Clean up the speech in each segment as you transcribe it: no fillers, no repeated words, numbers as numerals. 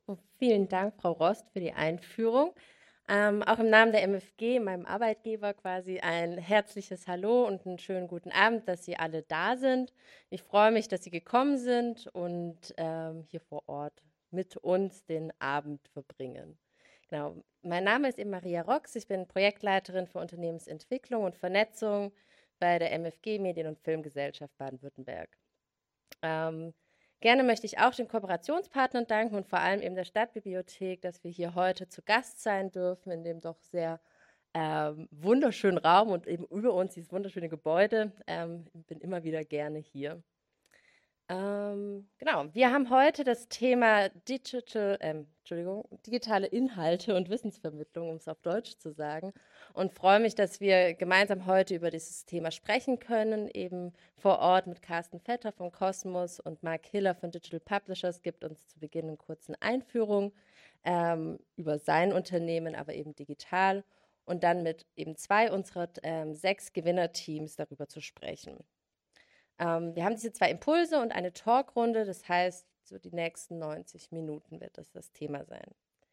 Oh, vielen Dank, Frau Rost, für die Einführung. Auch im Namen der MFG, meinem Arbeitgeber, quasi ein herzliches Hallo und einen schönen guten Abend, dass Sie alle da sind. Ich freue mich, dass Sie gekommen sind und hier vor Ort mit uns den Abend verbringen. Genau. Mein Name ist eben Maria Rox. Ich bin Projektleiterin für Unternehmensentwicklung und Vernetzung bei der MFG Medien- und Filmgesellschaft Baden-Württemberg. Ähm, Gerne möchte ich auch den Kooperationspartnern danken und vor allem eben der Stadtbibliothek, dass wir hier heute zu Gast sein dürfen in dem doch sehr wunderschönen Raum und eben über uns dieses wunderschöne Gebäude. Ich bin immer wieder gerne hier. Genau, wir haben heute das Thema digitale Inhalte und Wissensvermittlung, um es auf Deutsch zu sagen, und freue mich, dass wir gemeinsam heute über dieses Thema sprechen können, eben vor Ort mit Carsten Vetter von Cosmos und Mark Hiller von Digital Publishers gibt uns zu Beginn eine kurze Einführung über sein Unternehmen, aber eben digital und dann mit eben zwei unserer 6 Gewinnerteams darüber zu sprechen. Wir haben diese 2 Impulse und eine Talkrunde, das heißt, so die nächsten 90 Minuten wird das Thema sein.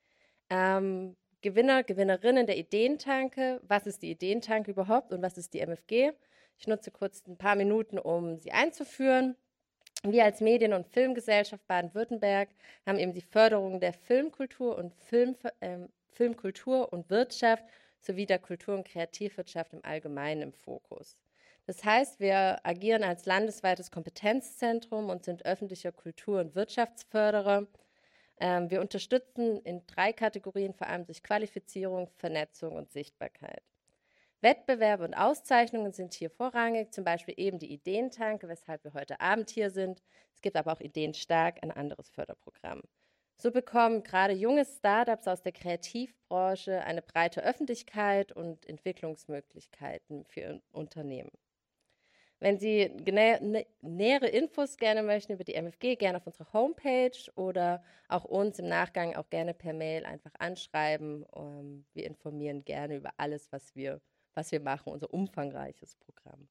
Gewinner, Gewinnerinnen der Ideentanke. Was ist die Ideentanke überhaupt und was ist die MFG? Ich nutze kurz ein paar Minuten, um sie einzuführen. Wir als Medien- und Filmgesellschaft Baden-Württemberg haben eben die Förderung der Filmkultur und Filmkultur und Wirtschaft sowie der Kultur- und Kreativwirtschaft im Allgemeinen im Fokus. Das heißt, wir agieren als landesweites Kompetenzzentrum und sind öffentlicher Kultur- und Wirtschaftsförderer. Wir unterstützen in 3 Kategorien, vor allem durch Qualifizierung, Vernetzung und Sichtbarkeit. Wettbewerbe und Auszeichnungen sind hier vorrangig, zum Beispiel eben die Ideentanke, weshalb wir heute Abend hier sind. Es gibt aber auch Ideenstark, ein anderes Förderprogramm. So bekommen gerade junge Startups aus der Kreativbranche eine breite Öffentlichkeit und Entwicklungsmöglichkeiten für ihr Unternehmen. Wenn Sie nähere Infos gerne möchten über die MFG, gerne auf unserer Homepage oder auch uns im Nachgang auch gerne per Mail einfach anschreiben. Wir informieren gerne über alles, was wir machen, unser umfangreiches Programm.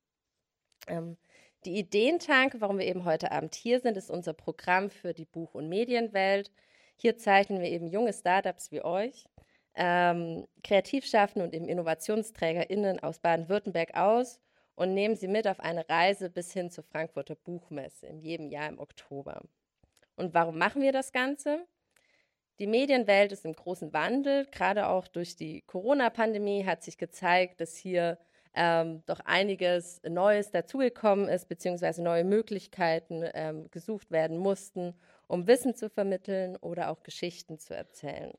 Die Ideentanke, warum wir eben heute Abend hier sind, ist unser Programm für die Buch- und Medienwelt. Hier zeichnen wir eben junge Startups wie euch, Kreativschaffende und eben InnovationsträgerInnen aus Baden-Württemberg aus und nehmen sie mit auf eine Reise bis hin zur Frankfurter Buchmesse in jedem Jahr im Oktober. Und warum machen wir das Ganze? Die Medienwelt ist im großen Wandel. Gerade auch durch die Corona-Pandemie hat sich gezeigt, dass hier doch einiges Neues dazugekommen ist, beziehungsweise neue Möglichkeiten gesucht werden mussten, um Wissen zu vermitteln oder auch Geschichten zu erzählen.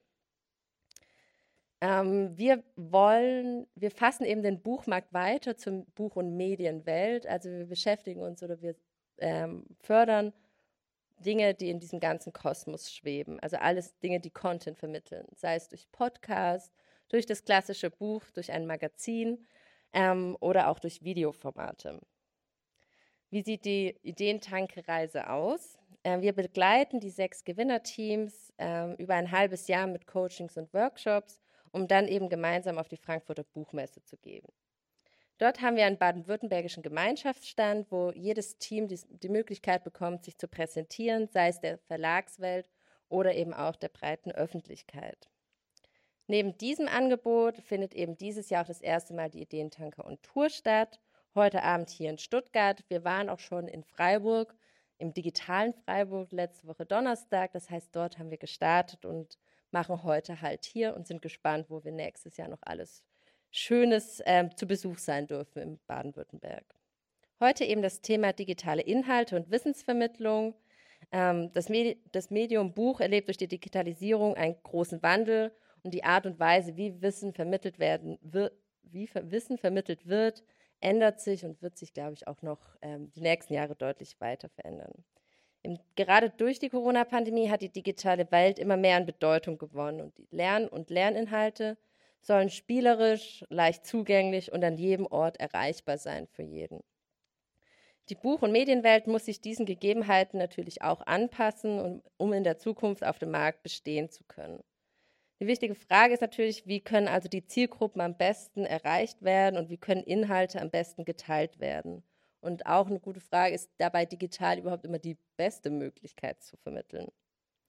Wir fassen eben den Buchmarkt weiter zur Buch- und Medienwelt. Also wir beschäftigen uns oder wir fördern Dinge, die in diesem ganzen Kosmos schweben. Also alles Dinge, die Content vermitteln. Sei es durch Podcast, durch das klassische Buch, durch ein Magazin oder auch durch Videoformate. Wie sieht die Ideentanke-Reise aus? Wir begleiten die 6 Gewinnerteams über ein halbes Jahr mit Coachings und Workshops, um dann eben gemeinsam auf die Frankfurter Buchmesse zu gehen. Dort haben wir einen baden-württembergischen Gemeinschaftsstand, wo jedes Team die Möglichkeit bekommt, sich zu präsentieren, sei es der Verlagswelt oder eben auch der breiten Öffentlichkeit. Neben diesem Angebot findet eben dieses Jahr auch das erste Mal die Ideentanker und Tour statt. Heute Abend hier in Stuttgart. Wir waren auch schon in Freiburg, im digitalen Freiburg letzte Woche Donnerstag. Das heißt, dort haben wir gestartet und machen heute halt hier und sind gespannt, wo wir nächstes Jahr noch alles Schönes zu Besuch sein dürfen in Baden-Württemberg. Heute eben das Thema digitale Inhalte und Wissensvermittlung. Das Medium Buch erlebt durch die Digitalisierung einen großen Wandel und die Art und Weise, wie Wissen vermittelt Wissen vermittelt wird, ändert sich und wird sich, glaube ich, auch noch die nächsten Jahre deutlich weiter verändern. Gerade durch die Corona-Pandemie hat die digitale Welt immer mehr an Bedeutung gewonnen und die Lerninhalte sollen spielerisch, leicht zugänglich und an jedem Ort erreichbar sein für jeden. Die Buch- und Medienwelt muss sich diesen Gegebenheiten natürlich auch anpassen, um in der Zukunft auf dem Markt bestehen zu können. Die wichtige Frage ist natürlich, wie können also die Zielgruppen am besten erreicht werden und wie können Inhalte am besten geteilt werden? Und auch eine gute Frage ist dabei, digital überhaupt immer die beste Möglichkeit zu vermitteln.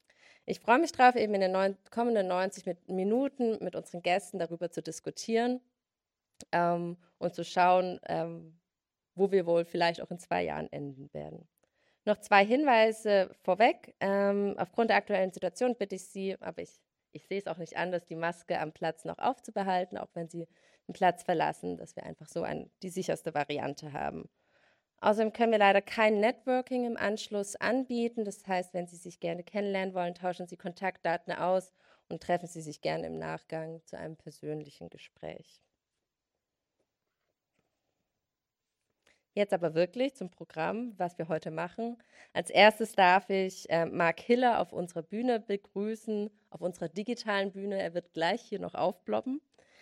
Ich freue mich drauf, eben in den kommenden 90 Minuten mit unseren Gästen darüber zu diskutieren und zu schauen, wo wir wohl vielleicht auch in 2 Jahren enden werden. Noch 2 Hinweise vorweg. Aufgrund der aktuellen Situation bitte ich Sie, aber ich sehe es auch nicht anders, die Maske am Platz noch aufzubehalten, auch wenn Sie den Platz verlassen, dass wir einfach so die sicherste Variante haben. Außerdem können wir leider kein Networking im Anschluss anbieten. Das heißt, wenn Sie sich gerne kennenlernen wollen, tauschen Sie Kontaktdaten aus und treffen Sie sich gerne im Nachgang zu einem persönlichen Gespräch. Jetzt aber wirklich zum Programm, was wir heute machen. Als erstes darf ich Mark Hiller auf unserer Bühne begrüßen, auf unserer digitalen Bühne. Er wird gleich hier noch aufploppen.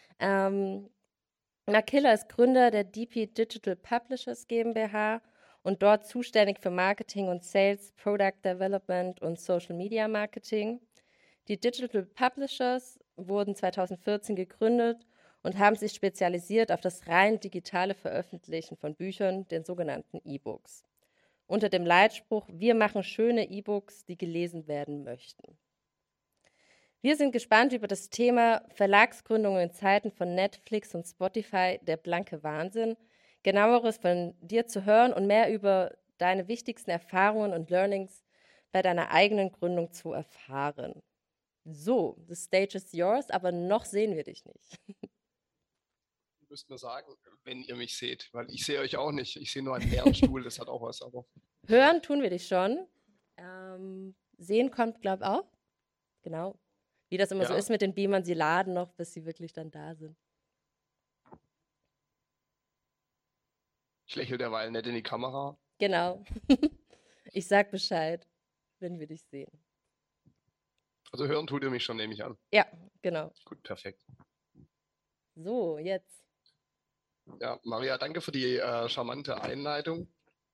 Mark Hiller ist Gründer der DP Digital Publishers GmbH und dort zuständig für Marketing und Sales, Product Development und Social Media Marketing. Die Digital Publishers wurden 2014 gegründet und haben sich spezialisiert auf das rein digitale Veröffentlichen von Büchern, den sogenannten E-Books. Unter dem Leitspruch: Wir machen schöne E-Books, die gelesen werden möchten. Wir sind gespannt über das Thema Verlagsgründung in Zeiten von Netflix und Spotify, der blanke Wahnsinn. Genaueres von dir zu hören und mehr über deine wichtigsten Erfahrungen und Learnings bei deiner eigenen Gründung zu erfahren. So, the stage is yours, aber noch sehen wir dich nicht. Ihr müsst mir sagen, wenn ihr mich seht, weil ich sehe euch auch nicht. Ich sehe nur einen leeren Stuhl, das hat auch was. Aber Hören tun wir dich schon. Sehen kommt, glaube ich, auch. Genau. Wie das immer so ist mit den Beamern, sie laden noch, bis sie wirklich dann da sind. Ich lächle derweil nicht in die Kamera. Genau. Ich sag Bescheid, wenn wir dich sehen. Also hören tut ihr mich schon, nehme ich an. Ja, genau. Gut, perfekt. So, jetzt. Ja, Maria, danke für die charmante Einleitung.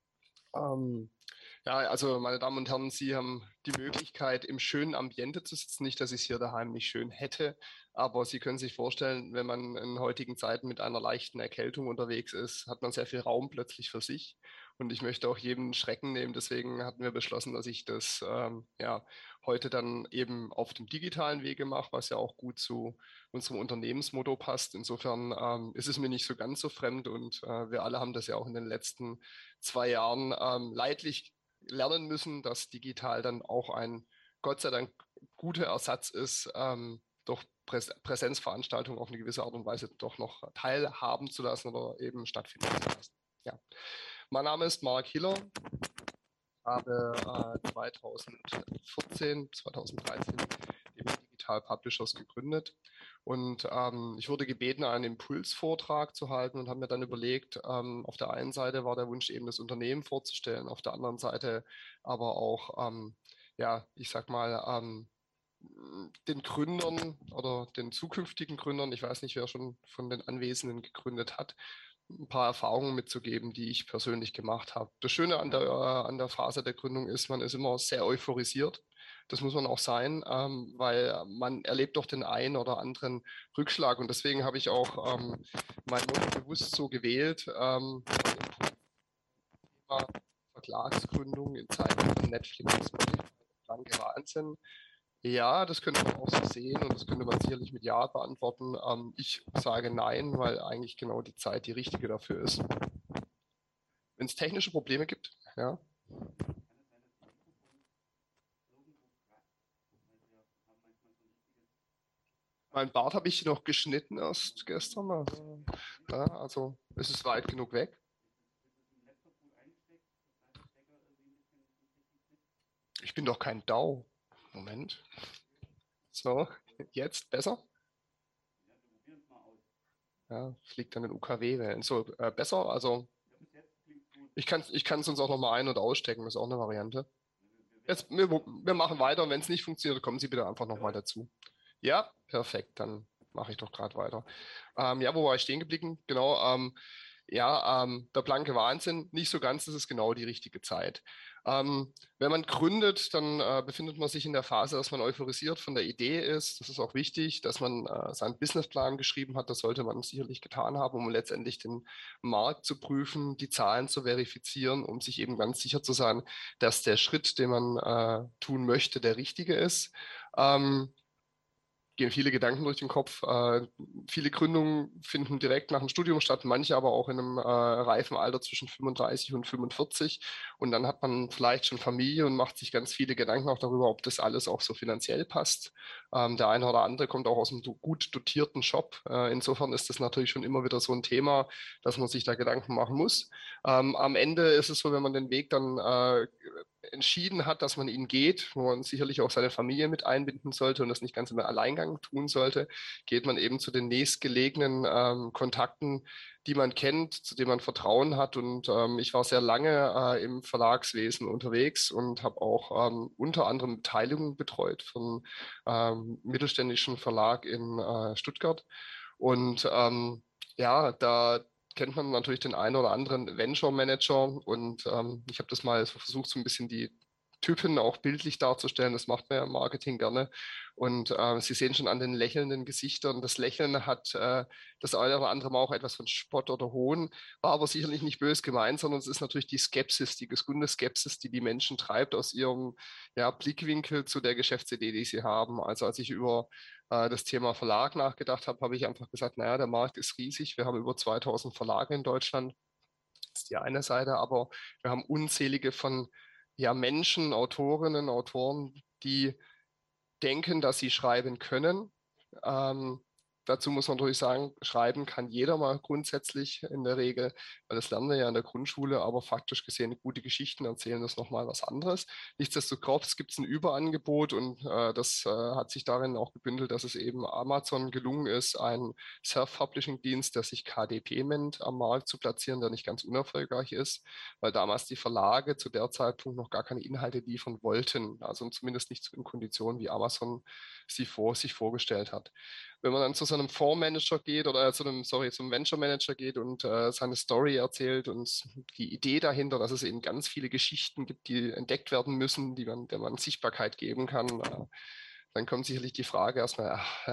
Ja, also meine Damen und Herren, Sie haben die Möglichkeit, im schönen Ambiente zu sitzen. Nicht, dass ich es hier daheim nicht schön hätte, aber Sie können sich vorstellen, wenn man in heutigen Zeiten mit einer leichten Erkältung unterwegs ist, hat man sehr viel Raum plötzlich für sich. Und ich möchte auch jedem Schrecken nehmen. Deswegen hatten wir beschlossen, dass ich das ja, heute dann eben auf dem digitalen Wege mache, was ja auch gut zu unserem Unternehmensmotto passt. Insofern ist es mir nicht so ganz so fremd und wir alle haben das ja auch in den letzten 2 Jahren leidlich lernen müssen, dass digital dann auch ein Gott sei Dank guter Ersatz ist, doch Präsenzveranstaltungen auf eine gewisse Art und Weise doch noch teilhaben zu lassen oder eben stattfinden zu lassen. Ja. Mein Name ist Mark Hiller, habe 2014, 2013 die Digital Publishers gegründet und ich wurde gebeten, einen Impulsvortrag zu halten und habe mir dann überlegt, auf der einen Seite war der Wunsch eben das Unternehmen vorzustellen, auf der anderen Seite aber auch, ja, ich sag mal, den Gründern oder den zukünftigen Gründern, ich weiß nicht, wer schon von den Anwesenden gegründet hat, ein paar Erfahrungen mitzugeben, die ich persönlich gemacht habe. Das Schöne an der Phase der Gründung ist, man ist immer sehr euphorisiert. Das muss man auch sein, weil man erlebt doch den einen oder anderen Rückschlag. Und deswegen habe ich auch mein Motto bewusst so gewählt. Thema Verlagsgründung in Zeiten von Netflix und Spotify, blanke Wahnsinn. Ja, das könnte man auch so sehen und das könnte man sicherlich mit Ja beantworten. Ich sage Nein, weil eigentlich genau die Zeit die richtige dafür ist. Wenn es technische Probleme gibt, ja. Mein Bart habe ich noch geschnitten erst gestern. Also es ist weit genug weg. Ich bin doch kein DAO. Moment. So, jetzt besser? Ja, fliegt dann in UKW-Wellen. So, besser? Also ich kann es uns auch nochmal ein- und ausstecken, das ist auch eine Variante. Jetzt, wir machen weiter und wenn es nicht funktioniert, kommen Sie bitte einfach nochmal dazu. Ja, perfekt, dann mache ich doch gerade weiter. Ja, wo war ich stehen geblieben? Genau, ja, der blanke Wahnsinn, nicht so ganz, das ist genau die richtige Zeit. Wenn man gründet, dann befindet man sich in der Phase, dass man euphorisiert von der Idee ist. Das ist auch wichtig, dass man seinen Businessplan geschrieben hat. Das sollte man sicherlich getan haben, um letztendlich den Markt zu prüfen, die Zahlen zu verifizieren, um sich eben ganz sicher zu sein, dass der Schritt, den man tun möchte, der richtige ist. Ähm, Gehen viele Gedanken durch den Kopf. Viele Gründungen finden direkt nach dem Studium statt, manche aber auch in einem reifen Alter zwischen 35 und 45. Und dann hat man vielleicht schon Familie und macht sich ganz viele Gedanken auch darüber, ob das alles auch so finanziell passt. Der eine oder andere kommt auch aus einem gut dotierten Job. Insofern ist das natürlich schon immer wieder so ein Thema, dass man sich da Gedanken machen muss. Am Ende ist es so, wenn man den Weg dann entschieden hat, dass man ihn geht, wo man sicherlich auch seine Familie mit einbinden sollte und das nicht ganz im Alleingang tun sollte, geht man eben zu den nächstgelegenen Kontakten, die man kennt, zu denen man Vertrauen hat. Und ich war sehr lange im Verlagswesen unterwegs und habe auch unter anderem Beteiligungen betreut von mittelständischen Verlag in Stuttgart. Und ja, da kennt man natürlich den einen oder anderen Venture Manager und ich habe das mal so versucht, so ein bisschen die Typen auch bildlich darzustellen. Das macht man ja im Marketing gerne. Und Sie sehen schon an den lächelnden Gesichtern, das Lächeln hat das eine oder andere Mal auch etwas von Spott oder Hohn, war aber sicherlich nicht bös gemeint, sondern es ist natürlich die Skepsis, die gesunde Skepsis, die die Menschen treibt aus ihrem Blickwinkel zu der Geschäftsidee, die sie haben. Also als ich über das Thema Verlag nachgedacht habe, habe ich einfach gesagt, naja, der Markt ist riesig. Wir haben über 2000 Verlage in Deutschland. Das ist die eine Seite, aber wir haben unzählige von Menschen, Autorinnen, Autoren, die denken, dass sie schreiben können. Ähm, Dazu muss man natürlich sagen, schreiben kann jeder mal grundsätzlich in der Regel, weil das lernen wir ja in der Grundschule, aber faktisch gesehen gute Geschichten erzählen das nochmal was anderes. Nichtsdestotrotz gibt es ein Überangebot und das hat sich darin auch gebündelt, dass es eben Amazon gelungen ist, einen Self-Publishing-Dienst, der sich KDP nennt, am Markt zu platzieren, der nicht ganz unerfolgreich ist, weil damals die Verlage zu der Zeitpunkt noch gar keine Inhalte liefern wollten, also zumindest nicht in Konditionen, wie Amazon sich vorgestellt hat. Wenn man dann zu so einem Fondsmanager geht oder zum Venture Manager geht und seine Story erzählt und die Idee dahinter, dass es eben ganz viele Geschichten gibt, die entdeckt werden müssen, der man Sichtbarkeit geben kann, dann kommt sicherlich die Frage erstmal,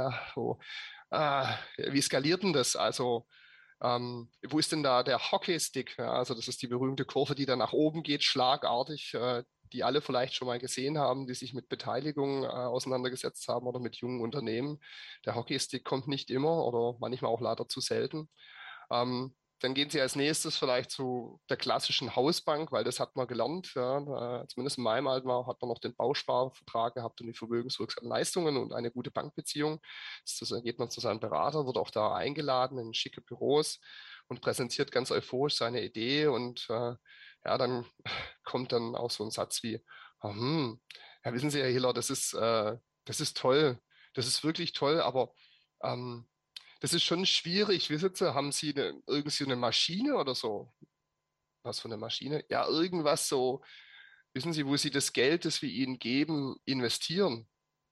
wie skaliert denn das? Also wo ist denn da der Hockeystick? Ja, also das ist die berühmte Kurve, die dann nach oben geht, schlagartig, die alle vielleicht schon mal gesehen haben, die sich mit Beteiligung auseinandergesetzt haben oder mit jungen Unternehmen. Der Hockeystick kommt nicht immer oder manchmal auch leider zu selten. Dann gehen Sie als nächstes vielleicht zu der klassischen Hausbank, weil das hat man gelernt. Ja, zumindest in meinem Alter hat man noch den Bausparvertrag gehabt und die vermögenswirksamen Leistungen und eine gute Bankbeziehung. Dann geht man zu seinem Berater, wird auch da eingeladen in schicke Büros und präsentiert ganz euphorisch seine Idee. Und dann kommt dann auch so ein Satz wie, ja, wissen Sie, Herr Hiller, das ist toll, das ist wirklich toll, aber ähm, das ist schon schwierig. Wie sitze, haben Sie irgendwie eine Maschine oder so? Was für eine Maschine? Ja, irgendwas so. Wissen Sie, wo Sie das Geld, das wir Ihnen geben, investieren?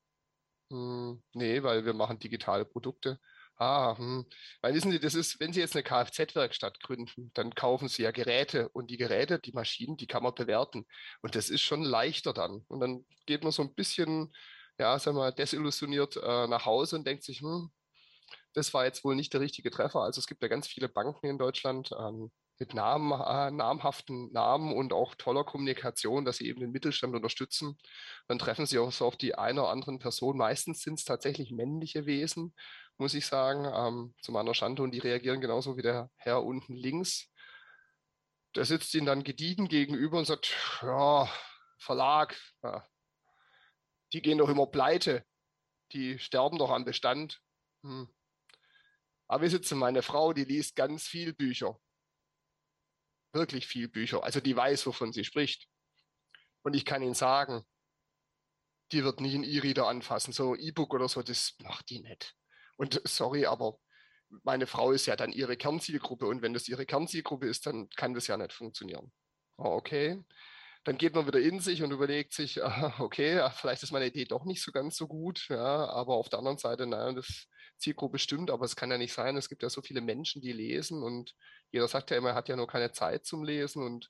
Nee, weil wir machen digitale Produkte. Weil wissen Sie, das ist, wenn Sie jetzt eine Kfz-Werkstatt gründen, dann kaufen Sie ja Geräte und die Geräte, die Maschinen, die kann man bewerten. Und das ist schon leichter dann. Und dann geht man so ein bisschen, ja, sagen wir mal, desillusioniert nach Hause und denkt sich, das war jetzt wohl nicht der richtige Treffer. Also es gibt ja ganz viele Banken in Deutschland mit namhaften Namen und auch toller Kommunikation, dass sie eben den Mittelstand unterstützen. Dann treffen sie auch so auf die eine oder anderen Person. Meistens sind es tatsächlich männliche Wesen, muss ich sagen, zu meiner Schande. Und die reagieren genauso wie der Herr unten links. Der sitzt ihnen dann gediegen gegenüber und sagt, ja, Verlag, ja, die gehen doch immer pleite, die sterben doch am Bestand. Hm. Aber wir sitzen, meine Frau, die liest ganz viel Bücher, wirklich viel Bücher. Also die weiß, wovon sie spricht. Und ich kann Ihnen sagen, die wird nie ein E-Reader anfassen. So E-Book oder so, das macht die nicht. Und sorry, aber meine Frau ist ja dann ihre Kernzielgruppe. Und wenn das ihre Kernzielgruppe ist, dann kann das ja nicht funktionieren. Okay. Dann geht man wieder in sich und überlegt sich, okay, vielleicht ist meine Idee doch nicht so ganz so gut, ja, aber auf der anderen Seite, naja, das Zielgruppe stimmt, aber es kann ja nicht sein. Es gibt ja so viele Menschen, die lesen und jeder sagt ja immer, er hat ja nur keine Zeit zum Lesen und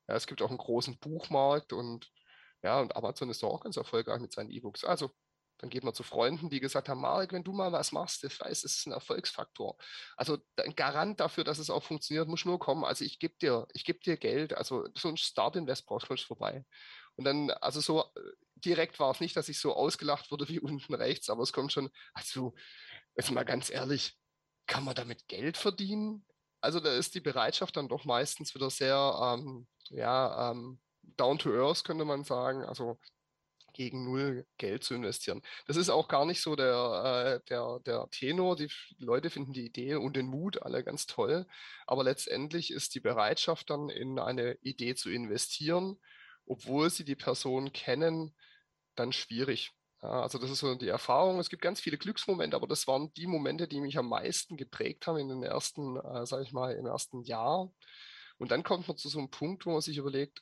Ja, es gibt auch einen großen Buchmarkt und ja, und Amazon ist doch auch ganz erfolgreich mit seinen E-Books. Also, dann geht man zu Freunden, die gesagt haben, Marek, wenn du mal was machst, ich weiß, es ist ein Erfolgsfaktor. Also ein Garant dafür, dass es auch funktioniert, muss nur kommen. Also ich geb dir Geld. Also so ein Start-Invest brauchst du vorbei. Und dann, also so direkt war es nicht, dass ich so ausgelacht wurde wie unten rechts, aber es kommt schon, also jetzt mal ganz ehrlich, kann man damit Geld verdienen? Also da ist die Bereitschaft dann doch meistens wieder sehr, ja, down to earth, könnte man sagen. Also gegen null Geld zu investieren. Das ist auch gar nicht so der Tenor. Die Leute finden die Idee und den Mut alle ganz toll. Aber letztendlich ist die Bereitschaft dann in eine Idee zu investieren, obwohl sie die Person kennen, dann schwierig. Ja, also das ist so die Erfahrung. Es gibt ganz viele Glücksmomente, aber das waren die Momente, die mich am meisten geprägt haben in den ersten, sage ich mal, im ersten Jahr. Und dann kommt man zu so einem Punkt, wo man sich überlegt,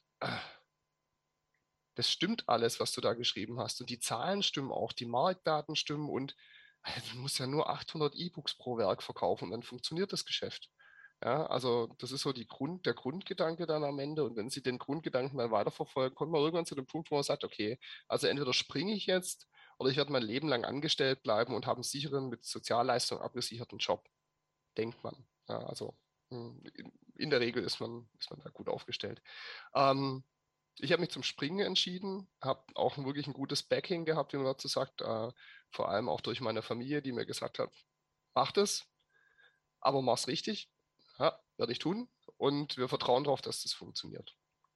das stimmt alles, was du da geschrieben hast. Und die Zahlen stimmen auch, die Marktdaten stimmen und du musst ja nur 800 E-Books pro Werk verkaufen, dann funktioniert das Geschäft. Ja, also das ist so der Grundgedanke dann am Ende. Und wenn Sie den Grundgedanken dann weiterverfolgen, kommt man irgendwann zu dem Punkt, wo man sagt, okay, also entweder springe ich jetzt oder ich werde mein Leben lang angestellt bleiben und habe einen sicheren, mit Sozialleistung abgesicherten Job, denkt man. Ja, also in der Regel ist man da gut aufgestellt. Ähm, Ich habe mich zum Springen entschieden, habe auch wirklich ein gutes Backing gehabt, wie man dazu sagt, vor allem auch durch meine Familie, die mir gesagt hat, mach das, aber mach's richtig. Ja, werde ich tun. Und wir vertrauen darauf, dass das funktioniert.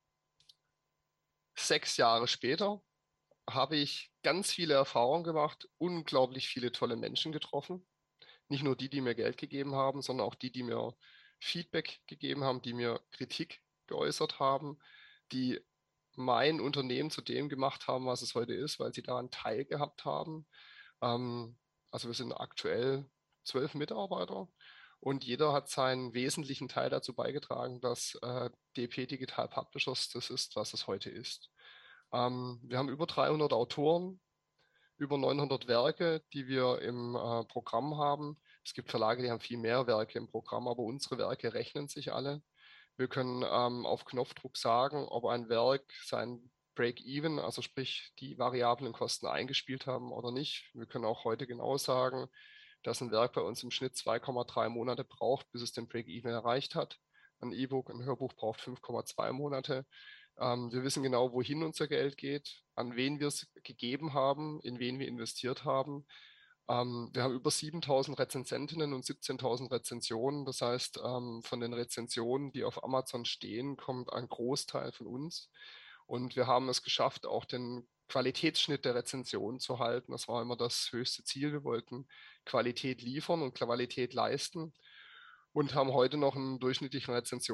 6 Jahre später habe ich ganz viele Erfahrungen gemacht, unglaublich viele tolle Menschen getroffen. Nicht nur die, die mir Geld gegeben haben, sondern auch die, die mir Feedback gegeben haben, die mir Kritik geäußert haben, die mein Unternehmen zu dem gemacht haben, was es heute ist, weil sie da einen Teil gehabt haben. Ähm, also wir sind aktuell 12 Mitarbeiter und jeder hat seinen wesentlichen Teil dazu beigetragen, dass DP Digital Publishers das ist, was es heute ist. Wir haben über 300 Autoren, über 900 Werke, die wir im Programm haben. Es gibt Verlage, die haben viel mehr Werke im Programm, aber unsere Werke rechnen sich alle. Wir können auf Knopfdruck sagen, ob ein Werk sein Break-Even, also sprich die variablen Kosten eingespielt haben oder nicht. Wir können auch heute genau sagen, dass ein Werk bei uns im Schnitt 2,3 Monate braucht, bis es den Break-Even erreicht hat. Ein E-Book, ein Hörbuch braucht 5,2 Monate. Wir wissen genau, wohin unser Geld geht, an wen wir es gegeben haben, in wen wir investiert haben. Wir haben über 7.000 Rezensentinnen und 17.000 Rezensionen. Das heißt, von den Rezensionen, die auf Amazon stehen, kommt ein Großteil von uns. Und wir haben es geschafft, auch den Qualitätsschnitt der Rezensionen zu halten. Das war immer das höchste Ziel. Wir wollten Qualität liefern und Qualität leisten und haben heute noch einen durchschnittlichen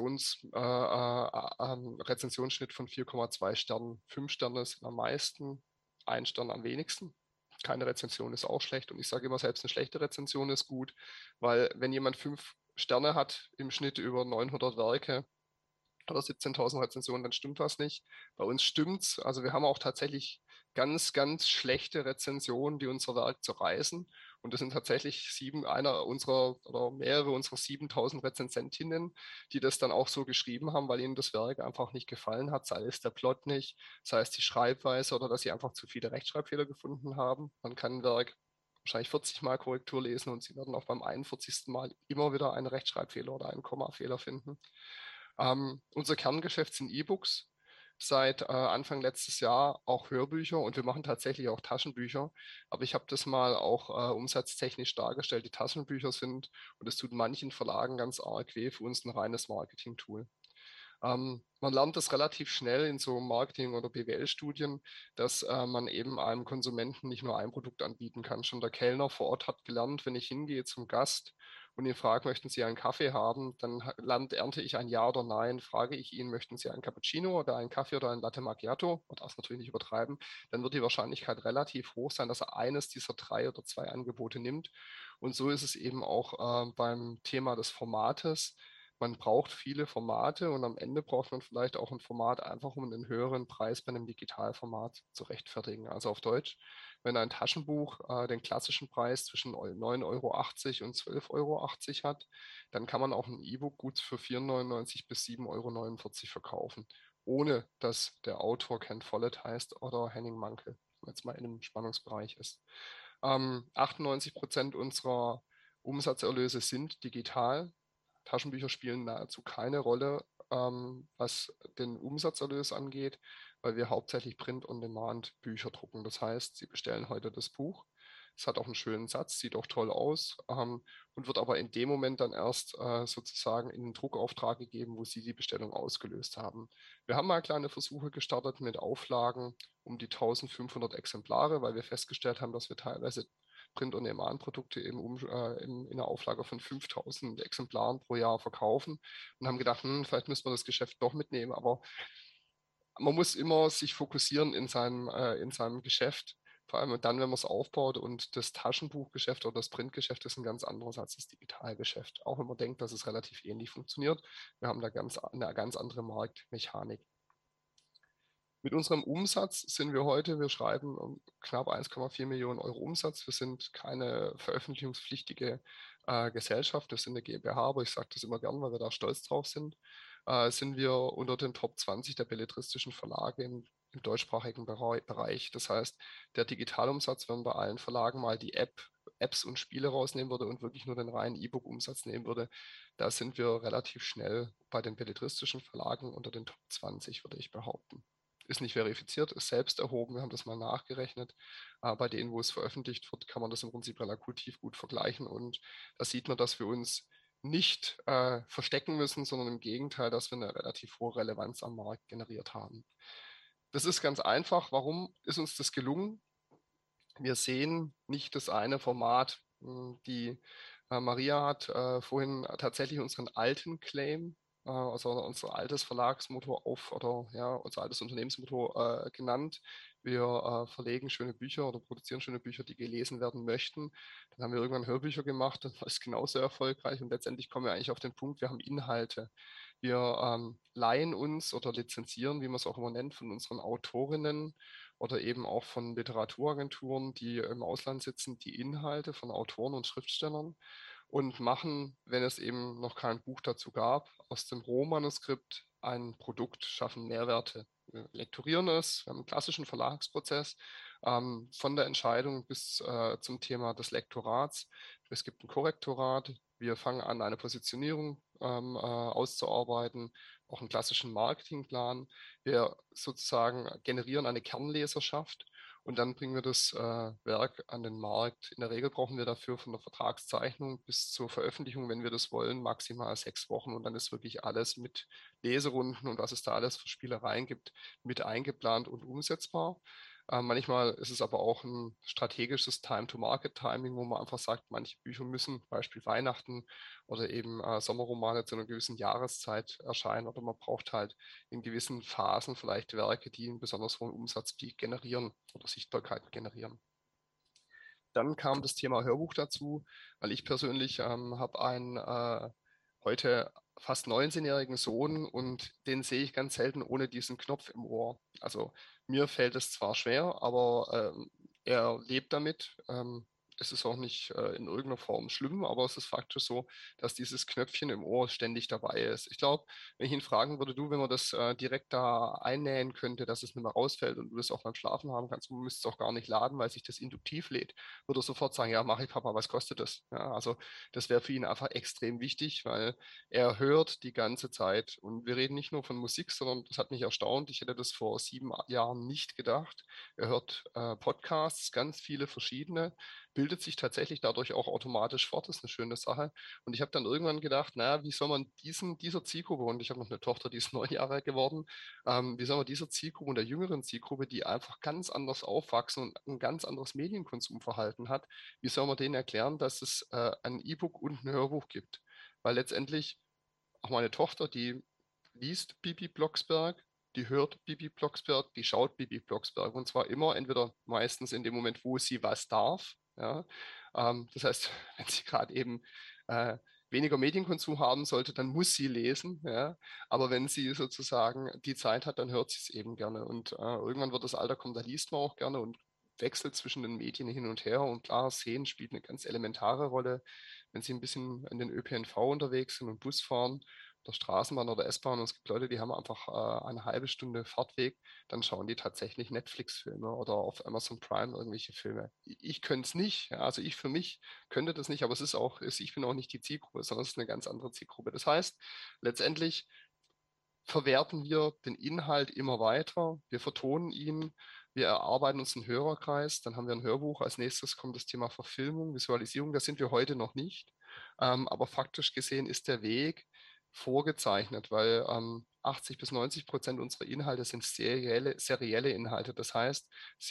Rezensionsschnitt von 4,2 Sternen. 5 Sterne sind am meisten, 1 Stern am wenigsten. Keine Rezension ist auch schlecht. Und ich sage immer, selbst eine schlechte Rezension ist gut, weil wenn jemand 5 Sterne hat im Schnitt über 900 Werke, oder 17.000 Rezensionen, dann stimmt was nicht. Bei uns stimmt's. Also wir haben auch tatsächlich ganz, ganz schlechte Rezensionen, die unser Werk zerreißen. Und das sind tatsächlich einer unserer oder mehrere unserer 7.000 Rezensentinnen, die das dann auch so geschrieben haben, weil ihnen das Werk einfach nicht gefallen hat, sei es der Plot nicht, sei es die Schreibweise oder dass sie einfach zu viele Rechtschreibfehler gefunden haben. Man kann ein Werk wahrscheinlich 40 Mal Korrektur lesen und sie werden auch beim 41. Mal immer wieder einen Rechtschreibfehler oder einen Kommafehler finden. Unser Kerngeschäft sind E-Books. Seit Anfang letztes Jahr auch Hörbücher und wir machen tatsächlich auch Taschenbücher. Aber ich habe das mal auch umsatztechnisch dargestellt. Die Taschenbücher sind, und es tut manchen Verlagen ganz arg weh, für uns ein reines Marketing-Tool. Man lernt das relativ schnell in so Marketing- oder BWL-Studien, dass man eben einem Konsumenten nicht nur ein Produkt anbieten kann. Schon der Kellner vor Ort hat gelernt, wenn ich hingehe zum Gast und ihn frage, möchten Sie einen Kaffee haben, dann ernte ich ein Ja oder Nein. Frage ich ihn, möchten Sie einen Cappuccino oder einen Kaffee oder einen Latte Macchiato, man darf es natürlich nicht übertreiben, dann wird die Wahrscheinlichkeit relativ hoch sein, dass er eines dieser 3 oder 2 Angebote nimmt. Und so ist es eben auch beim Thema des Formates. Man braucht viele Formate und am Ende braucht man vielleicht auch ein Format einfach, um einen höheren Preis bei einem Digitalformat zu rechtfertigen. Also auf Deutsch, wenn ein Taschenbuch den klassischen Preis zwischen 9,80 € und 12,80 € hat, dann kann man auch ein E-Book gut für 4,99 bis 7,49 € verkaufen. ohne dass der Autor Ken Follett heißt oder Henning Mankell, wenn man jetzt mal in einem Spannungsbereich ist. 98% unserer Umsatzerlöse sind digital. Taschenbücher spielen nahezu keine Rolle, was den Umsatzerlös angeht, weil wir hauptsächlich Print-on-Demand-Bücher drucken. Das heißt, Sie bestellen heute das Buch. Es hat auch einen schönen Satz, sieht auch toll aus, und wird aber in dem Moment dann erst sozusagen in den Druckauftrag gegeben, wo Sie die Bestellung ausgelöst haben. Wir haben mal kleine Versuche gestartet mit Auflagen um die 1500 Exemplare, weil wir festgestellt haben, dass wir teilweise Print-on-Demand-Produkte in einer Auflage von 5000 Exemplaren pro Jahr verkaufen und haben gedacht, vielleicht müssen wir das Geschäft doch mitnehmen. Aber man muss immer sich fokussieren in seinem Geschäft, vor allem dann, wenn man es aufbaut. Und das Taschenbuchgeschäft oder das Printgeschäft ist ein ganz anderes als das Digitalgeschäft. Auch wenn man denkt, dass es relativ ähnlich funktioniert. Wir haben da eine ganz andere Marktmechanik. Mit unserem Umsatz sind wir heute, wir schreiben um knapp 1,4 Millionen Euro Umsatz. Wir sind keine veröffentlichungspflichtige Gesellschaft, wir sind eine GmbH, aber ich sage das immer gern, weil wir da stolz drauf sind. Sind wir unter den Top 20 der belletristischen Verlage im deutschsprachigen Bereich. Das heißt, der Digitalumsatz, wenn man bei allen Verlagen mal die Apps und Spiele rausnehmen würde und wirklich nur den reinen E-Book-Umsatz nehmen würde, da sind wir relativ schnell bei den belletristischen Verlagen unter den Top 20, würde ich behaupten. Ist nicht verifiziert, ist selbst erhoben. Wir haben das mal nachgerechnet. Bei denen, wo es veröffentlicht wird, kann man das im Prinzip relativ gut vergleichen. Und da sieht man, dass wir uns nicht verstecken müssen, sondern im Gegenteil, dass wir eine relativ hohe Relevanz am Markt generiert haben. Das ist ganz einfach. Warum ist uns das gelungen? Wir sehen nicht das eine Format. Die Maria hat vorhin tatsächlich unseren alten Claim, also unser altes Verlagsmotto oder ja, unser altes Unternehmensmotto genannt. Wir verlegen schöne Bücher oder produzieren schöne Bücher, die gelesen werden möchten. Dann haben wir irgendwann Hörbücher gemacht, das ist genauso erfolgreich und letztendlich kommen wir eigentlich auf den Punkt, wir haben Inhalte. Wir leihen uns oder lizenzieren, wie man es auch immer nennt, von unseren Autorinnen oder eben auch von Literaturagenturen, die im Ausland sitzen, die Inhalte von Autoren und Schriftstellern und machen, wenn es eben noch kein Buch dazu gab, aus dem Rohmanuskript ein Produkt, schaffen Mehrwerte. Wir lektorieren es, wir haben einen klassischen Verlagsprozess, von der Entscheidung bis zum Thema des Lektorats. Es gibt ein Korrektorat, wir fangen an, eine Positionierung auszuarbeiten, auch einen klassischen Marketingplan. Wir sozusagen generieren eine Kernleserschaft und dann bringen wir das Werk an den Markt. In der Regel brauchen wir dafür von der Vertragszeichnung bis zur Veröffentlichung, wenn wir das wollen, maximal 6 Wochen. Und dann ist wirklich alles mit Leserunden und was es da alles für Spielereien gibt, mit eingeplant und umsetzbar. Manchmal ist es aber auch ein strategisches Time-to-Market-Timing, wo man einfach sagt, manche Bücher müssen, Beispiel Weihnachten oder eben Sommerromane zu einer gewissen Jahreszeit erscheinen oder man braucht halt in gewissen Phasen vielleicht Werke, die einen besonders hohen Umsatzpeak generieren oder Sichtbarkeit generieren. Dann kam das Thema Hörbuch dazu, weil ich persönlich habe einen heute fast 19-jährigen Sohn und den sehe ich ganz selten ohne diesen Knopf im Ohr. Also mir fällt es zwar schwer, aber er lebt damit. Es ist auch nicht in irgendeiner Form schlimm, aber es ist faktisch so, dass dieses Knöpfchen im Ohr ständig dabei ist. Ich glaube, wenn ich ihn fragen würde, du, wenn man das direkt da einnähen könnte, dass es nicht mehr rausfällt und du das auch beim Schlafen haben kannst, du müsstest es auch gar nicht laden, weil sich das induktiv lädt, würde er sofort sagen, ja, mache ich, Papa, was kostet das? Ja, also das wäre für ihn einfach extrem wichtig, weil er hört die ganze Zeit. Und wir reden nicht nur von Musik, sondern das hat mich erstaunt. Ich hätte das vor 7 Jahren nicht gedacht. Er hört Podcasts, ganz viele verschiedene, bildet sich tatsächlich dadurch auch automatisch fort. Das ist eine schöne Sache. Und ich habe dann irgendwann gedacht, naja, wie soll man dieser Zielgruppe, und ich habe noch eine Tochter, die ist 9 Jahre geworden, wie soll man dieser Zielgruppe und der jüngeren Zielgruppe, die einfach ganz anders aufwachsen und ein ganz anderes Medienkonsumverhalten hat, wie soll man denen erklären, dass es ein E-Book und ein Hörbuch gibt? Weil letztendlich auch meine Tochter, die liest Bibi Blocksberg, die hört Bibi Blocksberg, die schaut Bibi Blocksberg. Und zwar immer entweder meistens in dem Moment, wo sie was darf. Ja? Das heißt, wenn sie gerade eben äh, weniger Medienkonsum haben sollte, dann muss sie lesen. Ja? Aber wenn sie sozusagen die Zeit hat, dann hört sie es eben gerne. Und irgendwann wird das Alter kommen, da liest man auch gerne und wechselt zwischen den Medien hin und her. Und klar, Sehen spielt eine ganz elementare Rolle, wenn Sie ein bisschen in den ÖPNV unterwegs sind und Bus fahren der Straßenbahn oder S-Bahn und es gibt Leute, die haben einfach eine halbe Stunde Fahrtweg, dann schauen die tatsächlich Netflix-Filme oder auf Amazon Prime irgendwelche Filme. Ich könnte es nicht, ja, also ich für mich könnte das nicht, aber ich bin auch nicht die Zielgruppe, sondern es ist eine ganz andere Zielgruppe. Das heißt, letztendlich verwerten wir den Inhalt immer weiter, wir vertonen ihn, wir erarbeiten uns einen Hörerkreis, dann haben wir ein Hörbuch, als nächstes kommt das Thema Verfilmung, Visualisierung, da sind wir heute noch nicht. Aber faktisch gesehen ist der Weg vorgezeichnet, weil 80 bis 90% unserer Inhalte sind serielle Inhalte. Das heißt,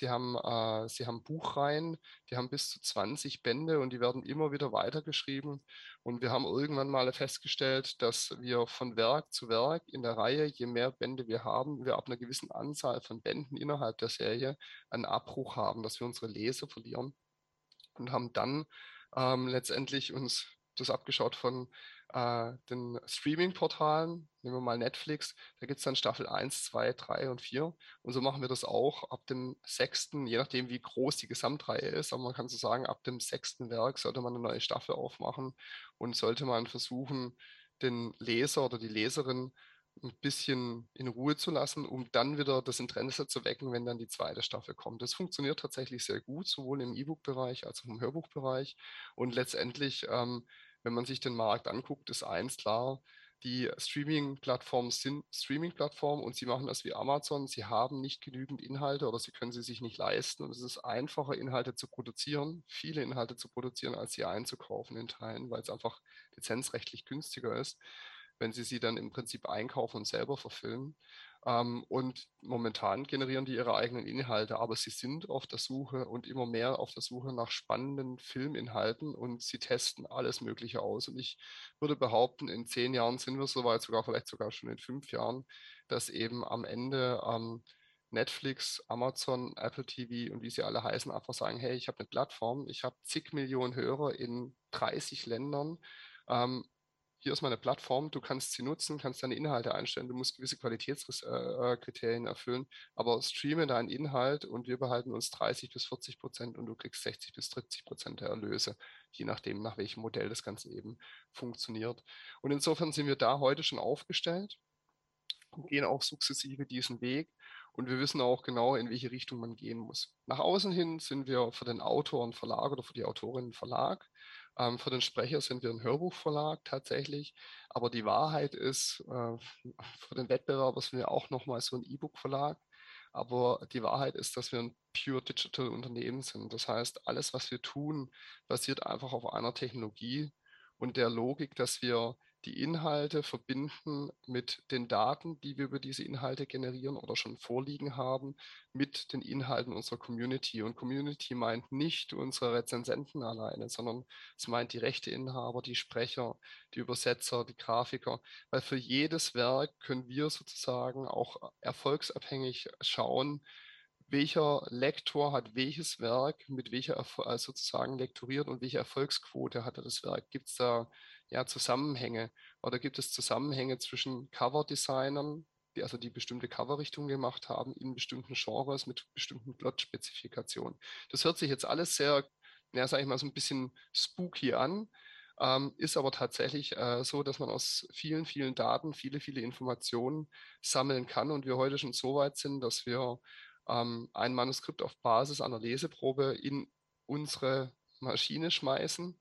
sie haben Buchreihen, die haben bis zu 20 Bände und die werden immer wieder weitergeschrieben. Und wir haben irgendwann mal festgestellt, dass wir von Werk zu Werk in der Reihe, je mehr Bände wir haben, wir ab einer gewissen Anzahl von Bänden innerhalb der Serie einen Abbruch haben, dass wir unsere Leser verlieren und haben dann letztendlich uns das abgeschaut von den Streaming-Portalen. Nehmen wir mal Netflix, da gibt es dann Staffel 1, 2, 3 und 4. Und so machen wir das auch ab dem sechsten, je nachdem wie groß die Gesamtreihe ist, aber man kann so sagen, ab dem sechsten Werk sollte man eine neue Staffel aufmachen und sollte man versuchen, den Leser oder die Leserin ein bisschen in Ruhe zu lassen, um dann wieder das Interesse zu wecken, wenn dann die zweite Staffel kommt. Das funktioniert tatsächlich sehr gut, sowohl im E-Book-Bereich als auch im Hörbuchbereich. Und letztendlich, wenn man sich den Markt anguckt, ist eins klar, die Streaming-Plattformen sind Streaming-Plattformen und sie machen das wie Amazon. Sie haben nicht genügend Inhalte oder sie können sie sich nicht leisten. Und es ist einfacher, Inhalte zu produzieren, viele Inhalte zu produzieren, als sie einzukaufen in Teilen, weil es einfach lizenzrechtlich günstiger ist, wenn sie dann im Prinzip einkaufen und selber verfilmen. Und momentan generieren die ihre eigenen Inhalte, aber sie sind auf der Suche und immer mehr auf der Suche nach spannenden Filminhalten und sie testen alles Mögliche aus. Und ich würde behaupten, in 10 Jahren sind wir soweit, vielleicht sogar schon in 5 Jahren, dass eben am Ende Netflix, Amazon, Apple TV und wie sie alle heißen, einfach sagen, hey, ich habe eine Plattform, ich habe zig Millionen Hörer in 30 Ländern. Ähm, Hier ist meine Plattform, du kannst sie nutzen, kannst deine Inhalte einstellen, du musst gewisse Qualitätskriterien erfüllen, aber streame deinen Inhalt und wir behalten uns 30 bis 40% und du kriegst 60 bis 70% der Erlöse, je nachdem, nach welchem Modell das Ganze eben funktioniert. Und insofern sind wir da heute schon aufgestellt und gehen auch sukzessive diesen Weg. Und wir wissen auch genau, in welche Richtung man gehen muss. Nach außen hin sind wir für den Autor ein Verlag oder für die Autorin ein Verlag. Für den Sprecher sind wir ein Hörbuchverlag tatsächlich. Aber die Wahrheit ist, für den Wettbewerber sind wir auch nochmal so ein E-Book-Verlag. Aber die Wahrheit ist, dass wir ein Pure Digital Unternehmen sind. Das heißt, alles, was wir tun, basiert einfach auf einer Technologie und der Logik, dass wir die Inhalte verbinden mit den Daten, die wir über diese Inhalte generieren oder schon vorliegen haben, mit den Inhalten unserer Community. Und Community meint nicht unsere Rezensenten alleine, sondern es meint die Rechteinhaber, die Sprecher, die Übersetzer, die Grafiker. Weil für jedes Werk können wir sozusagen auch erfolgsabhängig schauen, welcher Lektor hat welches Werk mit welcher sozusagen lektoriert und welche Erfolgsquote hatte das Werk? Gibt es da ja Zusammenhänge oder gibt es Zusammenhänge zwischen Cover-Designern, die bestimmte Coverrichtungen gemacht haben in bestimmten Genres mit bestimmten Plot-Spezifikationen? Das hört sich jetzt alles sehr, ja, sag ich mal, so ein bisschen spooky an. Ist aber tatsächlich so, dass man aus vielen, vielen Daten viele Informationen sammeln kann und wir heute schon so weit sind, dass wir ein Manuskript auf Basis einer Leseprobe in unsere Maschine schmeißen.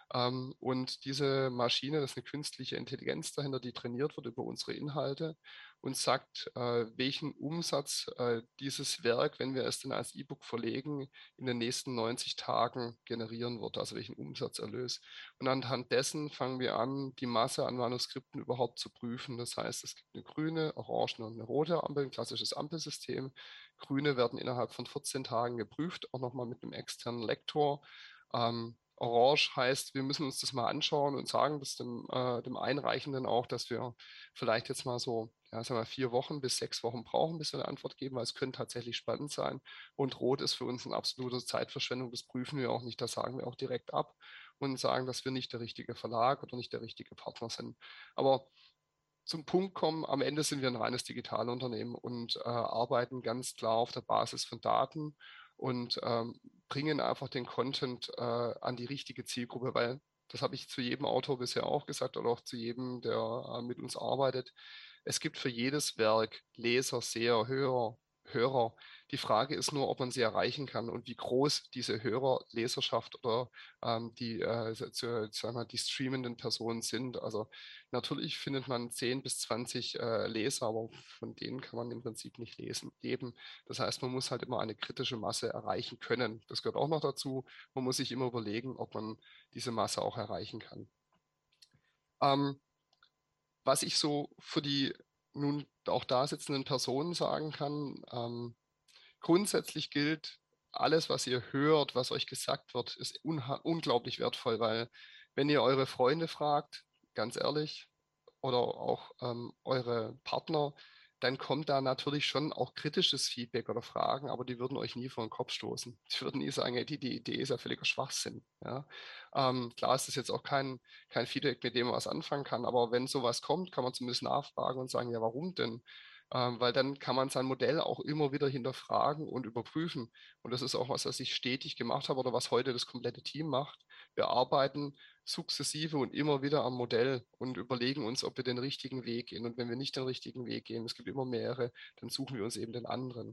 Und diese Maschine, das ist eine künstliche Intelligenz dahinter, die trainiert wird über unsere Inhalte und sagt, welchen Umsatz dieses Werk, wenn wir es denn als E-Book verlegen, in den nächsten 90 Tagen generieren wird, also welchen Umsatzerlös. Und anhand dessen fangen wir an, die Masse an Manuskripten überhaupt zu prüfen. Das heißt, es gibt eine grüne, orange und eine rote Ampel, ein klassisches Ampelsystem. Grüne werden innerhalb von 14 Tagen geprüft, auch nochmal mit einem externen Lektor. Orange heißt, wir müssen uns das mal anschauen und sagen das dem Einreichenden auch, dass wir vielleicht jetzt mal so, ja, sagen wir 4 Wochen bis 6 Wochen brauchen, bis wir eine Antwort geben, weil es könnte tatsächlich spannend sein. Und Rot ist für uns eine absolute Zeitverschwendung. Das prüfen wir auch nicht. Das sagen wir auch direkt ab und sagen, dass wir nicht der richtige Verlag oder nicht der richtige Partner sind. Aber zum Punkt kommen, am Ende sind wir ein reines Digitalunternehmen und arbeiten ganz klar auf der Basis von Daten und bringen einfach den Content an die richtige Zielgruppe, weil das habe ich zu jedem Autor bisher auch gesagt oder auch zu jedem, der mit uns arbeitet. Es gibt für jedes Werk Leser, Seher, Hörer. Die Frage ist nur, ob man sie erreichen kann und wie groß diese Hörerleserschaft oder sagen wir, die streamenden Personen sind. Also natürlich findet man 10 bis 20 Leser, aber von denen kann man im Prinzip nicht leben. Das heißt, man muss halt immer eine kritische Masse erreichen können. Das gehört auch noch dazu. Man muss sich immer überlegen, ob man diese Masse auch erreichen kann. Ähm, Was ich so für die nun auch da sitzenden Personen sagen kann, grundsätzlich gilt, alles, was ihr hört, was euch gesagt wird, ist unglaublich wertvoll, weil wenn ihr eure Freunde fragt, ganz ehrlich, oder auch eure Partner, dann kommt da natürlich schon auch kritisches Feedback oder Fragen, aber die würden euch nie vor den Kopf stoßen. Die würden nie sagen, hey, die Idee ist ja völliger Schwachsinn. Ja? Klar ist das jetzt auch kein Feedback, mit dem man was anfangen kann, aber wenn sowas kommt, kann man zumindest nachfragen und sagen, ja, warum denn? Weil dann kann man sein Modell auch immer wieder hinterfragen und überprüfen. Und das ist auch was ich stetig gemacht habe oder was heute das komplette Team macht. Wir arbeiten sukzessive und immer wieder am Modell und überlegen uns, ob wir den richtigen Weg gehen. Und wenn wir nicht den richtigen Weg gehen, es gibt immer mehrere, dann suchen wir uns eben den anderen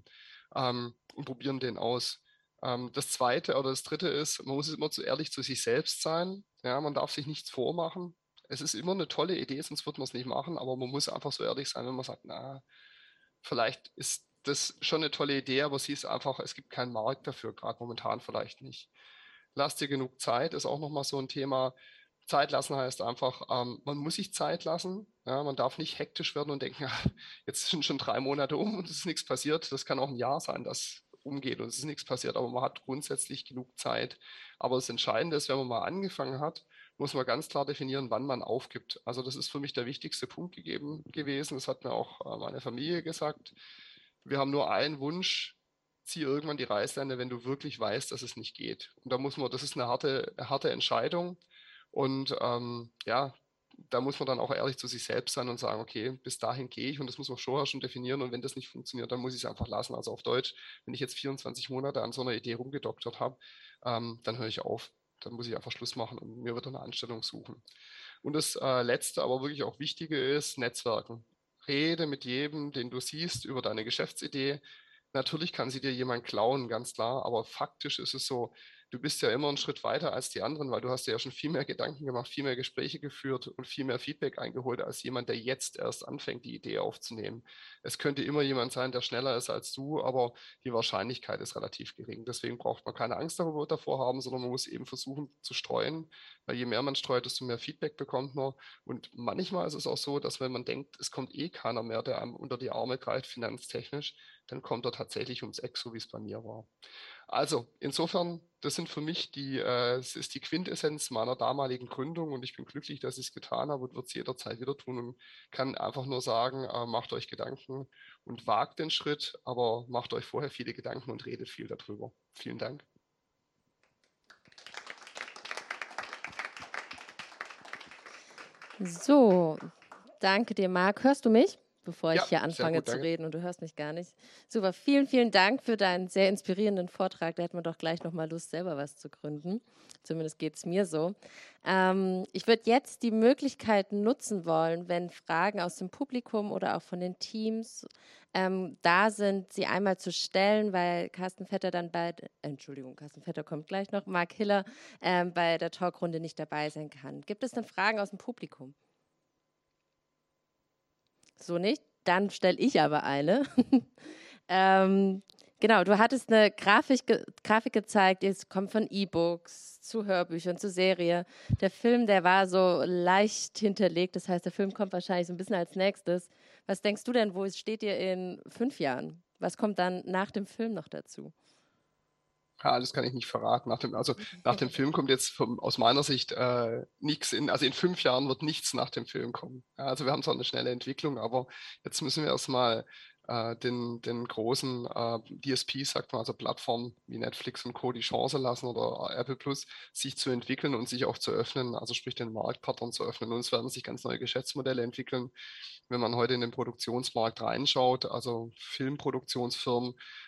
und probieren den aus. Das Zweite oder das Dritte ist, man muss immer zu ehrlich zu sich selbst sein. Ja, man darf sich nichts vormachen. Es ist immer eine tolle Idee, sonst wird man es nicht machen, aber man muss einfach so ehrlich sein, wenn man sagt, na, vielleicht ist das schon eine tolle Idee, aber sie ist einfach, es gibt keinen Markt dafür, gerade momentan vielleicht nicht. Lass dir genug Zeit, ist auch nochmal so ein Thema. Zeit lassen heißt einfach, man muss sich Zeit lassen. Ja, man darf nicht hektisch werden und denken, ach, jetzt sind schon 3 Monate um und es ist nichts passiert. Das kann auch ein Jahr sein, das umgeht und es ist nichts passiert, aber man hat grundsätzlich genug Zeit. Aber das Entscheidende ist, wenn man mal angefangen hat, muss man ganz klar definieren, wann man aufgibt. Also das ist für mich der wichtigste Punkt gewesen. Das hat mir auch meine Familie gesagt. Wir haben nur einen Wunsch, zieh irgendwann die Reißleine, wenn du wirklich weißt, dass es nicht geht. Und da muss man, das ist eine harte Entscheidung. Und ja, da muss man dann auch ehrlich zu sich selbst sein und sagen, okay, bis dahin gehe ich und das muss man vorher schon definieren. Und wenn das nicht funktioniert, dann muss ich es einfach lassen. Also auf Deutsch, wenn ich jetzt 24 Monate an so einer Idee rumgedoktert habe, dann höre ich auf. Dann muss ich einfach Schluss machen und mir wieder eine Anstellung suchen. Und das Letzte, aber wirklich auch Wichtige ist Netzwerken. Rede mit jedem, den du siehst, über deine Geschäftsidee. Natürlich kann sie dir jemand klauen, ganz klar, aber faktisch ist es so, du bist ja immer einen Schritt weiter als die anderen, weil du hast dir ja schon viel mehr Gedanken gemacht, viel mehr Gespräche geführt und viel mehr Feedback eingeholt als jemand, der jetzt erst anfängt, die Idee aufzunehmen. Es könnte immer jemand sein, der schneller ist als du, aber die Wahrscheinlichkeit ist relativ gering. Deswegen braucht man keine Angst davor haben, sondern man muss eben versuchen zu streuen, weil je mehr man streut, desto mehr Feedback bekommt man. Und manchmal ist es auch so, dass wenn man denkt, es kommt eh keiner mehr, der einem unter die Arme greift, finanztechnisch, dann kommt er tatsächlich ums Eck, so wie es bei mir war. Also, insofern, das sind für mich es ist die Quintessenz meiner damaligen Gründung und ich bin glücklich, dass ich es getan habe und würde es jederzeit wieder tun und kann einfach nur sagen, macht euch Gedanken und wagt den Schritt, aber macht euch vorher viele Gedanken und redet viel darüber. Vielen Dank. So, danke dir, Marc. Hörst du mich, bevor ich Ja, hier sehr anfange gut, zu danke. reden und du hörst mich gar nicht? Super, vielen, vielen Dank für deinen sehr inspirierenden Vortrag. Da hätte man doch gleich nochmal Lust, selber was zu gründen. Zumindest geht es mir so. Ich würde jetzt die Möglichkeit nutzen wollen, wenn Fragen aus dem Publikum oder auch von den Teams da sind, sie einmal zu stellen, weil Carsten Vetter dann Carsten Vetter kommt gleich noch, Marc Hiller bei der Talkrunde nicht dabei sein kann. Gibt es denn Fragen aus dem Publikum? So nicht? Dann stelle ich aber eine. Genau, du hattest eine Grafik gezeigt, es kommt von E-Books zu Hörbüchern, zu Serie. Der Film, der war so leicht hinterlegt, das heißt, der Film kommt wahrscheinlich so ein bisschen als nächstes. Was denkst du denn, wo steht ihr in 5 Jahren? Was kommt dann nach dem Film noch dazu? Ja, das kann ich nicht verraten. Nach dem Film kommt jetzt aus meiner Sicht nichts also in 5 Jahren wird nichts nach dem Film kommen. Ja, also wir haben zwar eine schnelle Entwicklung, aber jetzt müssen wir erstmal den großen DSPs, sagt man, also Plattformen wie Netflix und Co. die Chance lassen oder Apple Plus, sich zu entwickeln und sich auch zu öffnen, also sprich den Marktpartnern zu öffnen. Und es werden sich ganz neue Geschäftsmodelle entwickeln. Wenn man heute in den Produktionsmarkt reinschaut, also Filmproduktionsfirmen,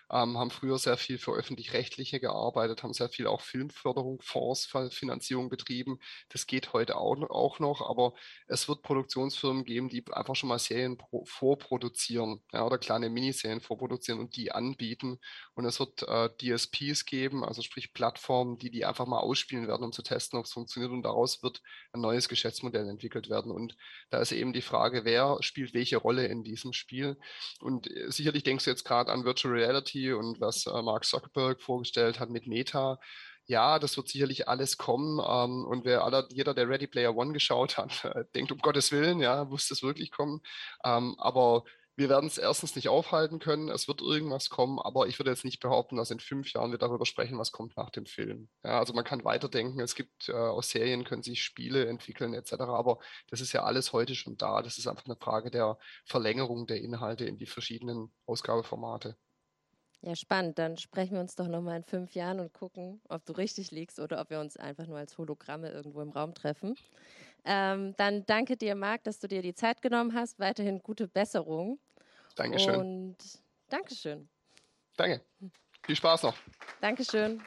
haben früher sehr viel für Öffentlich-Rechtliche gearbeitet, haben sehr viel auch Filmförderung, Fonds, Finanzierung betrieben. Das geht heute auch noch, aber es wird Produktionsfirmen geben, die einfach schon mal Serien vorproduzieren, ja, oder kleine Miniserien vorproduzieren und die anbieten. Und es wird DSPs geben, also sprich Plattformen, die einfach mal ausspielen werden, um zu testen, ob es funktioniert. Und daraus wird ein neues Geschäftsmodell entwickelt werden. Und da ist eben die Frage, wer spielt welche Rolle in diesem Spiel. Und sicherlich denkst du jetzt gerade an Virtual Reality und was Mark Zuckerberg vorgestellt hat mit Meta. Ja, das wird sicherlich alles kommen. Und jeder, der Ready Player One geschaut hat, denkt, um Gottes Willen, ja, muss das wirklich kommen. Aber wir werden es erstens nicht aufhalten können. Es wird irgendwas kommen, aber ich würde jetzt nicht behaupten, dass in 5 Jahren wir darüber sprechen, was kommt nach dem Film. Ja, also man kann weiterdenken. Es gibt aus Serien können sich Spiele entwickeln etc. Aber das ist ja alles heute schon da. Das ist einfach eine Frage der Verlängerung der Inhalte in die verschiedenen Ausgabeformate. Ja, spannend. Dann sprechen wir uns doch nochmal in 5 Jahren und gucken, ob du richtig liegst oder ob wir uns einfach nur als Hologramme irgendwo im Raum treffen. Dann danke dir, Marc, dass du dir die Zeit genommen hast. Weiterhin gute Besserung. Dankeschön. Und Dankeschön. Danke. Viel Spaß noch. Dankeschön.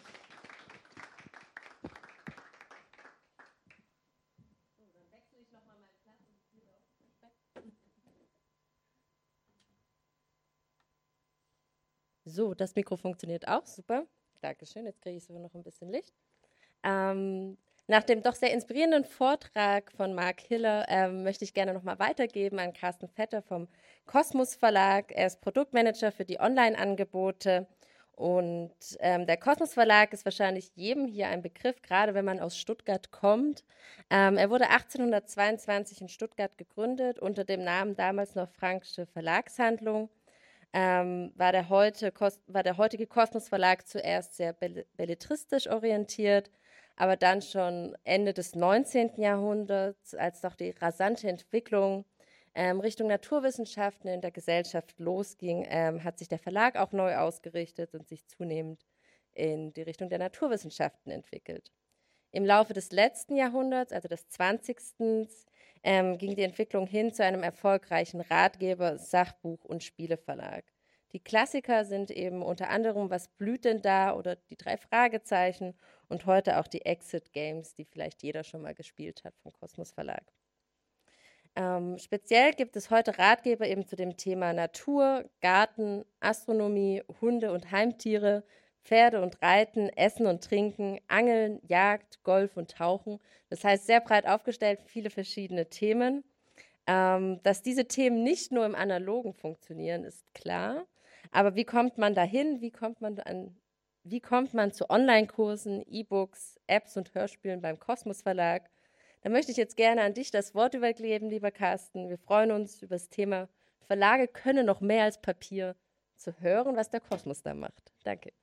So, das Mikro funktioniert auch super. Dankeschön, jetzt kriege ich sogar noch ein bisschen Licht. Nach dem doch sehr inspirierenden Vortrag von Marc Hiller möchte ich gerne nochmal weitergeben an Carsten Vetter vom Kosmos Verlag. Er ist Produktmanager für die Online-Angebote und der Kosmos Verlag ist wahrscheinlich jedem hier ein Begriff, gerade wenn man aus Stuttgart kommt. Er wurde 1822 in Stuttgart gegründet unter dem Namen damals noch Frankische Verlagshandlung. War der heutige Kosmos Verlag zuerst sehr belletristisch orientiert, aber dann schon Ende des 19. Jahrhunderts, als doch die rasante Entwicklung Richtung Naturwissenschaften in der Gesellschaft losging, hat sich der Verlag auch neu ausgerichtet und sich zunehmend in die Richtung der Naturwissenschaften entwickelt. Im Laufe des letzten Jahrhunderts, also des 20. Ging die Entwicklung hin zu einem erfolgreichen Ratgeber-, Sachbuch- und Spieleverlag. Die Klassiker sind eben unter anderem Was blüht denn da oder die 3 Fragezeichen und heute auch die Exit-Games, die vielleicht jeder schon mal gespielt hat vom Kosmos Verlag. Speziell gibt es heute Ratgeber eben zu dem Thema Natur, Garten, Astronomie, Hunde und Heimtiere, Pferde und Reiten, Essen und Trinken, Angeln, Jagd, Golf und Tauchen. Das heißt, sehr breit aufgestellt, viele verschiedene Themen. Dass diese Themen nicht nur im Analogen funktionieren, ist klar. Aber wie kommt man dahin? Wie kommt man zu Online-Kursen, E-Books, Apps und Hörspielen beim Kosmos Verlag? Da möchte ich jetzt gerne an dich das Wort übergeben, lieber Carsten. Wir freuen uns über das Thema Verlage können noch mehr als Papier, zu hören, was der Kosmos da macht. Danke.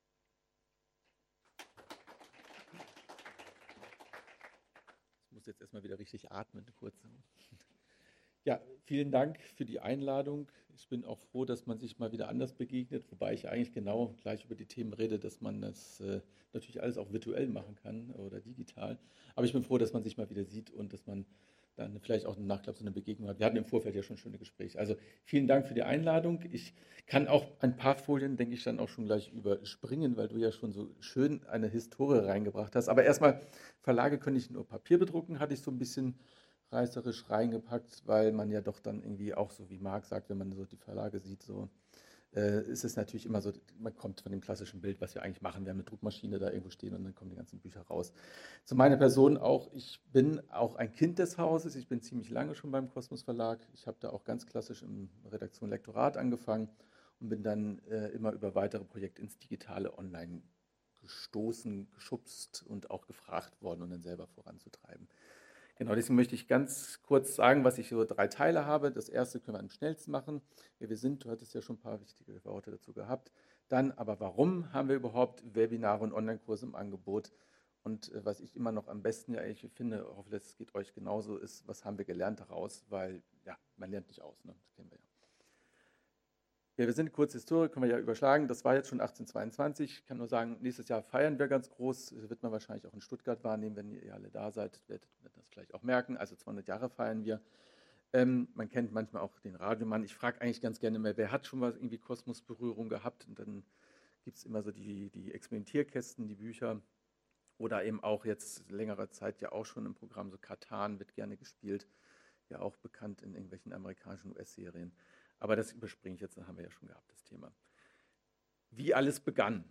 Ich muss jetzt erstmal wieder richtig atmen, kurz. Ja, vielen Dank für die Einladung. Ich bin auch froh, dass man sich mal wieder anders begegnet, wobei ich eigentlich genau gleich über die Themen rede, dass man das natürlich alles auch virtuell machen kann oder digital. Aber ich bin froh, dass man sich mal wieder sieht und dass man dann vielleicht auch im Nachklapp so eine Begegnung hat. Wir hatten im Vorfeld ja schon schöne Gespräche. Also vielen Dank für die Einladung. Ich kann auch ein paar Folien, denke ich, dann auch schon gleich überspringen, weil du ja schon so schön eine Historie reingebracht hast. Aber erstmal, Verlage können nicht nur Papier bedrucken, hatte ich so ein bisschen reißerisch reingepackt, weil man ja doch dann irgendwie auch so, wie Marc sagt, wenn man so die Verlage sieht, so ist es natürlich immer so, man kommt von dem klassischen Bild, was wir eigentlich machen. Wir haben eine Druckmaschine da irgendwo stehen und dann kommen die ganzen Bücher raus. Zu meiner Person auch, ich bin auch ein Kind des Hauses. Ich bin ziemlich lange schon beim Kosmos Verlag. Ich habe da auch ganz klassisch in Redaktion Lektorat angefangen und bin dann immer über weitere Projekte ins digitale Online gestoßen, geschubst und auch gefragt worden, um dann selber voranzutreiben. Genau, deswegen möchte ich ganz kurz sagen, was ich so 3 Teile habe. Das erste können wir am schnellsten machen. Wer wir sind, du hattest ja schon ein paar wichtige Worte dazu gehabt. Dann aber, warum haben wir überhaupt Webinare und Online-Kurse im Angebot? Und was ich immer noch am besten ja eigentlich finde, hoffe, es geht euch genauso, ist, was haben wir gelernt daraus? Weil, ja, man lernt nicht aus, ne? Das kennen wir ja. Ja, wir sind kurz Historie, können wir ja überschlagen. Das war jetzt schon 1822. Ich kann nur sagen, nächstes Jahr feiern wir ganz groß. Das wird man wahrscheinlich auch in Stuttgart wahrnehmen, wenn ihr alle da seid, werdet ihr das vielleicht auch merken. Also 200 Jahre feiern wir. Man kennt manchmal auch den Radiomann. Ich frage eigentlich ganz gerne mal, wer hat schon was irgendwie Kosmosberührung gehabt? Und dann gibt es immer so die Experimentierkästen, die Bücher. Oder eben auch jetzt längere Zeit ja auch schon im Programm, so Catan wird gerne gespielt, ja auch bekannt in irgendwelchen amerikanischen US-Serien. Aber das überspringe ich jetzt, das haben wir ja schon gehabt, das Thema. Wie alles begann.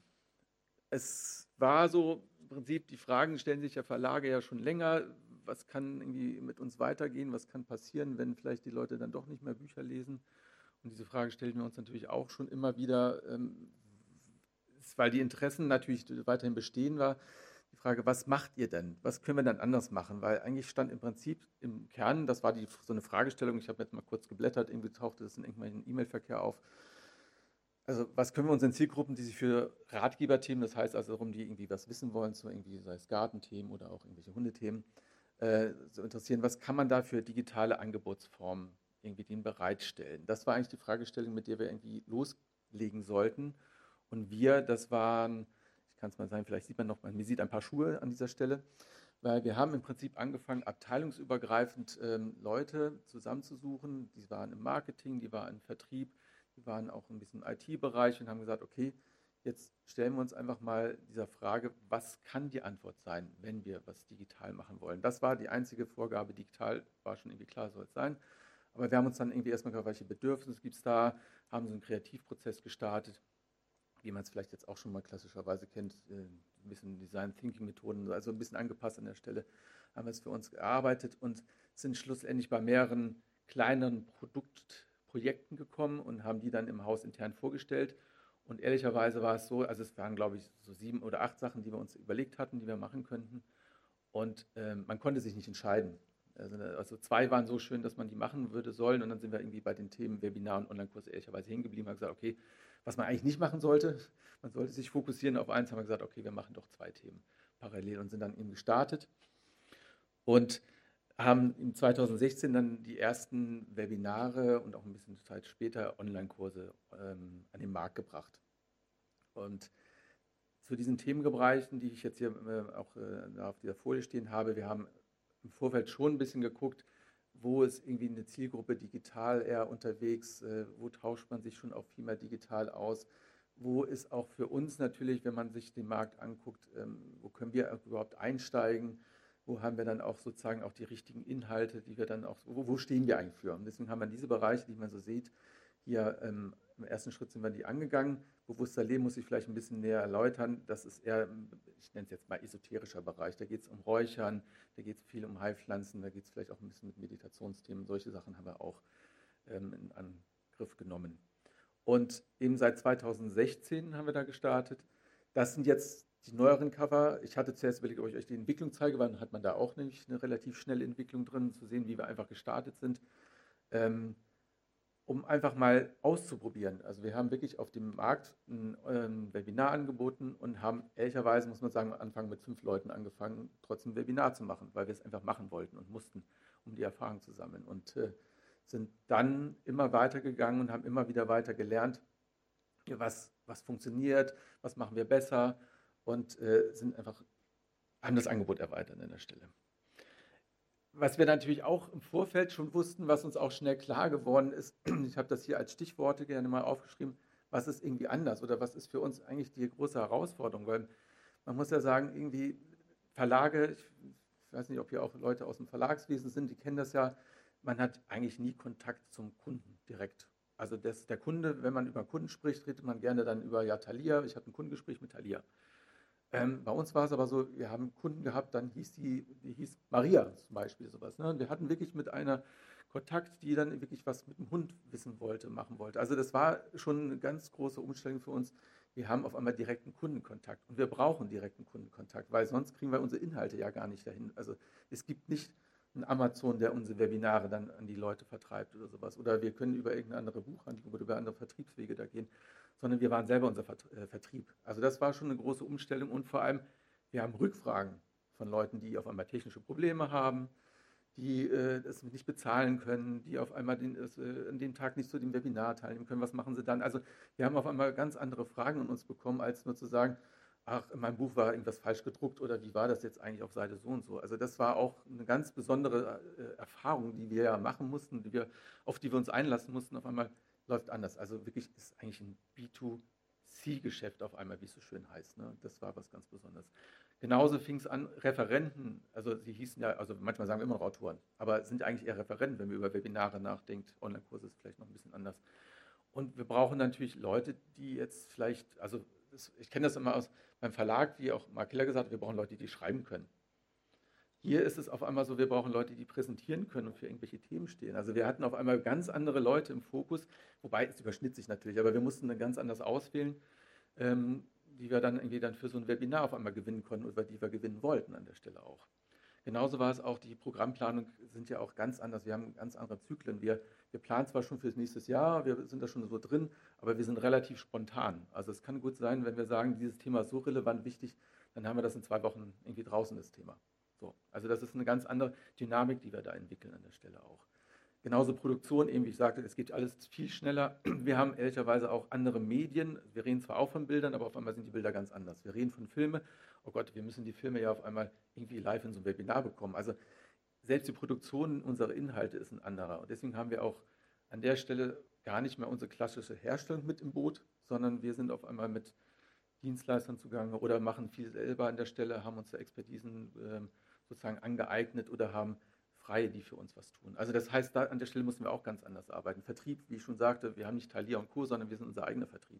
Es war so, im Prinzip, die Fragen stellen sich ja Verlage ja schon länger. Was kann irgendwie mit uns weitergehen? Was kann passieren, wenn vielleicht die Leute dann doch nicht mehr Bücher lesen? Und diese Frage stellen wir uns natürlich auch schon immer wieder, weil die Interessen natürlich weiterhin bestehen war. Die Frage, was macht ihr denn? Was können wir dann anders machen? Weil eigentlich stand im Prinzip im Kern, das war so eine Fragestellung, ich habe jetzt mal kurz geblättert, irgendwie tauchte das in irgendeinem E-Mail-Verkehr auf. Also was können wir unseren Zielgruppen, die sich für Ratgeberthemen, das heißt also darum, die irgendwie was wissen wollen, so irgendwie sei es Gartenthemen oder auch irgendwelche Hundethemen, so interessieren, was kann man da für digitale Angebotsformen irgendwie denen bereitstellen? Das war eigentlich die Fragestellung, mit der wir irgendwie loslegen sollten. Und das waren, ich kann es mal sagen, vielleicht sieht man noch, man sieht ein paar Schuhe an dieser Stelle, weil wir haben im Prinzip angefangen, abteilungsübergreifend Leute zusammenzusuchen. Die waren im Marketing, die waren im Vertrieb, die waren auch ein bisschen im IT-Bereich und haben gesagt, okay, jetzt stellen wir uns einfach mal dieser Frage, was kann die Antwort sein, wenn wir was digital machen wollen? Das war die einzige Vorgabe, digital war schon irgendwie klar, soll es sein. Aber wir haben uns dann irgendwie erstmal gefragt, welche Bedürfnisse gibt es da, haben so einen Kreativprozess gestartet, wie man es vielleicht jetzt auch schon mal klassischerweise kennt, ein bisschen Design-Thinking-Methoden, also ein bisschen angepasst an der Stelle, haben wir es für uns gearbeitet und sind schlussendlich bei mehreren kleineren Projekten gekommen und haben die dann im Haus intern vorgestellt. Und ehrlicherweise war es so, also es waren, glaube ich, so 7 oder 8 Sachen, die wir uns überlegt hatten, die wir machen könnten. Und man konnte sich nicht entscheiden. Also 2 waren so schön, dass man die machen würde sollen. Und dann sind wir irgendwie bei den Themen Webinar und Online-Kurs ehrlicherweise hängen geblieben. Haben gesagt, okay, was man eigentlich nicht machen sollte, man sollte sich fokussieren auf eins, haben wir gesagt, okay, wir machen doch 2 Themen parallel und sind dann eben gestartet. Und haben in 2016 dann die ersten Webinare und auch ein bisschen Zeit später Online-Kurse an den Markt gebracht. Und zu diesen Themenbereichen, die ich jetzt hier auch auf dieser Folie stehen habe, wir haben im Vorfeld schon ein bisschen geguckt, wo ist irgendwie eine Zielgruppe digital eher unterwegs, wo tauscht man sich schon auch viel mehr digital aus, wo ist auch für uns natürlich, wenn man sich den Markt anguckt, wo können wir überhaupt einsteigen, wo haben wir dann auch sozusagen auch die richtigen Inhalte, die wir dann auch, wo stehen wir eigentlich für? Und deswegen haben wir diese Bereiche, die man so sieht, hier im ersten Schritt sind wir die angegangen. Bewusster Leben muss ich vielleicht ein bisschen näher erläutern. Das ist eher, ich nenne es jetzt mal esoterischer Bereich. Da geht es um Räuchern, da geht es viel um Heilpflanzen, da geht es vielleicht auch ein bisschen mit Meditationsthemen. Solche Sachen haben wir auch in Angriff genommen. Und eben seit 2016 haben wir da gestartet. Das sind jetzt die neueren Cover. Ich hatte zuerst überlegt, ob ich euch die Entwicklung zeige, weil dann hat man da auch nämlich eine relativ schnelle Entwicklung drin, zu sehen, wie wir einfach gestartet sind, um einfach mal auszuprobieren. Also wir haben wirklich auf dem Markt ein Webinar angeboten und haben ehrlicherweise, muss man sagen, am Anfang mit 5 Leuten angefangen, trotzdem ein Webinar zu machen, weil wir es einfach machen wollten und mussten, um die Erfahrung zu sammeln. Und sind dann immer weitergegangen und haben immer wieder weiter gelernt, was funktioniert, was machen wir besser und haben das Angebot erweitert an der Stelle. Was wir natürlich auch im Vorfeld schon wussten, was uns auch schnell klar geworden ist, ich habe das hier als Stichworte gerne mal aufgeschrieben, was ist irgendwie anders oder was ist für uns eigentlich die große Herausforderung, weil man muss ja sagen, irgendwie Verlage, ich weiß nicht, ob hier auch Leute aus dem Verlagswesen sind, die kennen das ja, man hat eigentlich nie Kontakt zum Kunden direkt. Also der Kunde, wenn man über Kunden spricht, redet man gerne dann über, ja, Thalia, ich hatte ein Kundengespräch mit Thalia. Bei uns war es aber so, wir haben Kunden gehabt, dann die hieß Maria zum Beispiel sowas. Ne? Und wir hatten wirklich mit einer Kontakt, die dann wirklich was mit dem Hund wissen wollte, machen wollte. Also das war schon eine ganz große Umstellung für uns. Wir haben auf einmal direkten Kundenkontakt und wir brauchen direkten Kundenkontakt, weil sonst kriegen wir unsere Inhalte ja gar nicht dahin. Also es gibt nicht einen Amazon, der unsere Webinare dann an die Leute vertreibt oder sowas. Oder wir können über irgendeine andere Buchhandlung oder über andere Vertriebswege da gehen, sondern wir waren selber unser Vertrieb. Also das war schon eine große Umstellung und vor allem, wir haben Rückfragen von Leuten, die auf einmal technische Probleme haben, die es nicht bezahlen können, die auf einmal an dem Tag nicht zu dem Webinar teilnehmen können. Was machen sie dann? Also wir haben auf einmal ganz andere Fragen an uns bekommen, als nur zu sagen, ach, in meinem Buch war irgendwas falsch gedruckt oder wie war das jetzt eigentlich auf Seite so und so. Also das war auch eine ganz besondere Erfahrung, die wir ja machen mussten, auf die wir uns einlassen mussten. Auf einmal läuft anders. Also wirklich ist eigentlich ein B2C-Geschäft auf einmal, wie es so schön heißt. Ne? Das war was ganz Besonderes. Genauso fing es an, Referenten, also sie hießen ja, also manchmal sagen wir immer noch Autoren, aber sind eigentlich eher Referenten, wenn wir über Webinare nachdenkt. Online-Kurse ist vielleicht noch ein bisschen anders. Und wir brauchen natürlich Leute, die jetzt vielleicht, also ich kenne das immer aus beim Verlag, wie auch Mark Keller gesagt hat, wir brauchen Leute, die schreiben können. Hier ist es auf einmal so, wir brauchen Leute, die präsentieren können und für irgendwelche Themen stehen. Also wir hatten auf einmal ganz andere Leute im Fokus, wobei es überschnitt sich natürlich, aber wir mussten dann ganz anders auswählen, die wir dann irgendwie dann für so ein Webinar auf einmal gewinnen konnten oder die wir gewinnen wollten an der Stelle auch. Genauso war es auch, die Programmplanung sind ja auch ganz anders. Wir haben ganz andere Zyklen. Wir planen zwar schon fürs nächste Jahr, wir sind da schon so drin, aber wir sind relativ spontan. Also es kann gut sein, wenn wir sagen, dieses Thema ist so relevant wichtig, dann haben wir das in 2 Wochen irgendwie draußen, das Thema. So, also das ist eine ganz andere Dynamik, die wir da entwickeln an der Stelle auch. Genauso Produktion, eben wie ich sagte, es geht alles viel schneller. Wir haben ehrlicherweise auch andere Medien. Wir reden zwar auch von Bildern, aber auf einmal sind die Bilder ganz anders. Wir reden von Filmen. Oh Gott, wir müssen die Filme ja auf einmal irgendwie live in so einem Webinar bekommen. Also selbst die Produktion unserer Inhalte ist ein anderer. Und deswegen haben wir auch an der Stelle gar nicht mehr unsere klassische Herstellung mit im Boot, sondern wir sind auf einmal mit Dienstleistern zugange oder machen viel selber an der Stelle, haben uns da Expertisen sozusagen angeeignet oder haben Freie, die für uns was tun. Also das heißt, da an der Stelle müssen wir auch ganz anders arbeiten. Vertrieb, wie ich schon sagte, wir haben nicht Thalia und Co., sondern wir sind unser eigener Vertrieb.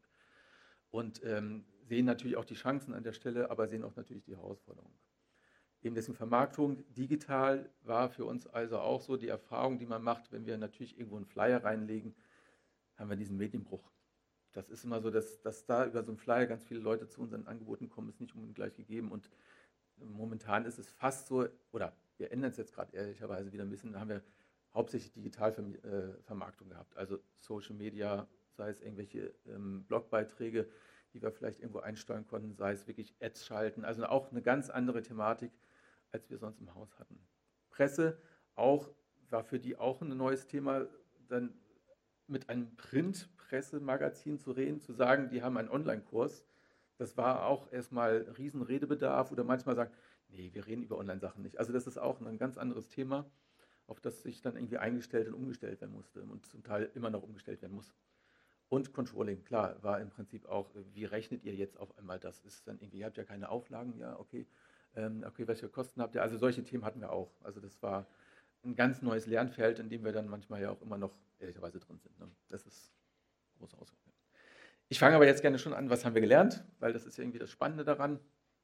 Und sehen natürlich auch die Chancen an der Stelle, aber sehen auch natürlich die Herausforderungen. Eben deswegen Vermarktung digital war für uns also auch so die Erfahrung, die man macht, wenn wir natürlich irgendwo einen Flyer reinlegen, haben wir diesen Medienbruch. Das ist immer so, dass da über so einen Flyer ganz viele Leute zu unseren Angeboten kommen, ist nicht unbedingt gleich gegeben. Und momentan ist es fast so, oder wir ändern es jetzt gerade ehrlicherweise wieder ein bisschen, da haben wir hauptsächlich Digitalvermarktung gehabt, also Social Media, sei es irgendwelche Blogbeiträge, die wir vielleicht irgendwo einsteuern konnten, sei es wirklich Ads schalten, also auch eine ganz andere Thematik, als wir sonst im Haus hatten. Presse auch, war für die auch ein neues Thema, dann mit einem Printpressemagazin zu reden, zu sagen, die haben einen Online-Kurs. Das war auch erstmal riesen Redebedarf oder manchmal sagen, nee, wir reden über Online-Sachen nicht. Also das ist auch ein ganz anderes Thema, auf das sich dann irgendwie eingestellt und umgestellt werden musste und zum Teil immer noch umgestellt werden muss. Und Controlling, klar, war im Prinzip auch, wie rechnet ihr jetzt auf einmal das? Ist dann irgendwie, ihr habt ja keine Auflagen, ja, okay, welche Kosten habt ihr? Also solche Themen hatten wir auch. Also das war ein ganz neues Lernfeld, in dem wir dann manchmal ja auch immer noch ehrlicherweise drin sind. Ne? Das ist eine große Ausgabe. Ich fange aber jetzt gerne schon an, was haben wir gelernt, weil das ist ja irgendwie das Spannende daran.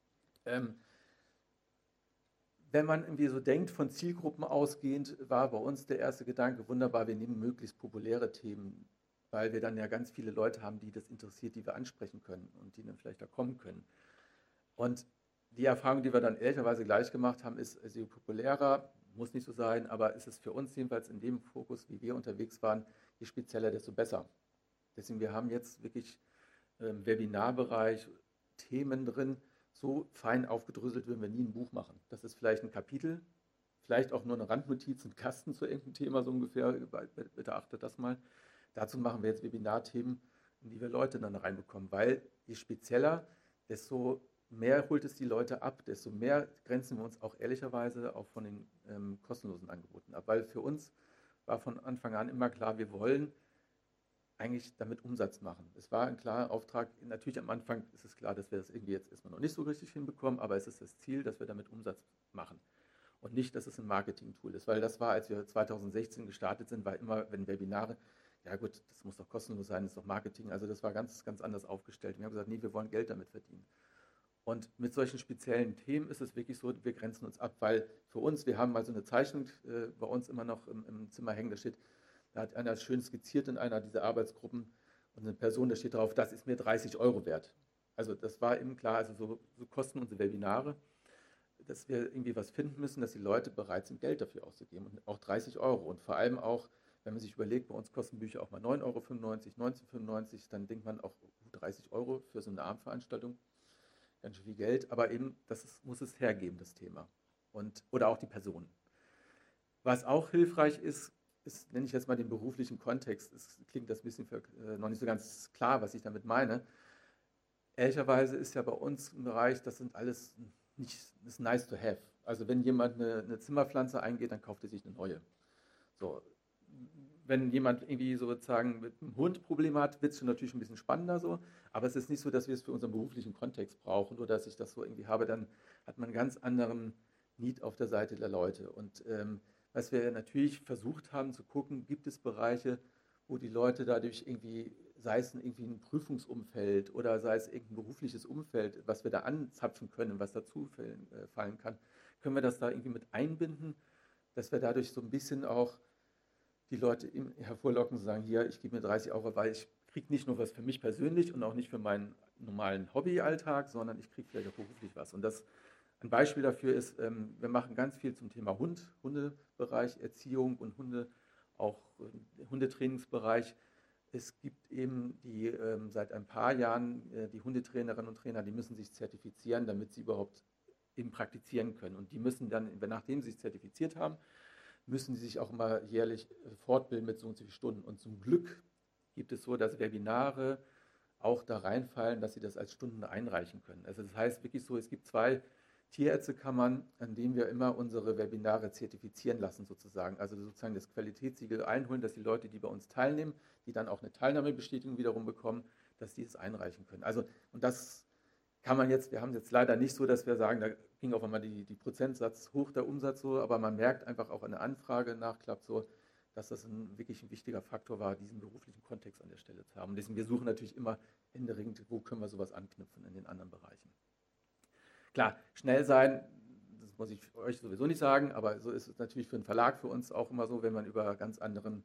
Wenn man irgendwie so denkt, von Zielgruppen ausgehend, war bei uns der erste Gedanke, wunderbar, wir nehmen möglichst populäre Themen, weil wir dann ja ganz viele Leute haben, die das interessiert, die wir ansprechen können und die dann vielleicht da kommen können. Und die Erfahrung, die wir dann ehrlicherweise gleich gemacht haben, ist, je populärer, muss nicht so sein, aber ist es für uns jedenfalls in dem Fokus, wie wir unterwegs waren, je spezieller, desto besser. Deswegen, wir haben jetzt wirklich im Webinarbereich Themen drin, so fein aufgedröselt würden wir nie ein Buch machen. Das ist vielleicht ein Kapitel, vielleicht auch nur eine Randnotiz, ein Kasten zu irgendeinem Thema, so ungefähr, bitte achtet das mal. Dazu machen wir jetzt Webinarthemen, in die wir Leute dann reinbekommen, weil je spezieller, desto mehr holt es die Leute ab, desto mehr grenzen wir uns auch ehrlicherweise auch von den kostenlosen Angeboten ab. Weil für uns war von Anfang an immer klar, wir wollen eigentlich damit Umsatz machen. Es war ein klarer Auftrag, natürlich am Anfang ist es klar, dass wir das irgendwie jetzt erstmal noch nicht so richtig hinbekommen, aber es ist das Ziel, dass wir damit Umsatz machen. Und nicht, dass es ein Marketing-Tool ist, weil das war, als wir 2016 gestartet sind, war immer, wenn Webinare, ja gut, das muss doch kostenlos sein, das ist doch Marketing, also das war ganz, ganz anders aufgestellt. Wir haben gesagt, nee, wir wollen Geld damit verdienen. Und mit solchen speziellen Themen ist es wirklich so, wir grenzen uns ab, weil für uns, wir haben mal so eine Zeichnung bei uns immer noch im Zimmer hängen, da steht, da hat einer schön skizziert in einer dieser Arbeitsgruppen und eine Person, da steht drauf, das ist mir 30 Euro wert. Also das war eben klar, also so kosten unsere Webinare, dass wir irgendwie was finden müssen, dass die Leute bereit sind, Geld dafür auszugeben und auch 30 Euro. Und vor allem auch, wenn man sich überlegt, bei uns kosten Bücher auch mal 9,95 Euro, 19,95 €, dann denkt man auch 30 Euro für so eine Abendveranstaltung. Ganz schön viel Geld, aber eben, muss es hergeben, das Thema. Oder auch die Person. Was auch hilfreich ist, nenne ich jetzt mal den beruflichen Kontext. Es klingt das ein bisschen noch nicht so ganz klar, was ich damit meine. ehrlicherweise ist ja bei uns im Bereich, das sind alles nicht, das ist nice to have. Also wenn jemand eine Zimmerpflanze eingeht, dann kauft er sich eine neue. So, wenn jemand irgendwie sozusagen mit einem Hund Probleme hat, wird es schon natürlich ein bisschen spannender so, aber es ist nicht so, dass wir es für unseren beruflichen Kontext brauchen oder dass ich das so irgendwie habe, dann hat man einen ganz anderen Need auf der Seite der Leute. Und was wir natürlich versucht haben zu gucken, gibt es Bereiche, wo die Leute dadurch irgendwie, sei es irgendwie ein Prüfungsumfeld oder sei es irgendein berufliches Umfeld, was wir da anzapfen können, was dazu fallen kann, können wir das da irgendwie mit einbinden, dass wir dadurch so ein bisschen auch die Leute hervorlocken und sagen, hier, ich gebe mir 30 Euro, weil ich kriege nicht nur was für mich persönlich und auch nicht für meinen normalen Hobbyalltag, sondern ich kriege vielleicht auch beruflich was. Und das ein Beispiel dafür ist, wir machen ganz viel zum Thema Hundebereich, Erziehung und auch Hundetrainingsbereich. Es gibt eben die seit ein paar Jahren die Hundetrainerinnen und Trainer, die müssen sich zertifizieren, damit sie überhaupt eben praktizieren können. Und die müssen dann, nachdem sie sich zertifiziert haben, müssen sie sich auch immer jährlich fortbilden mit so und so vielen Stunden. Und zum Glück gibt es so, dass Webinare auch da reinfallen, dass sie das als Stunden einreichen können. Also das heißt wirklich so, es gibt 2 Tierärztekammern, an denen wir immer unsere Webinare zertifizieren lassen sozusagen. Also sozusagen das Qualitätssiegel einholen, dass die Leute, die bei uns teilnehmen, die dann auch eine Teilnahmebestätigung wiederum bekommen, dass die es einreichen können. Also und das kann man jetzt, wir haben es jetzt leider nicht so, dass wir sagen, da ging auf einmal die Prozentsatz hoch, der Umsatz so, aber man merkt einfach auch an der Anfrage nachklappt so, dass das wirklich ein wichtiger Faktor war, diesen beruflichen Kontext an der Stelle zu haben. Deswegen, wir suchen natürlich immer händeringend, wo können wir sowas anknüpfen in den anderen Bereichen. Klar, schnell sein, das muss ich euch sowieso nicht sagen, aber so ist es natürlich für einen Verlag für uns auch immer so, wenn man über ganz anderen,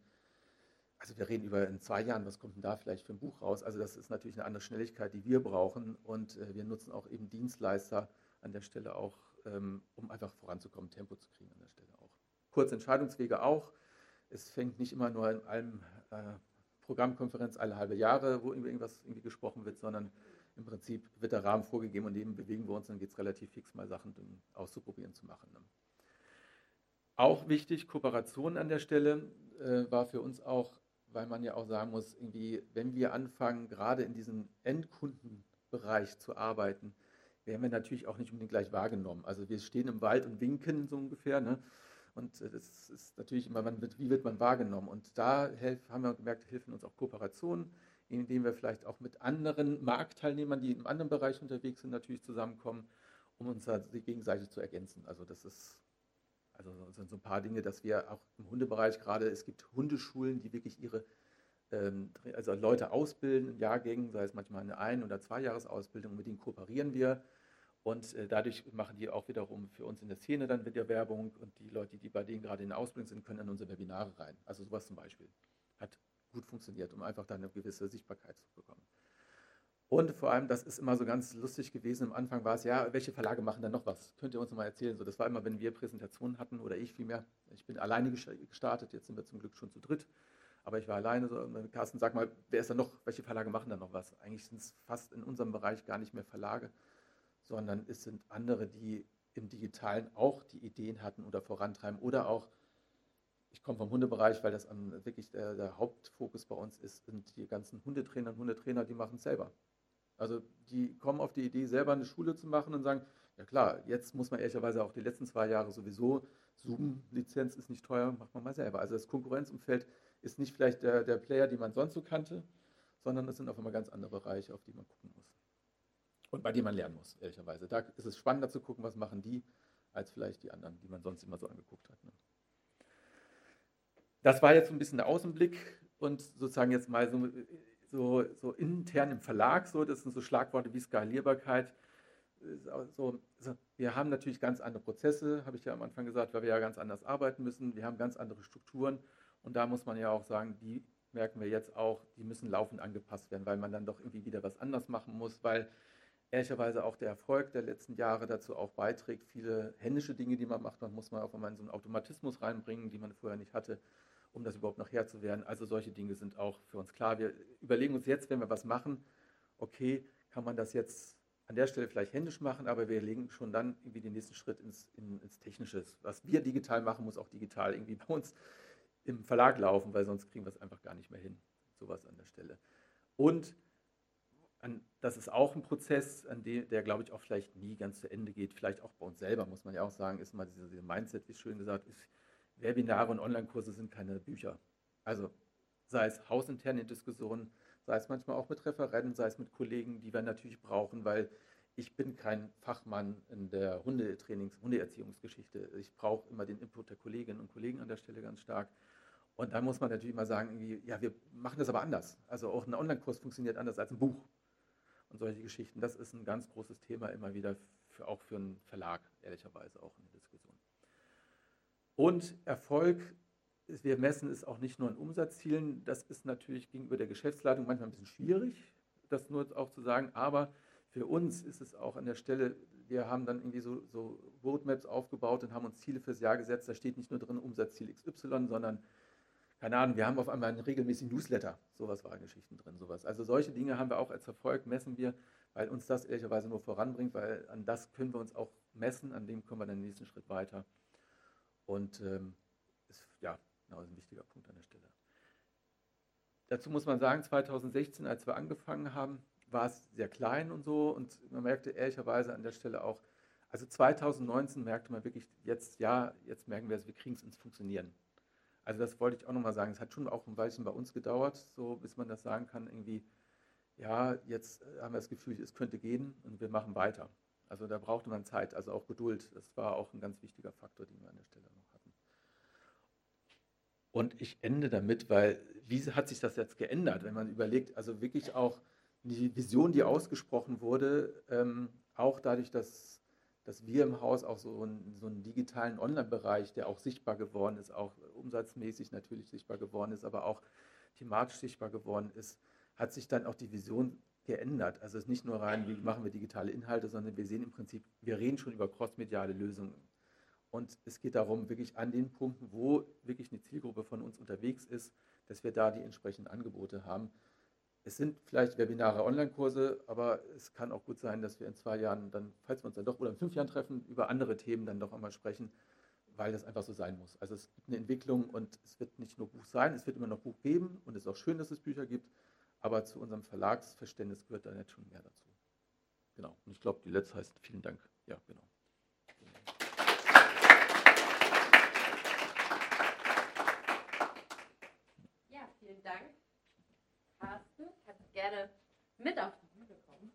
also wir reden über in 2 Jahren, was kommt denn da vielleicht für ein Buch raus? Also das ist natürlich eine andere Schnelligkeit, die wir brauchen und wir nutzen auch eben Dienstleister an der Stelle auch, um einfach voranzukommen, Tempo zu kriegen an der Stelle auch. Kurze Entscheidungswege auch. Es fängt nicht immer nur in einem Programmkonferenz alle halbe Jahre, wo irgendwas irgendwie gesprochen wird, sondern im Prinzip wird der Rahmen vorgegeben und eben bewegen wir uns, dann geht es relativ fix, mal Sachen auszuprobieren, zu machen. Ne? Auch wichtig, Kooperation an der Stelle war für uns auch, weil man ja auch sagen muss, irgendwie, wenn wir anfangen, gerade in diesem Endkundenbereich zu arbeiten, werden wir natürlich auch nicht unbedingt gleich wahrgenommen. Also wir stehen im Wald und winken so ungefähr, ne? Und das ist natürlich immer, wie wird man wahrgenommen? Und da haben wir gemerkt, helfen uns auch Kooperationen, indem wir vielleicht auch mit anderen Marktteilnehmern, die im anderen Bereich unterwegs sind, natürlich zusammenkommen, um uns da gegenseitig zu ergänzen. Also das sind so ein paar Dinge, dass wir auch im Hundebereich gerade, es gibt Hundeschulen, die wirklich ihre also Leute ausbilden in Jahrgängen, sei es manchmal eine 1- oder 2-Jahres-Ausbildung, mit denen kooperieren wir. Und dadurch machen die auch wiederum für uns in der Szene dann wieder Werbung und die Leute, die bei denen gerade in der Ausbildung sind, können in unsere Webinare rein. Also sowas zum Beispiel hat gut funktioniert, um einfach da eine gewisse Sichtbarkeit zu bekommen. Und vor allem, das ist immer so ganz lustig gewesen, am Anfang war es, ja, welche Verlage machen dann noch was? Könnt ihr uns noch mal erzählen? So, das war immer, wenn wir Präsentationen hatten oder ich vielmehr. Ich bin alleine gestartet, jetzt sind wir zum Glück schon zu dritt. Aber ich war alleine so, Carsten, sag mal, wer ist da noch, welche Verlage machen da noch was? Eigentlich sind es fast in unserem Bereich gar nicht mehr Verlage, sondern es sind andere, die im Digitalen auch die Ideen hatten oder vorantreiben oder auch, ich komme vom Hundebereich, weil das wirklich der Hauptfokus bei uns ist, sind die ganzen Hundetrainer und Hundetrainer, die machen es selber. Also die kommen auf die Idee, selber eine Schule zu machen und sagen, ja klar, jetzt muss man ehrlicherweise auch die letzten 2 Jahre sowieso, Zoom-Lizenz ist nicht teuer, macht man mal selber. Also das Konkurrenzumfeld ist nicht vielleicht der Player, den man sonst so kannte, sondern es sind auf einmal ganz andere Bereiche, auf die man gucken muss. Und bei denen man lernen muss, ehrlicherweise. Da ist es spannender zu gucken, was machen die, als vielleicht die anderen, die man sonst immer so angeguckt hat. Ne? Das war jetzt so ein bisschen der Außenblick und sozusagen jetzt mal so intern im Verlag, das sind so Schlagworte wie Skalierbarkeit. Wir haben natürlich ganz andere Prozesse, habe ich ja am Anfang gesagt, weil wir ja ganz anders arbeiten müssen. Wir haben ganz andere Strukturen und da muss man ja auch sagen, die merken wir jetzt auch, die müssen laufend angepasst werden, weil man dann doch irgendwie wieder was anders machen muss, weil ehrlicherweise auch der Erfolg der letzten Jahre dazu auch beiträgt, viele händische Dinge, die man macht, muss man auf einmal in so einen Automatismus reinbringen, die man vorher nicht hatte, um das überhaupt noch Herr zu werden. Also solche Dinge sind auch für uns klar. Wir überlegen uns jetzt, wenn wir was machen, okay, kann man das jetzt an der Stelle vielleicht händisch machen, aber wir legen schon dann irgendwie den nächsten Schritt ins Technische. Was wir digital machen, muss auch digital irgendwie bei uns im Verlag laufen, weil sonst kriegen wir es einfach gar nicht mehr hin. Sowas an der Stelle. Und das ist auch ein Prozess, der, glaube ich, auch vielleicht nie ganz zu Ende geht. Vielleicht auch bei uns selber, muss man ja auch sagen, ist mal diese Mindset, wie schön gesagt ist, Webinare und Online-Kurse sind keine Bücher. Also sei es hausinterne Diskussionen, sei es manchmal auch mit Referenten, sei es mit Kollegen, die wir natürlich brauchen, weil ich bin kein Fachmann in der Hundeerziehungsgeschichte. Ich brauche immer den Input der Kolleginnen und Kollegen an der Stelle ganz stark. Und dann muss man natürlich mal sagen, ja, wir machen das aber anders. Also auch ein Online-Kurs funktioniert anders als ein Buch. Und solche Geschichten, das ist ein ganz großes Thema immer wieder, auch für einen Verlag, ehrlicherweise auch in der Diskussion. Und Erfolg, wir messen es auch nicht nur an Umsatzzielen, das ist natürlich gegenüber der Geschäftsleitung manchmal ein bisschen schwierig, das nur auch zu sagen, aber für uns ist es auch an der Stelle, wir haben dann irgendwie so Roadmaps aufgebaut und haben uns Ziele fürs Jahr gesetzt, da steht nicht nur drin Umsatzziel XY, sondern, keine Ahnung, wir haben auf einmal einen regelmäßigen Newsletter, sowas war Geschichten drin, sowas. Also solche Dinge haben wir auch als Erfolg, messen wir, weil uns das ehrlicherweise nur voranbringt, weil an das können wir uns auch messen, an dem kommen wir dann den nächsten Schritt weiter. Und ist, ja, genau, ist ein wichtiger Punkt an der Stelle. Dazu muss man sagen, 2016, als wir angefangen haben, war es sehr klein und so und man merkte ehrlicherweise an der Stelle auch, also 2019 merkte man wirklich, jetzt merken wir, wir kriegen es ins Funktionieren. Also das wollte ich auch nochmal sagen, es hat schon auch ein Weilchen bei uns gedauert, so bis man das sagen kann, irgendwie, ja, jetzt haben wir das Gefühl, es könnte gehen und wir machen weiter. Also da brauchte man Zeit, also auch Geduld, das war auch ein ganz wichtiger Faktor, den wir an der Stelle noch hatten. Und ich ende damit, weil, wie hat sich das jetzt geändert, wenn man überlegt, also wirklich auch die Vision, die ausgesprochen wurde, auch dadurch, dass wir im Haus auch so einen digitalen Online-Bereich, der auch sichtbar geworden ist, auch umsatzmäßig natürlich sichtbar geworden ist, aber auch thematisch sichtbar geworden ist, hat sich dann auch die Vision geändert. Also es ist nicht nur rein, wie machen wir digitale Inhalte, sondern wir sehen im Prinzip, wir reden schon über crossmediale Lösungen. Und es geht darum, wirklich an den Punkten, wo wirklich eine Zielgruppe von uns unterwegs ist, dass wir da die entsprechenden Angebote haben. Es sind vielleicht Webinare, Online-Kurse, aber es kann auch gut sein, dass wir in 2 Jahren dann, falls wir uns dann doch oder in 5 Jahren treffen, über andere Themen dann doch einmal sprechen, weil das einfach so sein muss. Also es gibt eine Entwicklung und es wird nicht nur Buch sein, es wird immer noch Buch geben und es ist auch schön, dass es Bücher gibt, aber zu unserem Verlagsverständnis gehört da jetzt schon mehr dazu. Genau. Und ich glaube, die letzte heißt vielen Dank. Ja, genau. Ja, vielen Dank. Carsten, kannst gerne mit auf die Bühne kommen.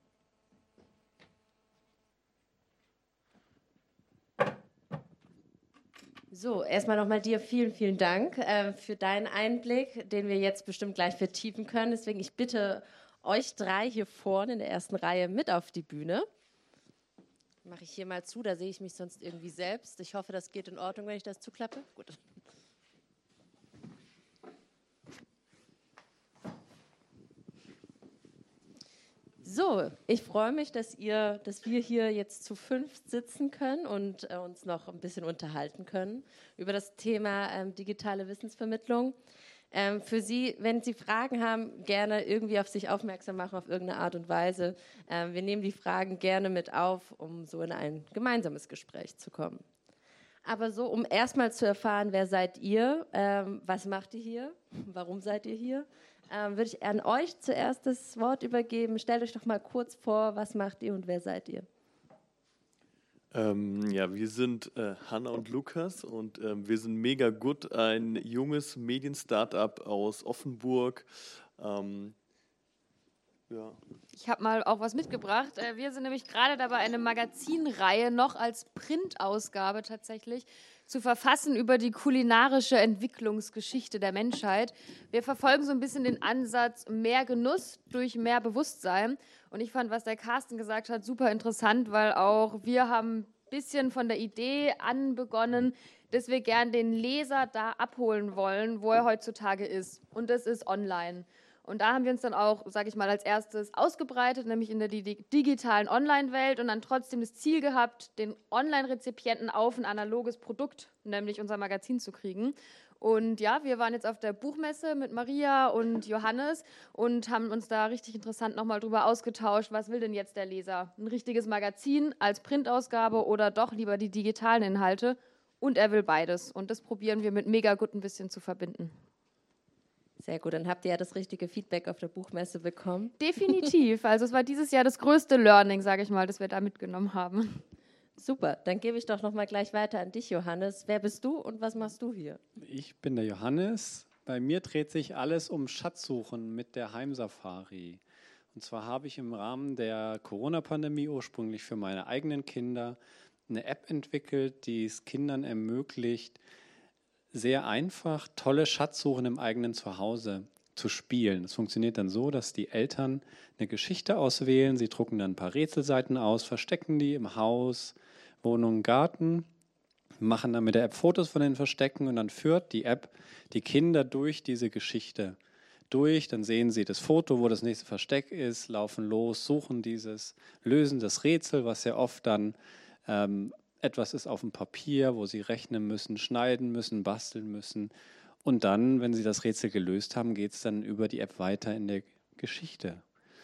So, erstmal nochmal dir vielen, vielen Dank für deinen Einblick, den wir jetzt bestimmt gleich vertiefen können. Deswegen, ich bitte euch 3 hier vorne in der ersten Reihe mit auf die Bühne. Mache ich hier mal zu, da sehe ich mich sonst irgendwie selbst. Ich hoffe, das geht in Ordnung, wenn ich das zuklappe. Gut. So, ich freue mich, dass wir hier jetzt zu 5 sitzen können und uns noch ein bisschen unterhalten können über das Thema digitale Wissensvermittlung. Für Sie, wenn Sie Fragen haben, gerne irgendwie auf sich aufmerksam machen auf irgendeine Art und Weise. Wir nehmen die Fragen gerne mit auf, um so in ein gemeinsames Gespräch zu kommen. Aber so, um erstmal zu erfahren, wer seid ihr, was macht ihr hier, warum seid ihr hier, würde ich an euch zuerst das Wort übergeben. Stellt euch doch mal kurz vor, was macht ihr und wer seid ihr? Ja, wir sind Hanna und Lukas und wir sind Mega Good, ein junges Medien-Startup aus Offenburg. Ja. Ich habe mal auch was mitgebracht. Wir sind nämlich gerade dabei, eine Magazinreihe noch als Printausgabe tatsächlich zu verfassen über die kulinarische Entwicklungsgeschichte der Menschheit. Wir verfolgen so ein bisschen den Ansatz, mehr Genuss durch mehr Bewusstsein. Und ich fand, was der Carsten gesagt hat, super interessant, weil auch wir haben ein bisschen von der Idee an begonnen, dass wir gern den Leser da abholen wollen, wo er heutzutage ist. Und das ist online. Und da haben wir uns dann auch, sage ich mal, als erstes ausgebreitet, nämlich in der digitalen Online-Welt und dann trotzdem das Ziel gehabt, den Online-Rezipienten auf ein analoges Produkt, nämlich unser Magazin, zu kriegen. Und ja, wir waren jetzt auf der Buchmesse mit Maria und Johannes und haben uns da richtig interessant nochmal drüber ausgetauscht, was will denn jetzt der Leser? Ein richtiges Magazin als Printausgabe oder doch lieber die digitalen Inhalte? Und er will beides. Und das probieren wir mit Mega Good ein bisschen zu verbinden. Sehr gut, dann habt ihr ja das richtige Feedback auf der Buchmesse bekommen. Definitiv. Also es war dieses Jahr das größte Learning, sage ich mal, das wir da mitgenommen haben. Super, dann gebe ich doch noch mal gleich weiter an dich, Johannes. Wer bist du und was machst du hier? Ich bin der Johannes. Bei mir dreht sich alles um Schatzsuchen mit der Heimsafari. Und zwar habe ich im Rahmen der Corona-Pandemie ursprünglich für meine eigenen Kinder eine App entwickelt, die es Kindern ermöglicht, sehr einfach tolle Schatzsuchen im eigenen Zuhause zu spielen. Es funktioniert dann so, dass die Eltern eine Geschichte auswählen, sie drucken dann ein paar Rätselseiten aus, verstecken die im Haus, Wohnung, Garten, machen dann mit der App Fotos von den Verstecken und dann führt die App die Kinder durch diese Geschichte durch. Dann sehen sie das Foto, wo das nächste Versteck ist, laufen los, suchen dieses, lösen das Rätsel, was ja oft dann etwas ist auf dem Papier, wo sie rechnen müssen, schneiden müssen, basteln müssen. Und dann, wenn sie das Rätsel gelöst haben, geht es dann über die App weiter in der Geschichte.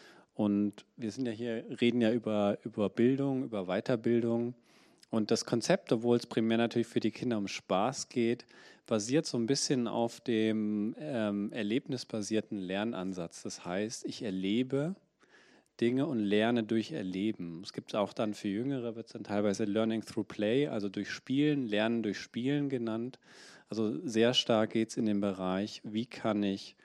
Und wir sind ja hier, reden ja über Bildung, über Weiterbildung. Und das Konzept, obwohl es primär natürlich für die Kinder um Spaß geht, basiert so ein bisschen auf dem erlebnisbasierten Lernansatz. Das heißt, ich erlebe Dinge und lerne durch Erleben. Es gibt auch dann für Jüngere, wird es dann teilweise Learning through Play, also durch Spielen, Lernen durch Spielen genannt. Also sehr stark geht es in den Bereich, wie kann ich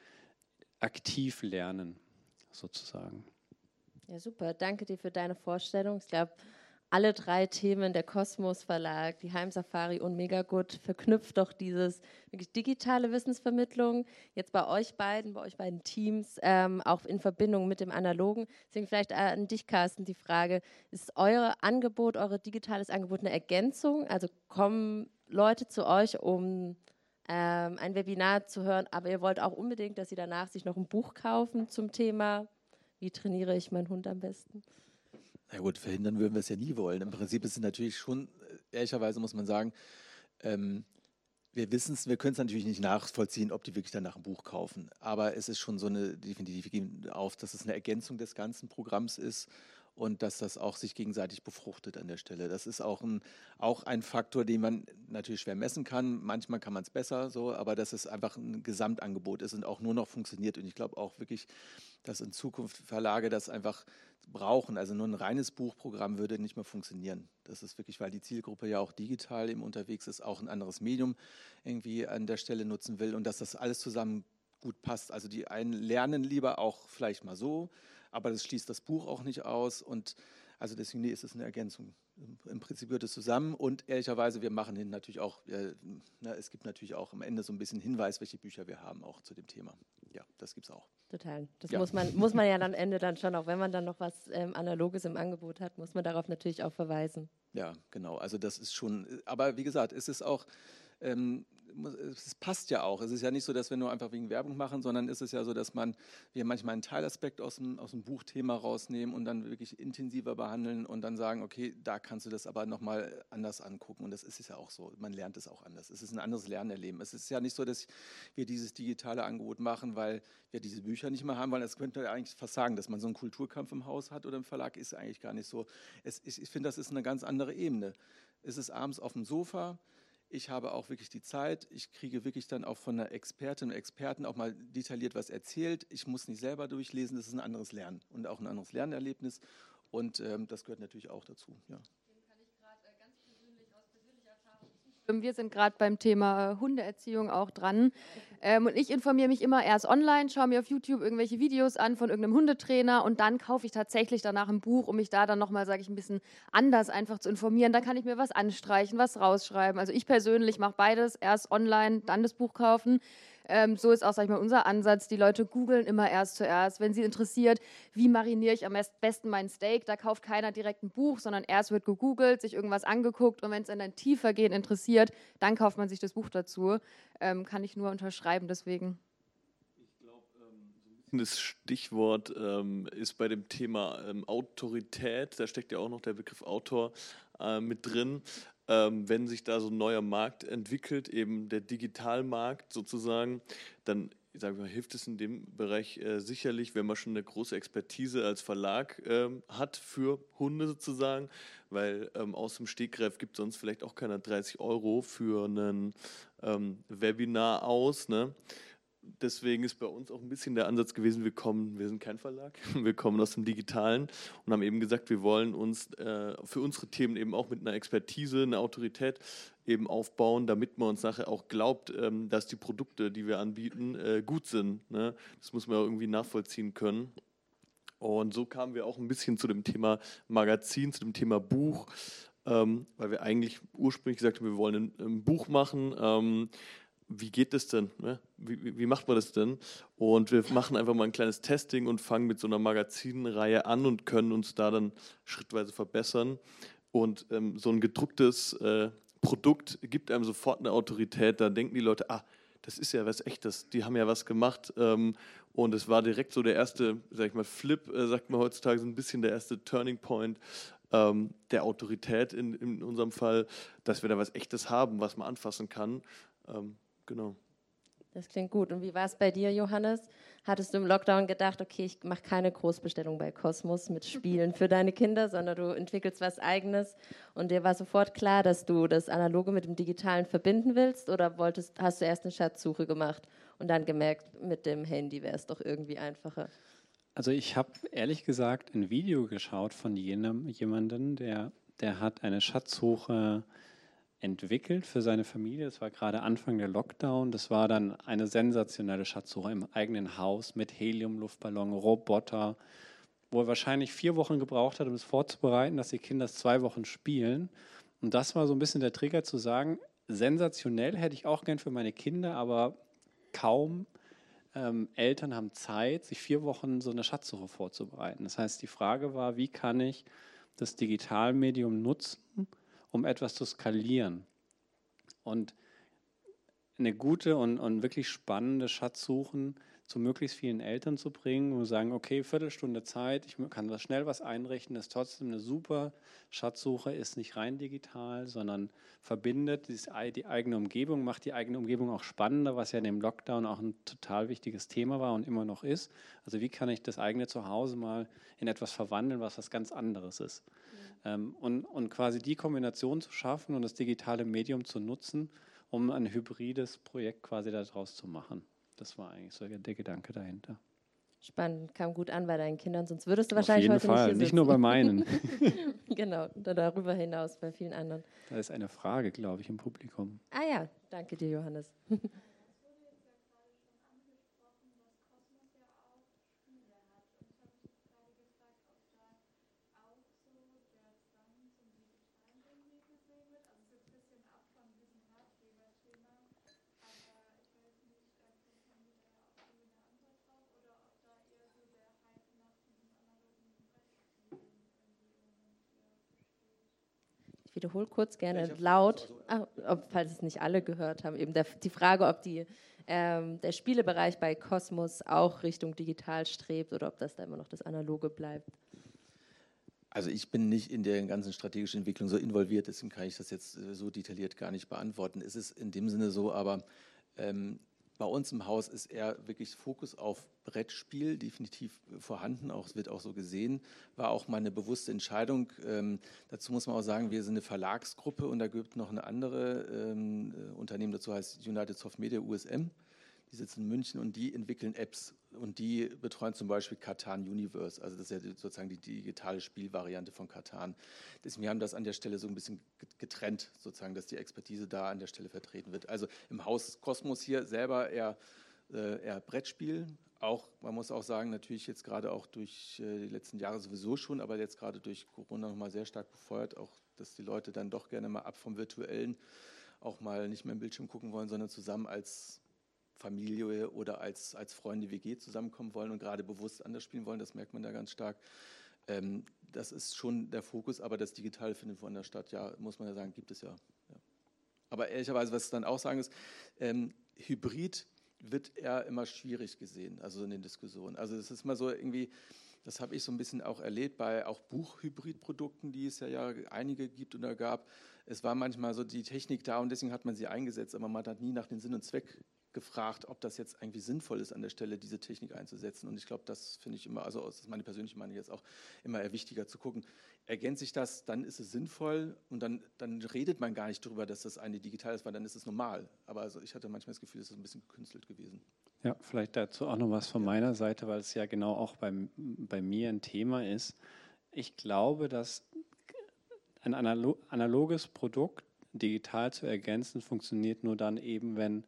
aktiv lernen, sozusagen. Ja, super. Danke dir für deine Vorstellung. Ich glaube, alle 3 Themen, der Kosmos Verlag, die Heimsafari und Megagood, verknüpft doch dieses wirklich digitale Wissensvermittlung, jetzt bei euch beiden Teams, auch in Verbindung mit dem Analogen. Deswegen vielleicht an dich, Carsten, die Frage, ist euer Angebot, euer digitales Angebot eine Ergänzung? Also kommen Leute zu euch, um ein Webinar zu hören, aber ihr wollt auch unbedingt, dass sie danach sich noch ein Buch kaufen zum Thema, wie trainiere ich meinen Hund am besten? Na gut, verhindern würden wir es ja nie wollen. Im Prinzip ist es natürlich schon, ehrlicherweise muss man sagen, wir können es natürlich nicht nachvollziehen, ob die wirklich danach ein Buch kaufen. Aber es ist schon so eine, definitiv, wir geben auf, dass es eine Ergänzung des ganzen Programms ist und dass das auch sich gegenseitig befruchtet an der Stelle. Das ist auch ein Faktor, den man natürlich schwer messen kann. Manchmal kann man es besser, so, aber dass es einfach ein Gesamtangebot ist und auch nur noch funktioniert. Und ich glaube auch wirklich, dass in Zukunft Verlage das einfach brauchen. Also nur ein reines Buchprogramm würde nicht mehr funktionieren. Das ist wirklich, weil die Zielgruppe ja auch digital eben unterwegs ist, auch ein anderes Medium irgendwie an der Stelle nutzen will und dass das alles zusammen gut passt. Also die einen lernen lieber auch vielleicht mal so, aber das schließt das Buch auch nicht aus und also deswegen ist es eine Ergänzung. Im Prinzip gehört es zusammen und ehrlicherweise, wir machen hin natürlich auch, es gibt natürlich auch am Ende so ein bisschen Hinweis, welche Bücher wir haben auch zu dem Thema. Ja, das gibt es auch. Total. Das Ja. muss man ja am Ende dann schon, auch wenn man dann noch was Analoges im Angebot hat, muss man darauf natürlich auch verweisen. Ja, genau. Also das ist schon, aber wie gesagt, es ist auch, es passt ja auch. Es ist ja nicht so, dass wir nur einfach wegen Werbung machen, sondern es ist ja so, dass wir manchmal einen Teilaspekt aus dem Buchthema rausnehmen und dann wirklich intensiver behandeln und dann sagen, okay, da kannst du das aber nochmal anders angucken. Und das ist es ja auch so. Man lernt es auch anders. Es ist ein anderes Lernerleben. Es ist ja nicht so, dass wir dieses digitale Angebot machen, weil wir diese Bücher nicht mehr haben wollen. Das könnte ja eigentlich fast sagen, dass man so einen Kulturkampf im Haus hat oder im Verlag, ist eigentlich gar nicht so. Ich finde, das ist eine ganz andere Ebene. Es ist abends auf dem Sofa. Ich habe auch wirklich die Zeit, ich kriege wirklich dann auch von einer Expertin und Experten auch mal detailliert was erzählt. Ich muss nicht selber durchlesen, das ist ein anderes Lernen und auch ein anderes Lernerlebnis und das gehört natürlich auch dazu. Ja. Dem kann ich gerade ganz persönlich aus persönlicher Erfahrung zustimmen. Wir sind gerade beim Thema Hundeerziehung auch dran und ich informiere mich immer erst online, schaue mir auf YouTube irgendwelche Videos an von irgendeinem Hundetrainer und dann kaufe ich tatsächlich danach ein Buch, um mich da dann nochmal, sage ich, ein bisschen anders einfach zu informieren. Da kann ich mir was anstreichen, was rausschreiben. Also ich persönlich mache beides, erst online, dann das Buch kaufen. So ist auch, sag ich mal, unser Ansatz. Die Leute googeln immer erst zuerst. Wenn sie interessiert, wie mariniere ich am besten mein Steak, da kauft keiner direkt ein Buch, sondern erst wird gegoogelt, sich irgendwas angeguckt und wenn es in ein Tiefergehen interessiert, dann kauft man sich das Buch dazu. Kann ich nur unterschreiben, deswegen. Ich glaube, das Stichwort ist bei dem Thema Autorität, da steckt ja auch noch der Begriff Autor mit drin. Wenn sich da so ein neuer Markt entwickelt, eben der Digitalmarkt sozusagen, dann hilft es in dem Bereich sicherlich, wenn man schon eine große Expertise als Verlag hat für Hunde sozusagen, weil aus dem Stegreif gibt sonst vielleicht auch keiner 30 € für ein Webinar aus, ne? deswegen ist bei uns auch ein bisschen der Ansatz gewesen, wir sind kein Verlag, wir kommen aus dem Digitalen und haben eben gesagt, wir wollen uns für unsere Themen eben auch mit einer Expertise, einer Autorität eben aufbauen, damit man uns nachher auch glaubt, dass die Produkte, die wir anbieten, gut sind. Ne? Das muss man ja irgendwie nachvollziehen können. Und so kamen wir auch ein bisschen zu dem Thema Magazin, zu dem Thema Buch, weil wir eigentlich ursprünglich gesagt haben, wir wollen ein Buch machen. Wie geht das denn? Ne? Wie macht man das denn? Und wir machen einfach mal ein kleines Testing und fangen mit so einer Magazinreihe an und können uns da dann schrittweise verbessern. Und so ein gedrucktes Produkt gibt einem sofort eine Autorität. Da denken die Leute, das ist ja was Echtes, die haben ja was gemacht. Und es war direkt so der erste, sag ich mal, Flip, sagt man heutzutage, so ein bisschen der erste Turning Point der Autorität in unserem Fall, dass wir da was Echtes haben, was man anfassen kann. Genau. Das klingt gut. Und wie war es bei dir, Johannes? Hattest du im Lockdown gedacht, okay, ich mache keine Großbestellung bei Cosmos mit Spielen für deine Kinder, sondern du entwickelst was Eigenes und dir war sofort klar, dass du das Analoge mit dem Digitalen verbinden willst oder hast du erst eine Schatzsuche gemacht und dann gemerkt, mit dem Handy wäre es doch irgendwie einfacher? Also ich habe ehrlich gesagt ein Video geschaut von jemandem, der hat eine Schatzsuche entwickelt für seine Familie. Das war gerade Anfang der Lockdown. Das war dann eine sensationelle Schatzsuche im eigenen Haus mit Helium-Luftballon, Roboter, wo er wahrscheinlich 4 Wochen gebraucht hat, um es vorzubereiten, dass die Kinder es 2 Wochen spielen. Und das war so ein bisschen der Trigger zu sagen, sensationell hätte ich auch gern für meine Kinder, aber kaum Eltern haben Zeit, sich 4 Wochen so eine Schatzsuche vorzubereiten. Das heißt, die Frage war, wie kann ich das Digitalmedium nutzen, um etwas zu skalieren und eine gute und wirklich spannende Schatzsuchen zu möglichst vielen Eltern zu bringen, wo wir sagen, okay, Viertelstunde Zeit, ich kann schnell was einrichten, ist trotzdem eine super Schatzsuche, ist nicht rein digital, sondern verbindet die eigene Umgebung, macht die eigene Umgebung auch spannender, was ja in dem Lockdown auch ein total wichtiges Thema war und immer noch ist. Also wie kann ich das eigene Zuhause mal in etwas verwandeln, was ganz anderes ist. Und quasi die Kombination zu schaffen und das digitale Medium zu nutzen, um ein hybrides Projekt quasi daraus zu machen. Das war eigentlich so der Gedanke dahinter. Spannend, kam gut an bei deinen Kindern, sonst würdest du wahrscheinlich heute nicht hier sitzen. Auf jeden Fall, nicht nur bei meinen. Genau, darüber hinaus bei vielen anderen. Da ist eine Frage, glaube ich, im Publikum. Ah ja, danke dir, Johannes. Ich wiederhole kurz gerne laut, falls es nicht alle gehört haben, eben die Frage, ob der Spielebereich bei Cosmos auch Richtung digital strebt oder ob das da immer noch das Analoge bleibt. Also ich bin nicht in der ganzen strategischen Entwicklung so involviert, deswegen kann ich das jetzt so detailliert gar nicht beantworten. Es ist in dem Sinne so, aber bei uns im Haus ist eher wirklich Fokus auf Brettspiel definitiv vorhanden, es wird auch so gesehen, war auch mal eine bewusste Entscheidung. Dazu muss man auch sagen, wir sind eine Verlagsgruppe und da gibt noch eine andere Unternehmen, dazu heißt United Soft Media, USM, die sitzen in München und die entwickeln Apps und die betreuen zum Beispiel Catan Universe, also das ist ja sozusagen die digitale Spielvariante von Catan. Deswegen haben wir das an der Stelle so ein bisschen getrennt, sozusagen, dass die Expertise da an der Stelle vertreten wird. Also im Haus Cosmos hier selber eher Brettspiel, auch, man muss auch sagen, natürlich jetzt gerade auch durch die letzten Jahre sowieso schon, aber jetzt gerade durch Corona nochmal sehr stark befeuert, auch dass die Leute dann doch gerne mal ab vom Virtuellen auch mal nicht mehr im Bildschirm gucken wollen, sondern zusammen als Familie oder als Freunde WG zusammenkommen wollen und gerade bewusst anders spielen wollen, das merkt man da ganz stark. Das ist schon der Fokus, aber das Digitale findet woanders statt, ja, muss man ja sagen, gibt es ja. Aber ehrlicherweise, was ich dann auch sagen ist, Hybrid wird eher immer schwierig gesehen, also in den Diskussionen. Also es ist mal so irgendwie, das habe ich so ein bisschen auch erlebt bei auch Buchhybridprodukten, die es ja einige gibt oder gab. Es war manchmal so die Technik da und deswegen hat man sie eingesetzt, aber man hat nie nach dem Sinn und Zweck gefragt, ob das jetzt eigentlich sinnvoll ist, an der Stelle diese Technik einzusetzen. Und ich glaube, das finde ich immer, also das ist meine persönliche Meinung jetzt auch, immer eher wichtiger zu gucken. Ergänzt sich das, dann ist es sinnvoll und dann redet man gar nicht darüber, dass das eine digital ist, weil dann ist es normal. Aber also ich hatte manchmal das Gefühl, es ist ein bisschen gekünstelt gewesen. Ja, vielleicht dazu auch noch was von meiner Seite, weil es ja genau auch bei mir ein Thema ist. Ich glaube, dass ein analoges Produkt digital zu ergänzen, funktioniert nur dann eben, wenn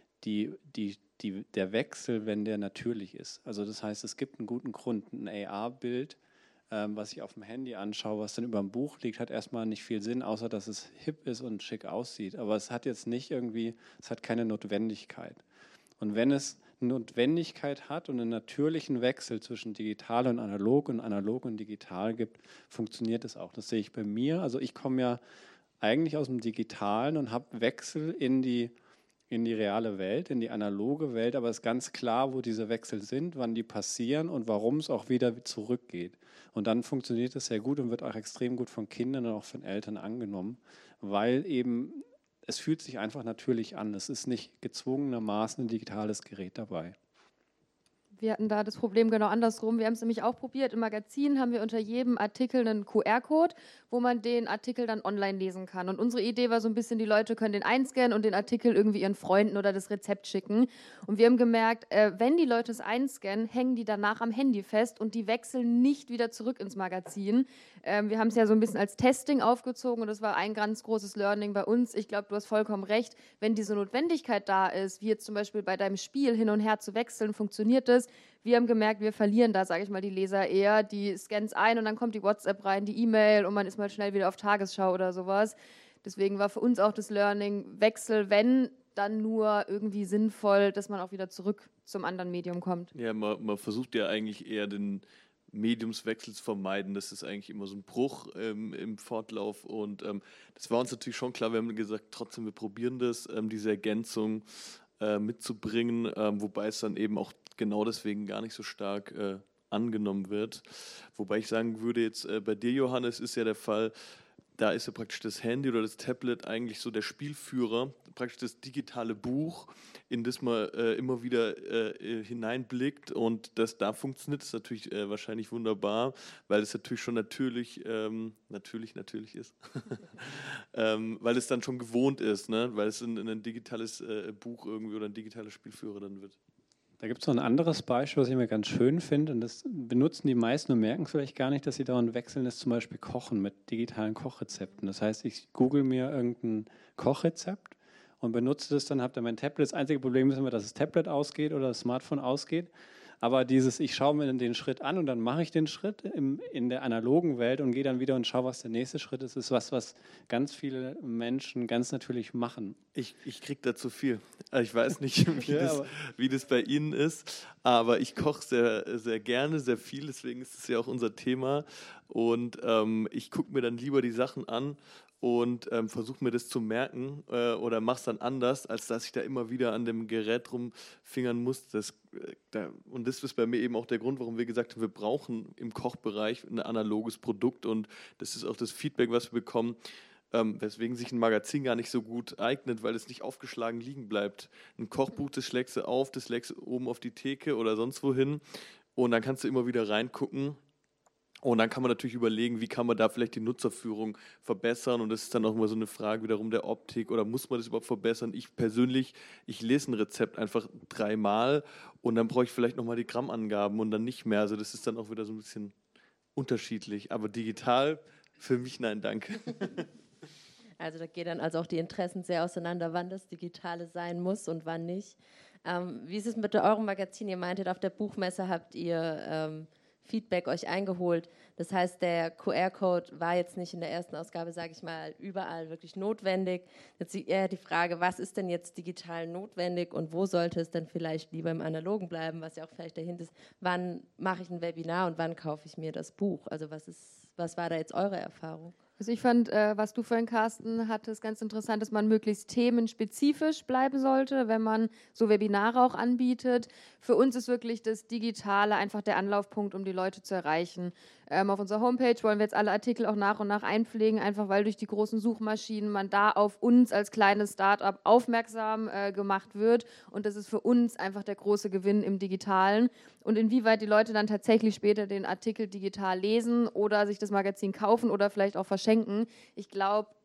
der Wechsel, wenn der natürlich ist. Also das heißt, es gibt einen guten Grund. Ein AR-Bild, was ich auf dem Handy anschaue, was dann über dem Buch liegt, hat erstmal nicht viel Sinn, außer dass es hip ist und schick aussieht. Aber es hat jetzt nicht irgendwie, es hat keine Notwendigkeit. Und wenn es eine Notwendigkeit hat und einen natürlichen Wechsel zwischen digital und analog und digital gibt, funktioniert es auch. Das sehe ich bei mir. Also ich komme ja eigentlich aus dem Digitalen und habe Wechsel in die reale Welt, in die analoge Welt, aber es ist ganz klar, wo diese Wechsel sind, wann die passieren und warum es auch wieder zurückgeht. Und dann funktioniert es sehr gut und wird auch extrem gut von Kindern und auch von Eltern angenommen, weil eben es fühlt sich einfach natürlich an. Es ist nicht gezwungenermaßen ein digitales Gerät dabei. Wir hatten da das Problem genau andersrum. Wir haben es nämlich auch probiert. Im Magazin haben wir unter jedem Artikel einen QR-Code, wo man den Artikel dann online lesen kann. Und unsere Idee war so ein bisschen, die Leute können den einscannen und den Artikel irgendwie ihren Freunden oder das Rezept schicken. Und wir haben gemerkt, wenn die Leute es einscannen, hängen die danach am Handy fest und die wechseln nicht wieder zurück ins Magazin. Wir haben es ja so ein bisschen als Testing aufgezogen und das war ein ganz großes Learning bei uns. Ich glaube, du hast vollkommen recht. Wenn diese Notwendigkeit da ist, wie jetzt zum Beispiel bei deinem Spiel hin und her zu wechseln, funktioniert das. Wir haben gemerkt, wir verlieren da, sage ich mal, die Leser eher. Die scannen es ein und dann kommt die WhatsApp rein, die E-Mail und man ist mal schnell wieder auf Tagesschau oder sowas. Deswegen war für uns auch das Learning, Wechsel, wenn, dann nur irgendwie sinnvoll, dass man auch wieder zurück zum anderen Medium kommt. Ja, man versucht ja eigentlich eher den Mediumswechsel zu vermeiden. Das ist eigentlich immer so ein Bruch im Fortlauf und das war uns natürlich schon klar. Wir haben gesagt, trotzdem, wir probieren das, diese Ergänzung mitzubringen, wobei es dann eben auch genau deswegen gar nicht so stark angenommen wird. Wobei ich sagen würde, jetzt bei dir, Johannes, ist ja der Fall, da ist ja praktisch das Handy oder das Tablet eigentlich so der Spielführer, praktisch das digitale Buch, in das man immer wieder hineinblickt und da funktioniert es natürlich wahrscheinlich wunderbar, weil es natürlich schon natürlich ist, weil es dann schon gewohnt ist, ne? Weil es ein digitales Buch irgendwie oder ein digitaler Spielführer dann wird. Da gibt es noch ein anderes Beispiel, was ich mir ganz schön finde, und das benutzen die meisten und merken es vielleicht gar nicht, dass sie dauernd wechseln, ist zum Beispiel Kochen mit digitalen Kochrezepten. Das heißt, ich google mir irgendein Kochrezept und benutze das dann, habe dann mein Tablet. Das einzige Problem ist immer, dass das Tablet ausgeht oder das Smartphone ausgeht. Aber ich schaue mir den Schritt an und dann mache ich den Schritt in der analogen Welt und gehe dann wieder und schaue, was der nächste Schritt ist. Das ist was ganz viele Menschen ganz natürlich machen. Ich kriege da zu viel. Ich weiß nicht, wie das bei Ihnen ist, aber ich koche sehr, sehr gerne, sehr viel. Deswegen ist es ja auch unser Thema. Und ich gucke mir dann lieber die Sachen an und versuche mir das zu merken oder mache es dann anders, als dass ich da immer wieder an dem Gerät rumfingern muss. Und das ist bei mir eben auch der Grund, warum wir gesagt haben, wir brauchen im Kochbereich ein analoges Produkt und das ist auch das Feedback, was wir bekommen, weswegen sich ein Magazin gar nicht so gut eignet, weil es nicht aufgeschlagen liegen bleibt. Ein Kochbuch, das schlägst du auf, das legst du oben auf die Theke oder sonst wohin und dann kannst du immer wieder reingucken. Und dann kann man natürlich überlegen, wie kann man da vielleicht die Nutzerführung verbessern. Und das ist dann auch immer so eine Frage wiederum der Optik. Oder muss man das überhaupt verbessern? Ich persönlich, ich lese ein Rezept einfach 3-mal und dann brauche ich vielleicht nochmal die Grammangaben und dann nicht mehr. Also das ist dann auch wieder so ein bisschen unterschiedlich. Aber digital, für mich nein, danke. Also da gehen dann also auch die Interessen sehr auseinander, wann das Digitale sein muss und wann nicht. Wie ist es mit eurem Magazin? Ihr meintet, auf der Buchmesse habt ihr Feedback euch eingeholt. Das heißt, der QR-Code war jetzt nicht in der ersten Ausgabe, sage ich mal, überall wirklich notwendig. Jetzt eher die Frage, was ist denn jetzt digital notwendig und wo sollte es denn vielleicht lieber im Analogen bleiben, was ja auch vielleicht dahinter ist. Wann mache ich ein Webinar und wann kaufe ich mir das Buch? Also was war da jetzt eure Erfahrung? Also ich fand, was du vorhin, Carsten, hattest, ganz interessant, dass man möglichst themenspezifisch bleiben sollte, wenn man so Webinare auch anbietet. Für uns ist wirklich das Digitale einfach der Anlaufpunkt, um die Leute zu erreichen. Auf unserer Homepage wollen wir jetzt alle Artikel auch nach und nach einpflegen, einfach weil durch die großen Suchmaschinen man da auf uns als kleines Start-up aufmerksam gemacht wird. Und das ist für uns einfach der große Gewinn im Digitalen. Und inwieweit die Leute dann tatsächlich später den Artikel digital lesen oder sich das Magazin kaufen oder vielleicht auch verschenken. Ich glaube,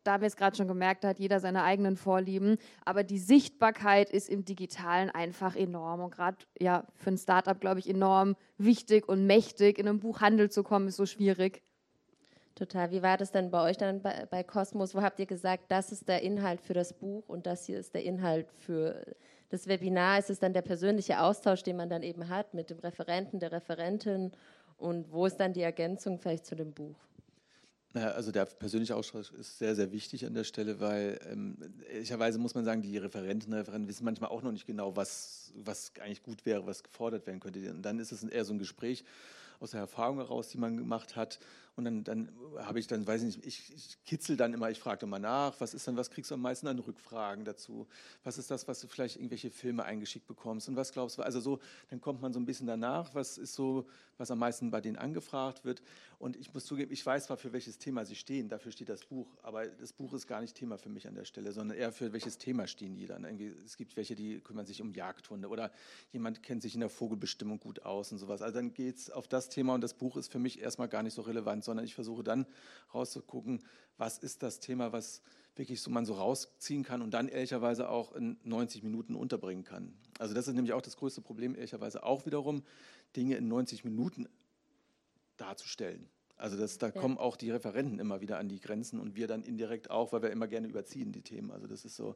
da haben wir es gerade schon gemerkt, da hat jeder seine eigenen Vorlieben, aber die Sichtbarkeit ist im Digitalen einfach enorm und gerade ja, für ein Startup, glaube ich, enorm wichtig und mächtig. In einem Buchhandel zu kommen, ist so schwierig. Total. Wie war das denn bei euch dann bei Cosmos? Wo habt ihr gesagt, das ist der Inhalt für das Buch und das hier ist der Inhalt für das Webinar? Ist es dann der persönliche Austausch, den man dann eben hat mit dem Referenten, der Referentin? Und wo ist dann die Ergänzung vielleicht zu dem Buch? Naja, also der persönliche Austausch ist sehr, sehr wichtig an der Stelle, weil ehrlicherweise muss man sagen, die Referenten wissen manchmal auch noch nicht genau, was eigentlich gut wäre, was gefordert werden könnte. Und dann ist es eher so ein Gespräch aus der Erfahrung heraus, die man gemacht hat. Und dann habe ich dann, weiß ich nicht, ich kitzel dann immer, ich frage dann mal nach, was kriegst du am meisten an Rückfragen dazu? Was ist das, was du vielleicht irgendwelche Filme eingeschickt bekommst? Und was glaubst du, also so, dann kommt man so ein bisschen danach, was ist so, was am meisten bei denen angefragt wird. Und ich muss zugeben, ich weiß zwar, für welches Thema sie stehen, dafür steht das Buch, aber das Buch ist gar nicht Thema für mich an der Stelle, sondern eher für welches Thema stehen die dann. Irgendwie, es gibt welche, die kümmern sich um Jagdhunde oder jemand kennt sich in der Vogelbestimmung gut aus und sowas. Also dann geht es auf das Thema und das Buch ist für mich erstmal gar nicht so relevant, sondern ich versuche dann rauszugucken, was ist das Thema, was wirklich man so rausziehen kann und dann ehrlicherweise auch in 90 Minuten unterbringen kann. Also das ist nämlich auch das größte Problem, ehrlicherweise auch wiederum, Dinge in 90 Minuten darzustellen. Also kommen auch die Referenten immer wieder an die Grenzen und wir dann indirekt auch, weil wir immer gerne überziehen die Themen. Also das ist so,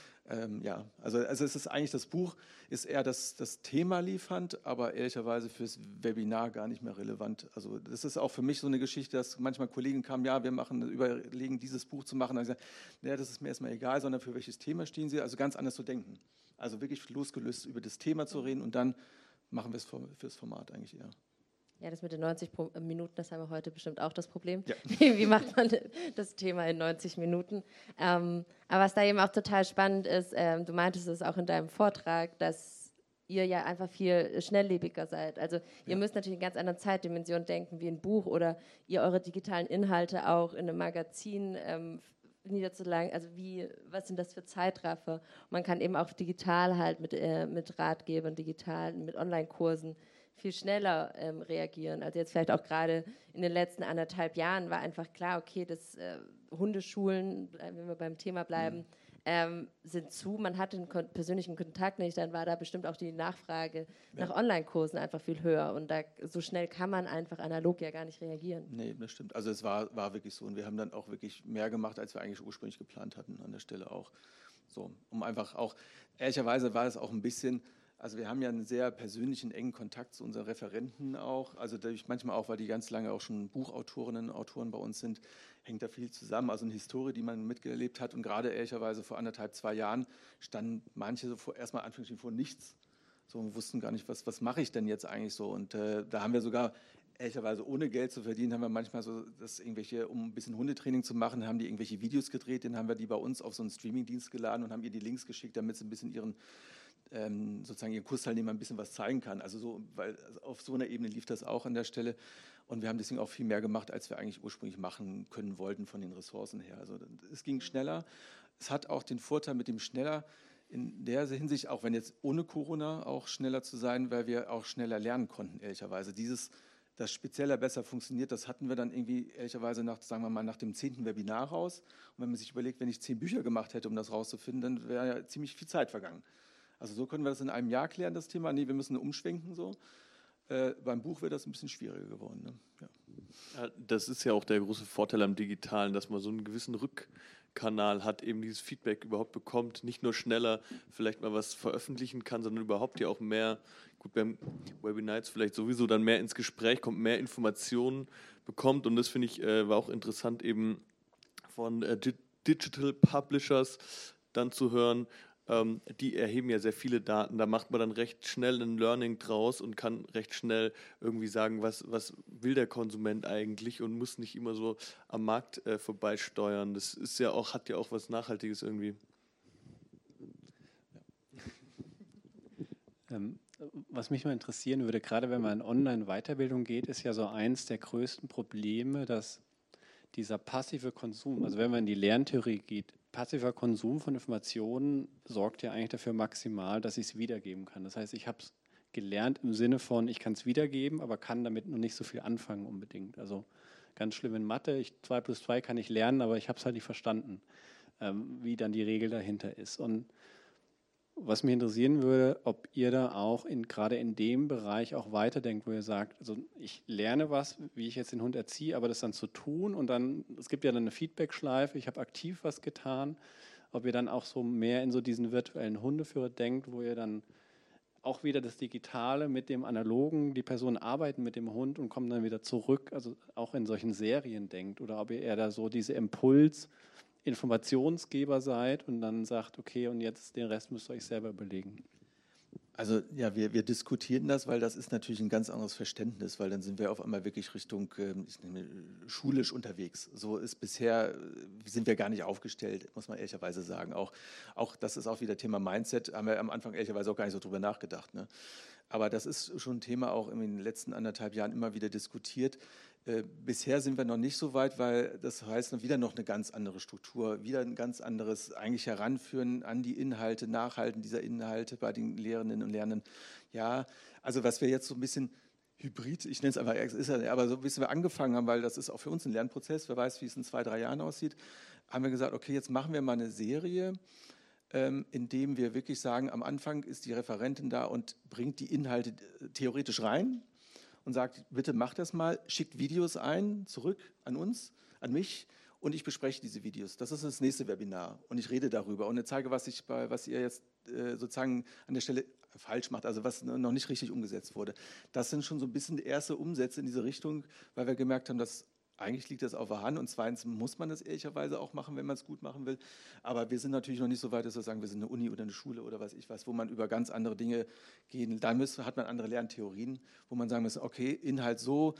also es ist eigentlich, das Buch ist eher das Thema liefernd, aber ehrlicherweise fürs Webinar gar nicht mehr relevant. Also das ist auch für mich so eine Geschichte, dass manchmal Kollegen kamen, ja, wir überlegen, dieses Buch zu machen. Dann habe ich gesagt, naja, das ist mir erstmal egal, sondern für welches Thema stehen Sie? Also ganz anders zu denken. Also wirklich losgelöst über das Thema zu reden und dann machen wir es fürs Format eigentlich eher. Ja, das mit den 90 Minuten, das haben wir heute bestimmt auch das Problem. Ja. Wie macht man das Thema in 90 Minuten? Aber was da eben auch total spannend ist, du meintest es auch in deinem Vortrag, dass ihr ja einfach viel schnelllebiger seid. Also ihr müsst natürlich in ganz anderen Zeitdimensionen denken wie ein Buch oder ihr eure digitalen Inhalte auch in einem Magazin niederzulagen. Also was sind das für Zeitraffer? Man kann eben auch digital halt mit Ratgebern, digital, mit Online-Kursen viel schneller reagieren. Also jetzt vielleicht auch gerade in den letzten 1,5 Jahren war einfach klar, okay, dass Hundeschulen, wenn wir beim Thema bleiben, sind zu. Man hat den persönlichen Kontakt nicht, dann war da bestimmt auch die Nachfrage nach Online-Kursen einfach viel höher und so schnell kann man einfach analog ja gar nicht reagieren. Nee, das stimmt. Also es war wirklich so und wir haben dann auch wirklich mehr gemacht, als wir eigentlich ursprünglich geplant hatten an der Stelle auch. So, um einfach auch, ehrlicherweise war es auch ein bisschen, also wir haben ja einen sehr persönlichen, engen Kontakt zu unseren Referenten auch, also manchmal auch, weil die ganz lange auch schon Buchautorinnen und Autoren bei uns sind, hängt da viel zusammen, also eine Historie, die man mitgelebt hat und gerade ehrlicherweise vor 1,5, 2 Jahren standen manche so erstmal anfänglich vor nichts, so und wussten gar nicht, was mache ich denn jetzt eigentlich so und da haben wir sogar ehrlicherweise ohne Geld zu verdienen, haben wir manchmal so, um ein bisschen Hundetraining zu machen, haben die irgendwelche Videos gedreht, dann haben wir die bei uns auf so einen Streamingdienst geladen und haben ihr die Links geschickt, damit sie ein bisschen ihren Kursteilnehmern ein bisschen was zeigen kann. Also weil auf so einer Ebene lief das auch an der Stelle. Und wir haben deswegen auch viel mehr gemacht, als wir eigentlich ursprünglich machen können wollten von den Ressourcen her. Also es ging schneller. Es hat auch den Vorteil mit dem schneller in der Hinsicht, auch wenn jetzt ohne Corona auch schneller zu sein, weil wir auch schneller lernen konnten, ehrlicherweise. Das spezieller besser funktioniert, das hatten wir dann irgendwie ehrlicherweise nach dem 10. Webinar raus. Und wenn man sich überlegt, wenn ich 10 Bücher gemacht hätte, um das rauszufinden, dann wäre ja ziemlich viel Zeit vergangen. Also so können wir das in einem Jahr klären, das Thema. Nee, wir müssen umschwenken so. Beim Buch wird das ein bisschen schwieriger geworden. Ne? Ja, das ist ja auch der große Vorteil am Digitalen, dass man so einen gewissen Rückkanal hat, eben dieses Feedback überhaupt bekommt, nicht nur schneller vielleicht mal was veröffentlichen kann, sondern überhaupt ja auch mehr, gut beim Webinar jetzt vielleicht sowieso dann mehr ins Gespräch kommt, mehr Informationen bekommt und das finde ich war auch interessant eben von Digital Publishers dann zu hören, die erheben ja sehr viele Daten, da macht man dann recht schnell ein Learning draus und kann recht schnell irgendwie sagen, was will der Konsument eigentlich und muss nicht immer so am Markt vorbeisteuern. Das ist ja auch, hat ja auch was Nachhaltiges irgendwie. Was mich mal interessieren würde, gerade wenn man in Online-Weiterbildung geht, ist ja so eins der größten Probleme, dass dieser passive Konsum, also wenn man in die Lerntheorie geht, passiver Konsum von Informationen sorgt ja eigentlich dafür maximal, dass ich es wiedergeben kann. Das heißt, ich habe es gelernt im Sinne von, ich kann es wiedergeben, aber kann damit noch nicht so viel anfangen unbedingt. Also ganz schlimm in Mathe. 2 plus 2 kann ich lernen, aber ich habe es halt nicht verstanden, wie dann die Regel dahinter ist. Und was mich interessieren würde, ob ihr da auch gerade in dem Bereich auch weiterdenkt, wo ihr sagt, also ich lerne was, wie ich jetzt den Hund erziehe, aber das dann zu tun und dann, es gibt ja dann eine Feedback-Schleife, ich habe aktiv was getan, ob ihr dann auch so mehr in so diesen virtuellen Hundeführer denkt, wo ihr dann auch wieder das Digitale mit dem Analogen, die Personen arbeiten mit dem Hund und kommen dann wieder zurück, also auch in solchen Serien denkt, oder ob ihr eher da so diese Informationsgeber seid und dann sagt, okay, und jetzt den Rest müsst ihr euch selber überlegen. Also ja, wir diskutieren das, weil das ist natürlich ein ganz anderes Verständnis, weil dann sind wir auf einmal wirklich Richtung schulisch unterwegs. So ist bisher, sind wir gar nicht aufgestellt, muss man ehrlicherweise sagen. Auch das ist auch wieder Thema Mindset, haben wir am Anfang ehrlicherweise auch gar nicht so drüber nachgedacht. Ne? Aber das ist schon ein Thema auch in den letzten 1,5 Jahren immer wieder diskutiert. Bisher sind wir noch nicht so weit, weil das heißt wieder noch eine ganz andere Struktur, wieder ein ganz anderes eigentlich Heranführen an die Inhalte, Nachhalten dieser Inhalte bei den Lehrenden und Lernenden. Ja, also was wir jetzt so ein bisschen Hybrid, ich nenne es einfach, aber so wie wir angefangen haben, weil das ist auch für uns ein Lernprozess, wer weiß, wie es in 2, 3 Jahren aussieht, haben wir gesagt, okay, jetzt machen wir mal eine Serie, in dem wir wirklich sagen, am Anfang ist die Referentin da und bringt die Inhalte theoretisch rein und sagt, bitte macht das mal, schickt Videos ein, zurück an uns, an mich und ich bespreche diese Videos. Das ist das nächste Webinar und ich rede darüber und zeige, was ihr jetzt sozusagen an der Stelle falsch macht, also was noch nicht richtig umgesetzt wurde. Das sind schon so ein bisschen die erste Umsätze in diese Richtung, weil wir gemerkt haben, dass eigentlich liegt das auf der Hand und zweitens muss man das ehrlicherweise auch machen, wenn man es gut machen will. Aber wir sind natürlich noch nicht so weit, dass wir sagen, wir sind eine Uni oder eine Schule oder was ich weiß, wo man über ganz andere Dinge gehen. Da hat man andere Lerntheorien, wo man sagen muss, okay, Inhalt so,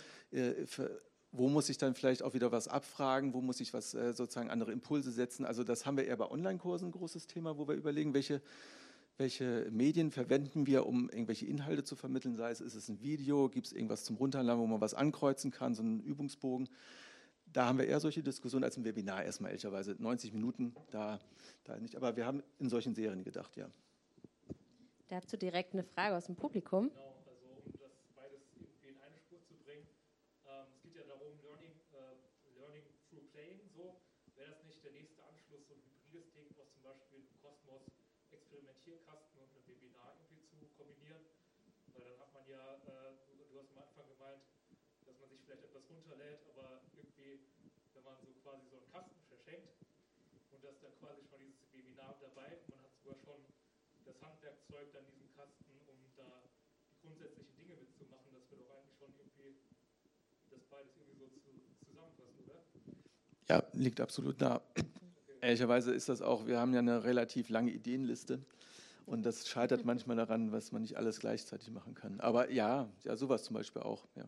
wo muss ich dann vielleicht auch wieder was abfragen, wo muss ich was sozusagen andere Impulse setzen. Also das haben wir eher bei Online-Kursen ein großes Thema, wo wir überlegen, welche Medien verwenden wir, um irgendwelche Inhalte zu vermitteln, sei es, ist es ein Video, gibt es irgendwas zum Runterladen, wo man was ankreuzen kann, so einen Übungsbogen. Da haben wir eher solche Diskussionen als im Webinar erstmal, ehrlicherweise 90 Minuten, da nicht, aber wir haben in solchen Serien gedacht, ja. Dazu direkt eine Frage aus dem Publikum. Genau, also um das beides irgendwie in eine Spur zu bringen. Es geht ja darum, Learning through Playing, so. Wäre das nicht der nächste Anschluss, so ein hybrides Ding, was zum Beispiel im Cosmos Experimentierkasten und ein Webinar irgendwie zu kombinieren, weil dann hat man ja, du hast am Anfang gemeint, dass man sich vielleicht etwas runterlädt, aber irgendwie, wenn man so quasi so einen Kasten verschenkt und das dann quasi schon dieses Webinar dabei, man hat sogar schon das Handwerkzeug dann diesen Kasten, um da die grundsätzlichen Dinge mitzumachen, das wird doch eigentlich schon irgendwie das beides irgendwie so zusammenpassen, oder? Ja, liegt absolut nah. Ehrlicherweise ist das auch, wir haben ja eine relativ lange Ideenliste und das scheitert manchmal daran, was man nicht alles gleichzeitig machen kann. Aber ja, sowas zum Beispiel auch. Ja.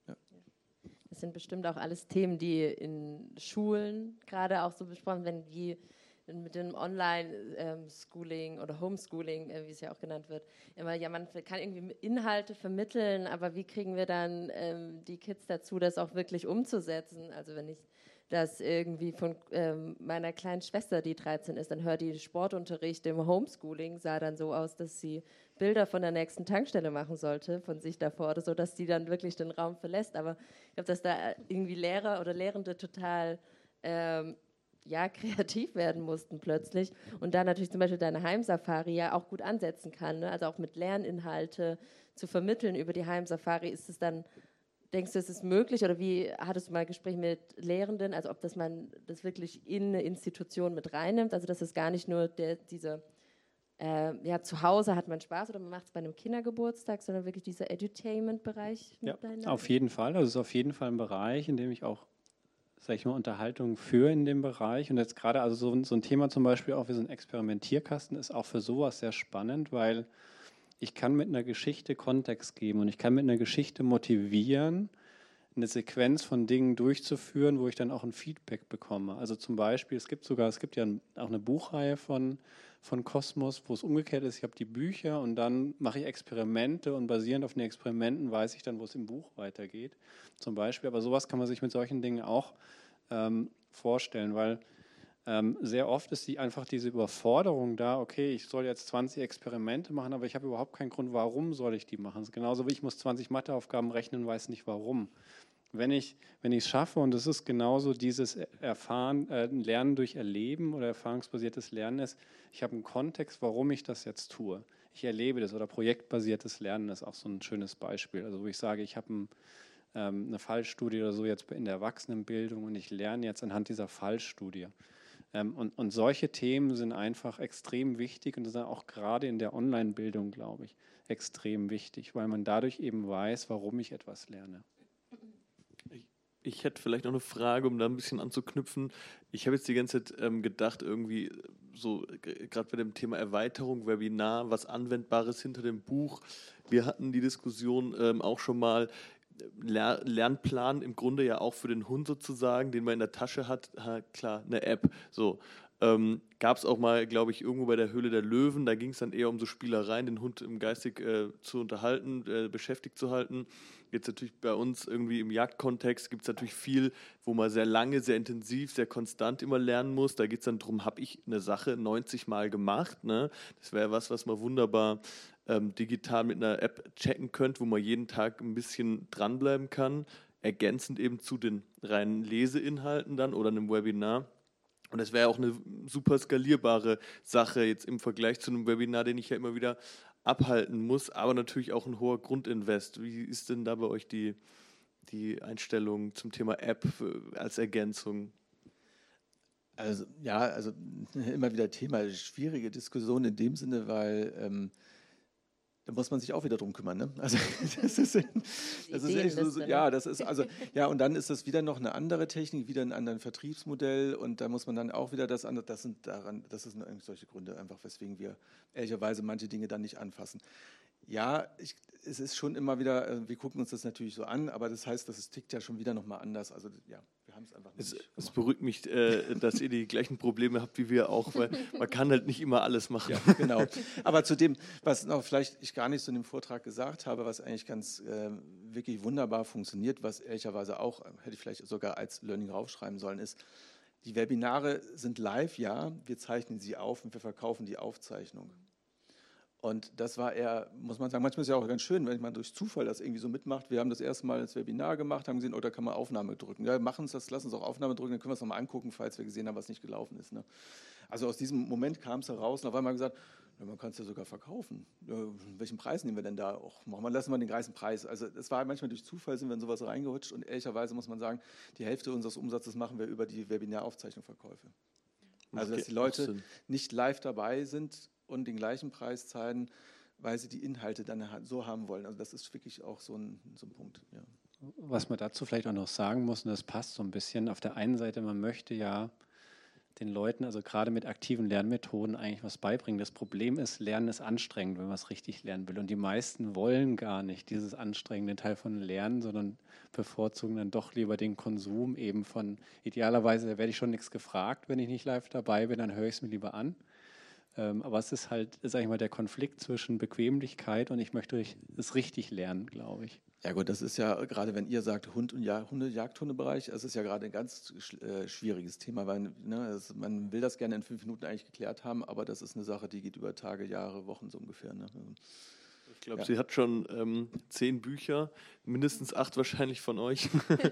Das sind bestimmt auch alles Themen, die in Schulen gerade auch so besprochen werden, wie mit dem Online-Schooling oder Homeschooling, wie es ja auch genannt wird. Immer, ja, man kann irgendwie Inhalte vermitteln, aber wie kriegen wir dann die Kids dazu, das auch wirklich umzusetzen? Also wenn ich das irgendwie von meiner kleinen Schwester, die 13 ist, dann hört die Sportunterricht im Homeschooling, sah dann so aus, dass sie Bilder von der nächsten Tankstelle machen sollte, von sich davor oder so, dass die dann wirklich den Raum verlässt. Aber ich glaube, dass da irgendwie Lehrer oder Lehrende total kreativ werden mussten plötzlich und da natürlich zum Beispiel deine Heimsafari ja auch gut ansetzen kann, ne? Also auch mit Lerninhalte zu vermitteln über die Heimsafari, ist es dann, denkst du, ist es möglich oder wie hattest du mal Gespräche mit Lehrenden, also ob man das wirklich in eine Institution mit reinnimmt, also dass es gar nicht nur zu Hause hat man Spaß oder man macht es bei einem Kindergeburtstag, sondern wirklich dieser Edutainment-Bereich mit Ja, auf jeden Fall, also es ist auf jeden Fall ein Bereich, in dem ich auch, sage ich mal, Unterhaltung führe in dem Bereich und jetzt gerade also so ein Thema zum Beispiel auch wie so ein Experimentierkasten ist auch für sowas sehr spannend, weil ich kann mit einer Geschichte Kontext geben und ich kann mit einer Geschichte motivieren, eine Sequenz von Dingen durchzuführen, wo ich dann auch ein Feedback bekomme. Also zum Beispiel, es gibt ja auch eine Buchreihe von Cosmos, wo es umgekehrt ist, ich habe die Bücher und dann mache ich Experimente und basierend auf den Experimenten weiß ich dann, wo es im Buch weitergeht. Zum Beispiel, aber sowas kann man sich mit solchen Dingen auch vorstellen, weil sehr oft ist einfach diese Überforderung da, okay, ich soll jetzt 20 Experimente machen, aber ich habe überhaupt keinen Grund, warum soll ich die machen. Genauso wie ich muss 20 Matheaufgaben rechnen und weiß nicht warum. wenn ich es schaffe, und das ist genauso dieses Lernen durch Erleben oder erfahrungsbasiertes Lernen ist, ich habe einen Kontext, warum ich das jetzt tue. Ich erlebe das, oder projektbasiertes Lernen ist auch so ein schönes Beispiel. Also wo ich sage, ich habe eine Fallstudie oder so jetzt in der Erwachsenenbildung und ich lerne jetzt anhand dieser Fallstudie. Und solche Themen sind einfach extrem wichtig und das ist auch gerade in der Online-Bildung, glaube ich, extrem wichtig, weil man dadurch eben weiß, warum ich etwas lerne. Ich hätte vielleicht noch eine Frage, um da ein bisschen anzuknüpfen. Ich habe jetzt die ganze Zeit gedacht, irgendwie so, gerade bei dem Thema Erweiterung, Webinar, was Anwendbares hinter dem Buch. Wir hatten die Diskussion auch schon mal, Lernplan im Grunde ja auch für den Hund sozusagen, den man in der Tasche hat, klar, eine App. So. Gab es auch mal, glaube ich, irgendwo bei der Höhle der Löwen, da ging es dann eher um so Spielereien, den Hund geistig zu unterhalten, beschäftigt zu halten. Jetzt natürlich bei uns irgendwie im Jagdkontext gibt es natürlich viel, wo man sehr lange, sehr intensiv, sehr konstant immer lernen muss. Da geht es dann darum, habe ich eine Sache 90 Mal gemacht. Ne? Das wäre was man wunderbar digital mit einer App checken könnte, wo man jeden Tag ein bisschen dranbleiben kann, ergänzend eben zu den reinen Leseinhalten dann oder einem Webinar. Und das wäre auch eine super skalierbare Sache jetzt im Vergleich zu einem Webinar, den ich ja immer wieder abhalten muss, aber natürlich auch ein hoher Grundinvest. Wie ist denn da bei euch die Einstellung zum Thema App als Ergänzung? Also ja, also immer wieder Thema, schwierige Diskussion in dem Sinne, weil da muss man sich auch wieder drum kümmern. Ne? Also das ist echt so, ja, das ist also ja, und dann ist das wieder noch eine andere Technik, wieder ein anderes Vertriebsmodell und da muss man dann auch wieder das andere. Das sind eigentlich solche Gründe einfach, weswegen wir ehrlicherweise manche Dinge dann nicht anfassen. Ja, es ist schon immer wieder, wir gucken uns das natürlich so an, aber das heißt, das tickt ja schon wieder nochmal anders. Also ja, wir haben es einfach nicht gemacht. Es beruhigt mich, dass ihr die gleichen Probleme habt wie wir auch, weil man kann halt nicht immer alles machen. Ja, genau. Aber zu dem, was noch vielleicht ich gar nicht so in dem Vortrag gesagt habe, was eigentlich ganz wirklich wunderbar funktioniert, was ehrlicherweise auch, hätte ich vielleicht sogar als Learning raufschreiben sollen, ist, die Webinare sind live, ja, wir zeichnen sie auf und wir verkaufen die Aufzeichnung. Und das war eher, muss man sagen, manchmal ist es ja auch ganz schön, wenn man durch Zufall das irgendwie so mitmacht. Wir haben das erste Mal das Webinar gemacht, haben gesehen, oh, da kann man Aufnahme drücken. Ja, machen uns das, lass uns auch Aufnahme drücken, dann können wir es nochmal angucken, falls wir gesehen haben, was nicht gelaufen ist. Ne? Also aus diesem Moment kam es heraus und auf einmal gesagt, ja, man kann es ja sogar verkaufen. Ja, welchen Preis nehmen wir denn da? Och, lassen wir den gleichen Preis. Also es war manchmal durch Zufall, sind wir in sowas reingerutscht und ehrlicherweise muss man sagen, die Hälfte unseres Umsatzes machen wir über die Webinaraufzeichnungsverkäufe. Also dass die Leute nicht live dabei sind und den gleichen Preis zahlen, weil sie die Inhalte dann so haben wollen. Also das ist wirklich auch so ein Punkt. Ja. Was man dazu vielleicht auch noch sagen muss, und das passt so ein bisschen, auf der einen Seite, man möchte ja den Leuten, also gerade mit aktiven Lernmethoden, eigentlich was beibringen. Das Problem ist, Lernen ist anstrengend, wenn man es richtig lernen will. Und die meisten wollen gar nicht dieses anstrengende Teil von Lernen, sondern bevorzugen dann doch lieber den Konsum eben von, idealerweise, da werde ich schon nichts gefragt, wenn ich nicht live dabei bin, dann höre ich es mir lieber an. Aber es ist halt, sag ich mal, der Konflikt zwischen Bequemlichkeit und ich möchte es richtig lernen, glaube ich. Ja gut, das ist ja gerade, wenn ihr sagt Jagdhundebereich, es ist ja gerade ein ganz schwieriges Thema, weil man will das gerne in 5 Minuten eigentlich geklärt haben, aber das ist eine Sache, die geht über Tage, Jahre, Wochen so ungefähr. Ne? Ich glaube, sie hat schon 10 Bücher, mindestens 8 wahrscheinlich von euch,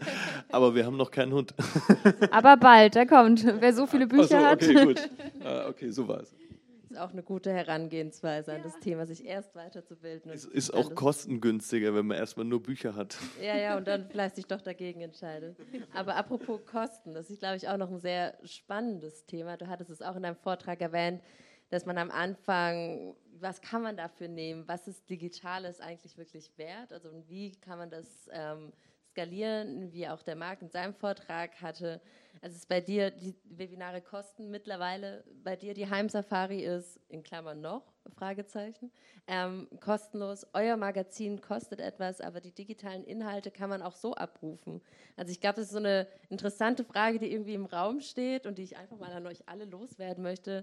aber wir haben noch keinen Hund. Aber bald, der kommt. Wer so viele Bücher hat. Okay, gut. Okay, so war es. Ist auch eine gute Herangehensweise an das Thema, sich erst weiterzubilden. Es ist auch kostengünstiger, wenn man erstmal nur Bücher hat. Ja, und dann vielleicht sich doch dagegen entscheidet. Aber apropos Kosten, das ist, glaube ich, auch noch ein sehr spannendes Thema. Du hattest es auch in deinem Vortrag erwähnt, dass man am Anfang, was kann man dafür nehmen? Was ist Digitales eigentlich wirklich wert? Also wie kann man das skalieren, wie auch der Marc in seinem Vortrag hatte. Also ist bei dir, die Webinare kosten mittlerweile, bei dir die Heimsafari ist, in Klammern noch, Fragezeichen, kostenlos. Euer Magazin kostet etwas, aber die digitalen Inhalte kann man auch so abrufen. Also ich glaube, das ist so eine interessante Frage, die irgendwie im Raum steht und die ich einfach mal an euch alle loswerden möchte.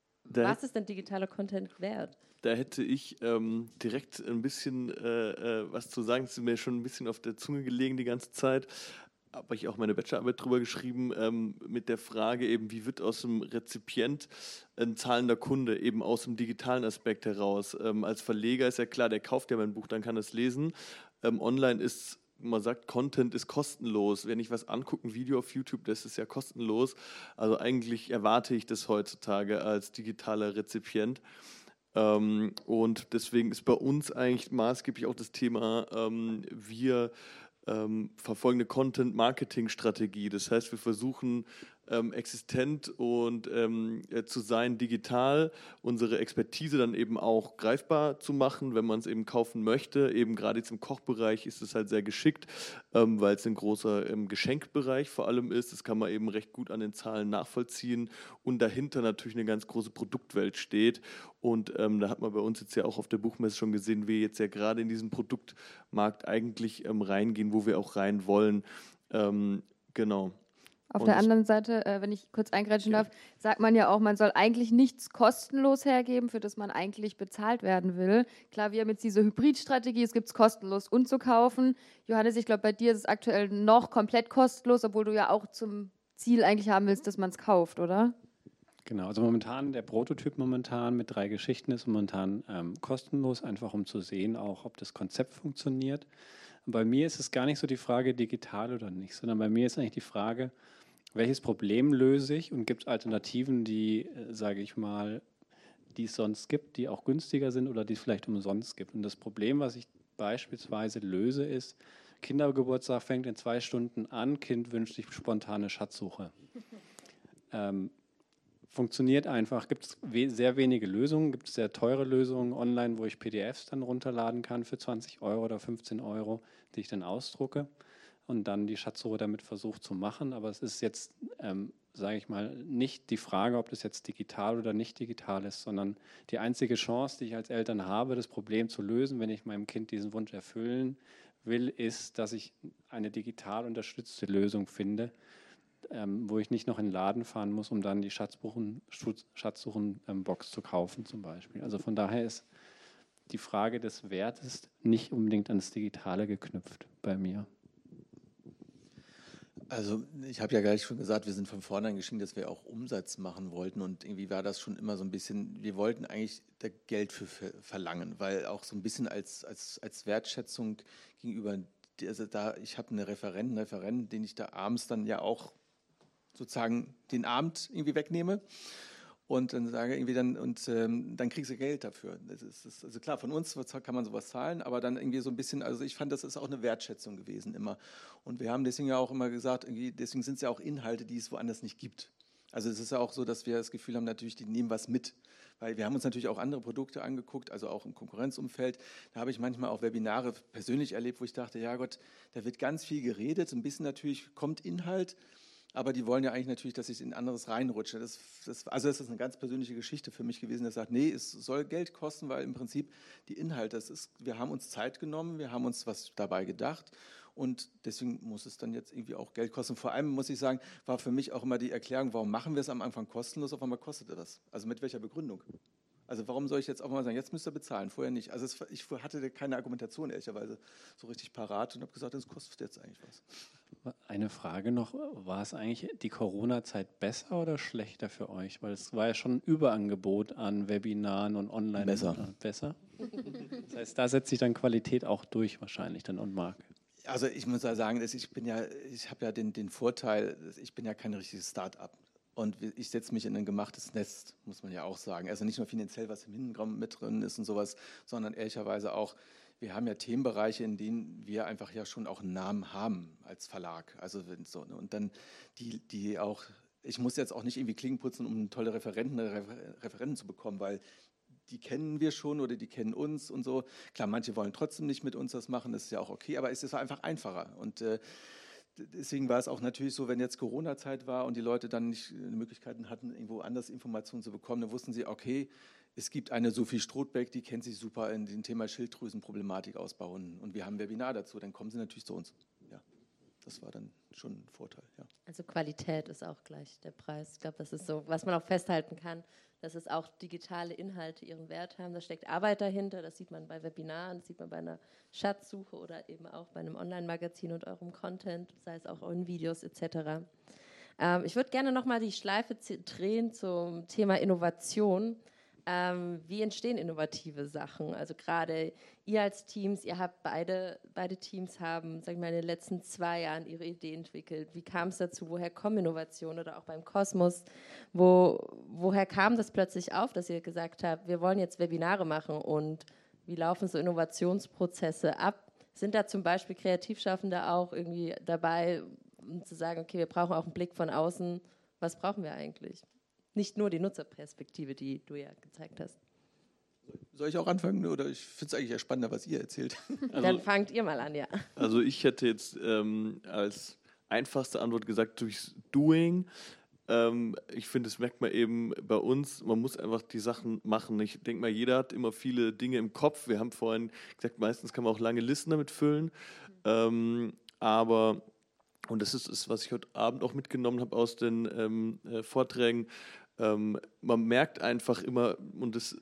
Was ist denn digitaler Content wert? Da hätte ich direkt ein bisschen was zu sagen. Das ist mir schon ein bisschen auf der Zunge gelegen die ganze Zeit. Habe ich auch meine Bachelorarbeit drüber geschrieben, mit der Frage eben, wie wird aus dem Rezipient ein zahlender Kunde, eben aus dem digitalen Aspekt heraus. Als Verleger ist ja klar, der kauft ja mein Buch, dann kann er es lesen. Online ist immer sagt, Content ist kostenlos. Wenn ich was angucke, ein Video auf YouTube, das ist ja kostenlos. Also eigentlich erwarte ich das heutzutage als digitaler Rezipient. Und deswegen ist bei uns eigentlich maßgeblich auch das Thema, wir verfolgen eine Content-Marketing-Strategie. Das heißt, wir versuchen existent und zu sein digital, unsere Expertise dann eben auch greifbar zu machen, wenn man es eben kaufen möchte. Eben gerade jetzt im Kochbereich ist es halt sehr geschickt, weil es ein großer Geschenkbereich vor allem ist. Das kann man eben recht gut an den Zahlen nachvollziehen und dahinter natürlich eine ganz große Produktwelt steht. Und da hat man bei uns jetzt ja auch auf der Buchmesse schon gesehen, wie wir jetzt ja gerade in diesen Produktmarkt eigentlich reingehen, wo wir auch rein wollen. Genau. Auf der anderen Seite, wenn ich kurz eingrätschen darf, sagt man ja auch, man soll eigentlich nichts kostenlos hergeben, für das man eigentlich bezahlt werden will. Klar, wir haben jetzt diese Hybridstrategie, es gibt es kostenlos und zu kaufen. Johannes, ich glaube, bei dir ist es aktuell noch komplett kostenlos, obwohl du ja auch zum Ziel eigentlich haben willst, dass man es kauft, oder? Genau, also momentan, der Prototyp momentan mit 3 Geschichten ist momentan kostenlos, einfach um zu sehen, auch ob das Konzept funktioniert. Und bei mir ist es gar nicht so die Frage, digital oder nicht, sondern bei mir ist eigentlich die Frage, welches Problem löse ich und gibt es Alternativen, die, sage ich mal, die es sonst gibt, die auch günstiger sind oder die es vielleicht umsonst gibt. Und das Problem, was ich beispielsweise löse, ist, Kindergeburtstag fängt in 2 Stunden an, Kind wünscht sich spontane Schatzsuche. Funktioniert einfach, gibt es sehr wenige Lösungen, gibt es sehr teure Lösungen online, wo ich PDFs dann runterladen kann für 20 € oder 15 €, die ich dann ausdrucke und dann die Schatzsuche damit versucht zu machen. Aber es ist jetzt, sage ich mal, nicht die Frage, ob das jetzt digital oder nicht digital ist, sondern die einzige Chance, die ich als Eltern habe, das Problem zu lösen, wenn ich meinem Kind diesen Wunsch erfüllen will, ist, dass ich eine digital unterstützte Lösung finde, wo ich nicht noch in den Laden fahren muss, um dann die Schatzsuchen-Box zu kaufen zum Beispiel. Also von daher ist die Frage des Wertes nicht unbedingt ans Digitale geknüpft bei mir. Also ich habe ja gleich schon gesagt, wir sind von vornherein geschieden, dass wir auch Umsatz machen wollten und irgendwie war das schon immer so ein bisschen, wir wollten eigentlich da Geld für verlangen, weil auch so ein bisschen als Wertschätzung gegenüber, also da, ich habe einen Referenten, den ich da abends dann ja auch sozusagen den Abend irgendwie wegnehme und dann sage irgendwie dann kriegst du Geld dafür. Das ist, also klar, von uns kann man sowas zahlen, aber dann irgendwie so ein bisschen, also ich fand, das ist auch eine Wertschätzung gewesen immer. Und wir haben deswegen ja auch immer gesagt, deswegen sind es ja auch Inhalte, die es woanders nicht gibt. Also es ist ja auch so, dass wir das Gefühl haben, natürlich, die nehmen was mit. Weil wir haben uns natürlich auch andere Produkte angeguckt, also auch im Konkurrenzumfeld. Da habe ich manchmal auch Webinare persönlich erlebt, wo ich dachte, ja Gott, da wird ganz viel geredet, so ein bisschen natürlich kommt Inhalt, aber die wollen ja eigentlich natürlich, dass ich in anderes reinrutsche. Also das ist eine ganz persönliche Geschichte für mich gewesen, der sagt, nee, es soll Geld kosten, weil im Prinzip die Inhalte, wir haben uns Zeit genommen, wir haben uns was dabei gedacht und deswegen muss es dann jetzt irgendwie auch Geld kosten. Vor allem muss ich sagen, war für mich auch immer die Erklärung, warum machen wir es am Anfang kostenlos, auf einmal kostete das. Also mit welcher Begründung? Also warum soll ich jetzt auch mal sagen, jetzt müsst ihr bezahlen, vorher nicht. Also ich hatte keine Argumentation ehrlicherweise so richtig parat und habe gesagt, das kostet jetzt eigentlich was. Eine Frage noch, war es eigentlich die Corona-Zeit besser oder schlechter für euch? Weil es war ja schon ein Überangebot an Webinaren und Online. Besser? Das heißt, da setzt sich dann Qualität auch durch wahrscheinlich dann und Marke. Also ich muss ja sagen, ich habe ja den Vorteil, ich bin ja kein richtiges Start-up. Und ich setze mich in ein gemachtes Nest, muss man ja auch sagen. Also nicht nur finanziell, was im Hintergrund mit drin ist und sowas, sondern ehrlicherweise auch, wir haben ja Themenbereiche, in denen wir einfach ja schon auch einen Namen haben als Verlag. Also so, und dann die auch, ich muss jetzt auch nicht irgendwie Klingen putzen, um tolle Referenten zu bekommen, weil die kennen wir schon oder die kennen uns und so. Klar, manche wollen trotzdem nicht mit uns das machen, das ist ja auch okay, aber es ist einfach einfacher. Und deswegen war es auch natürlich so, wenn jetzt Corona-Zeit war und die Leute dann nicht Möglichkeiten hatten, irgendwo anders Informationen zu bekommen, dann wussten sie, okay, es gibt eine Sophie Strothbeck, die kennt sich super in dem Thema Schilddrüsenproblematik ausbauen und wir haben ein Webinar dazu, dann kommen sie natürlich zu uns. Ja, das war dann schon ein Vorteil. Ja. Also Qualität ist auch gleich der Preis. Ich glaube, das ist so, was man auch festhalten kann, dass es auch digitale Inhalte ihren Wert haben. Da steckt Arbeit dahinter, das sieht man bei Webinaren, das sieht man bei einer Schatzsuche oder eben auch bei einem Online-Magazin und eurem Content, sei es auch in Videos etc. Ich würde gerne nochmal die Schleife drehen zum Thema Innovation. Wie entstehen innovative Sachen? Also gerade ihr als Teams, ihr habt beide Teams haben, sag ich mal, in den letzten 2 Jahren ihre Idee entwickelt. Wie kam es dazu? Woher kommen Innovationen? Oder auch beim Kosmos, woher kam das plötzlich auf, dass ihr gesagt habt, wir wollen jetzt Webinare machen, und wie laufen so Innovationsprozesse ab? Sind da zum Beispiel Kreativschaffende auch irgendwie dabei, um zu sagen, okay, wir brauchen auch einen Blick von außen, was brauchen wir eigentlich? Nicht nur die Nutzerperspektive, die du ja gezeigt hast. Soll ich auch anfangen? Oder ich finde es eigentlich eher spannender, was ihr erzählt. Dann fangt ihr mal an, ja. Also ich hätte jetzt als einfachste Antwort gesagt, durchs Doing. Ich finde, das merkt man eben bei uns, man muss einfach die Sachen machen. Ich denke mal, jeder hat immer viele Dinge im Kopf. Wir haben vorhin gesagt, meistens kann man auch lange Listen damit füllen. Aber, und das ist es, was ich heute Abend auch mitgenommen habe aus den Vorträgen, man merkt einfach immer, und das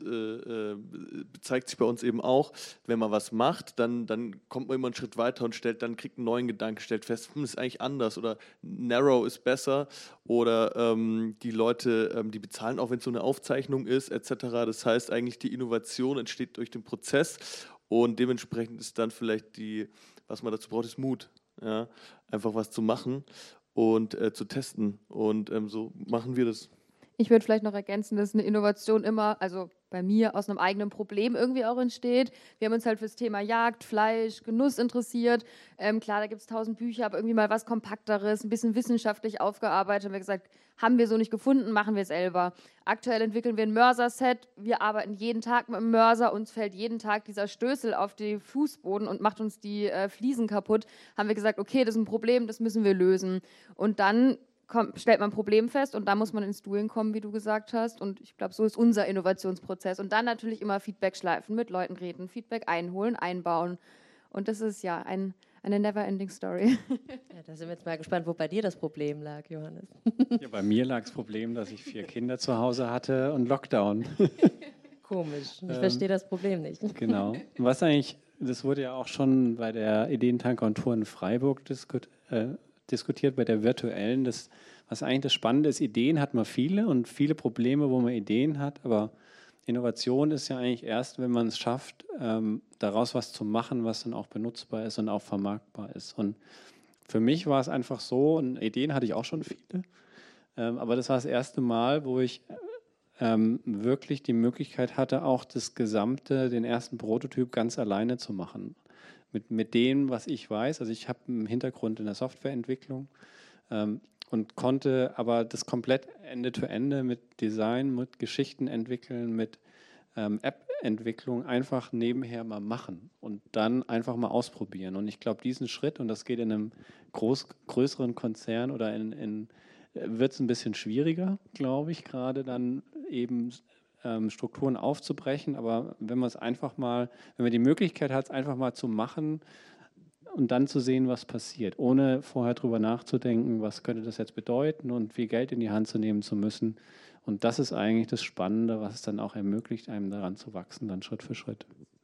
zeigt sich bei uns eben auch, wenn man was macht, dann kommt man immer einen Schritt weiter und kriegt einen neuen Gedanken, stellt fest, ist eigentlich anders oder narrow ist besser oder die Leute, die bezahlen auch, wenn es so eine Aufzeichnung ist, etc. Das heißt eigentlich, die Innovation entsteht durch den Prozess und dementsprechend ist dann vielleicht was man dazu braucht, ist Mut. Ja? Einfach was zu machen und zu testen und so machen wir das. Ich würde vielleicht noch ergänzen, dass eine Innovation immer, also bei mir, aus einem eigenen Problem irgendwie auch entsteht. Wir haben uns halt fürs Thema Jagd, Fleisch, Genuss interessiert. Klar, da gibt es 1000 Bücher, aber irgendwie mal was Kompakteres, ein bisschen wissenschaftlich aufgearbeitet. Haben wir gesagt, haben wir so nicht gefunden, machen wir es selber. Aktuell entwickeln wir ein Mörser-Set. Wir arbeiten jeden Tag mit dem Mörser. Uns fällt jeden Tag dieser Stößel auf den Fußboden und macht uns die Fliesen kaputt. Haben wir gesagt, okay, das ist ein Problem, das müssen wir lösen. Und dann stellt man ein Problem fest und da muss man ins Doing kommen, wie du gesagt hast. Und ich glaube, so ist unser Innovationsprozess. Und dann natürlich immer Feedback schleifen, mit Leuten reden, Feedback einholen, einbauen. Und das ist ja eine never-ending Story. Ja, da sind wir jetzt mal gespannt, wo bei dir das Problem lag, Johannes. Ja, bei mir lag das Problem, dass ich 4 Kinder zu Hause hatte und Lockdown. Komisch, ich verstehe das Problem nicht. Genau. Was eigentlich, das wurde ja auch schon bei der Ideentanker und Tour in Freiburg diskutiert, bei der virtuellen. Was eigentlich das Spannende ist, Ideen hat man viele und viele Probleme, wo man Ideen hat, aber Innovation ist ja eigentlich erst, wenn man es schafft, daraus was zu machen, was dann auch benutzbar ist und auch vermarktbar ist. Und für mich war es einfach so, und Ideen hatte ich auch schon viele, aber das war das erste Mal, wo ich wirklich die Möglichkeit hatte, auch den ersten Prototyp ganz alleine zu machen. Mit dem, was ich weiß. Also ich habe einen Hintergrund in der Softwareentwicklung und konnte aber das komplett Ende-to-Ende mit Design, mit Geschichten entwickeln, mit App-Entwicklung einfach nebenher mal machen und dann einfach mal ausprobieren. Und ich glaube, diesen Schritt, und das geht in einem größeren Konzern oder wird es ein bisschen schwieriger, glaube ich, gerade dann eben Strukturen aufzubrechen, aber wenn man die Möglichkeit hat, es einfach mal zu machen und dann zu sehen, was passiert, ohne vorher drüber nachzudenken, was könnte das jetzt bedeuten und viel Geld in die Hand zu nehmen zu müssen. Und das ist eigentlich das Spannende, was es dann auch ermöglicht, einem daran zu wachsen, dann Schritt für Schritt.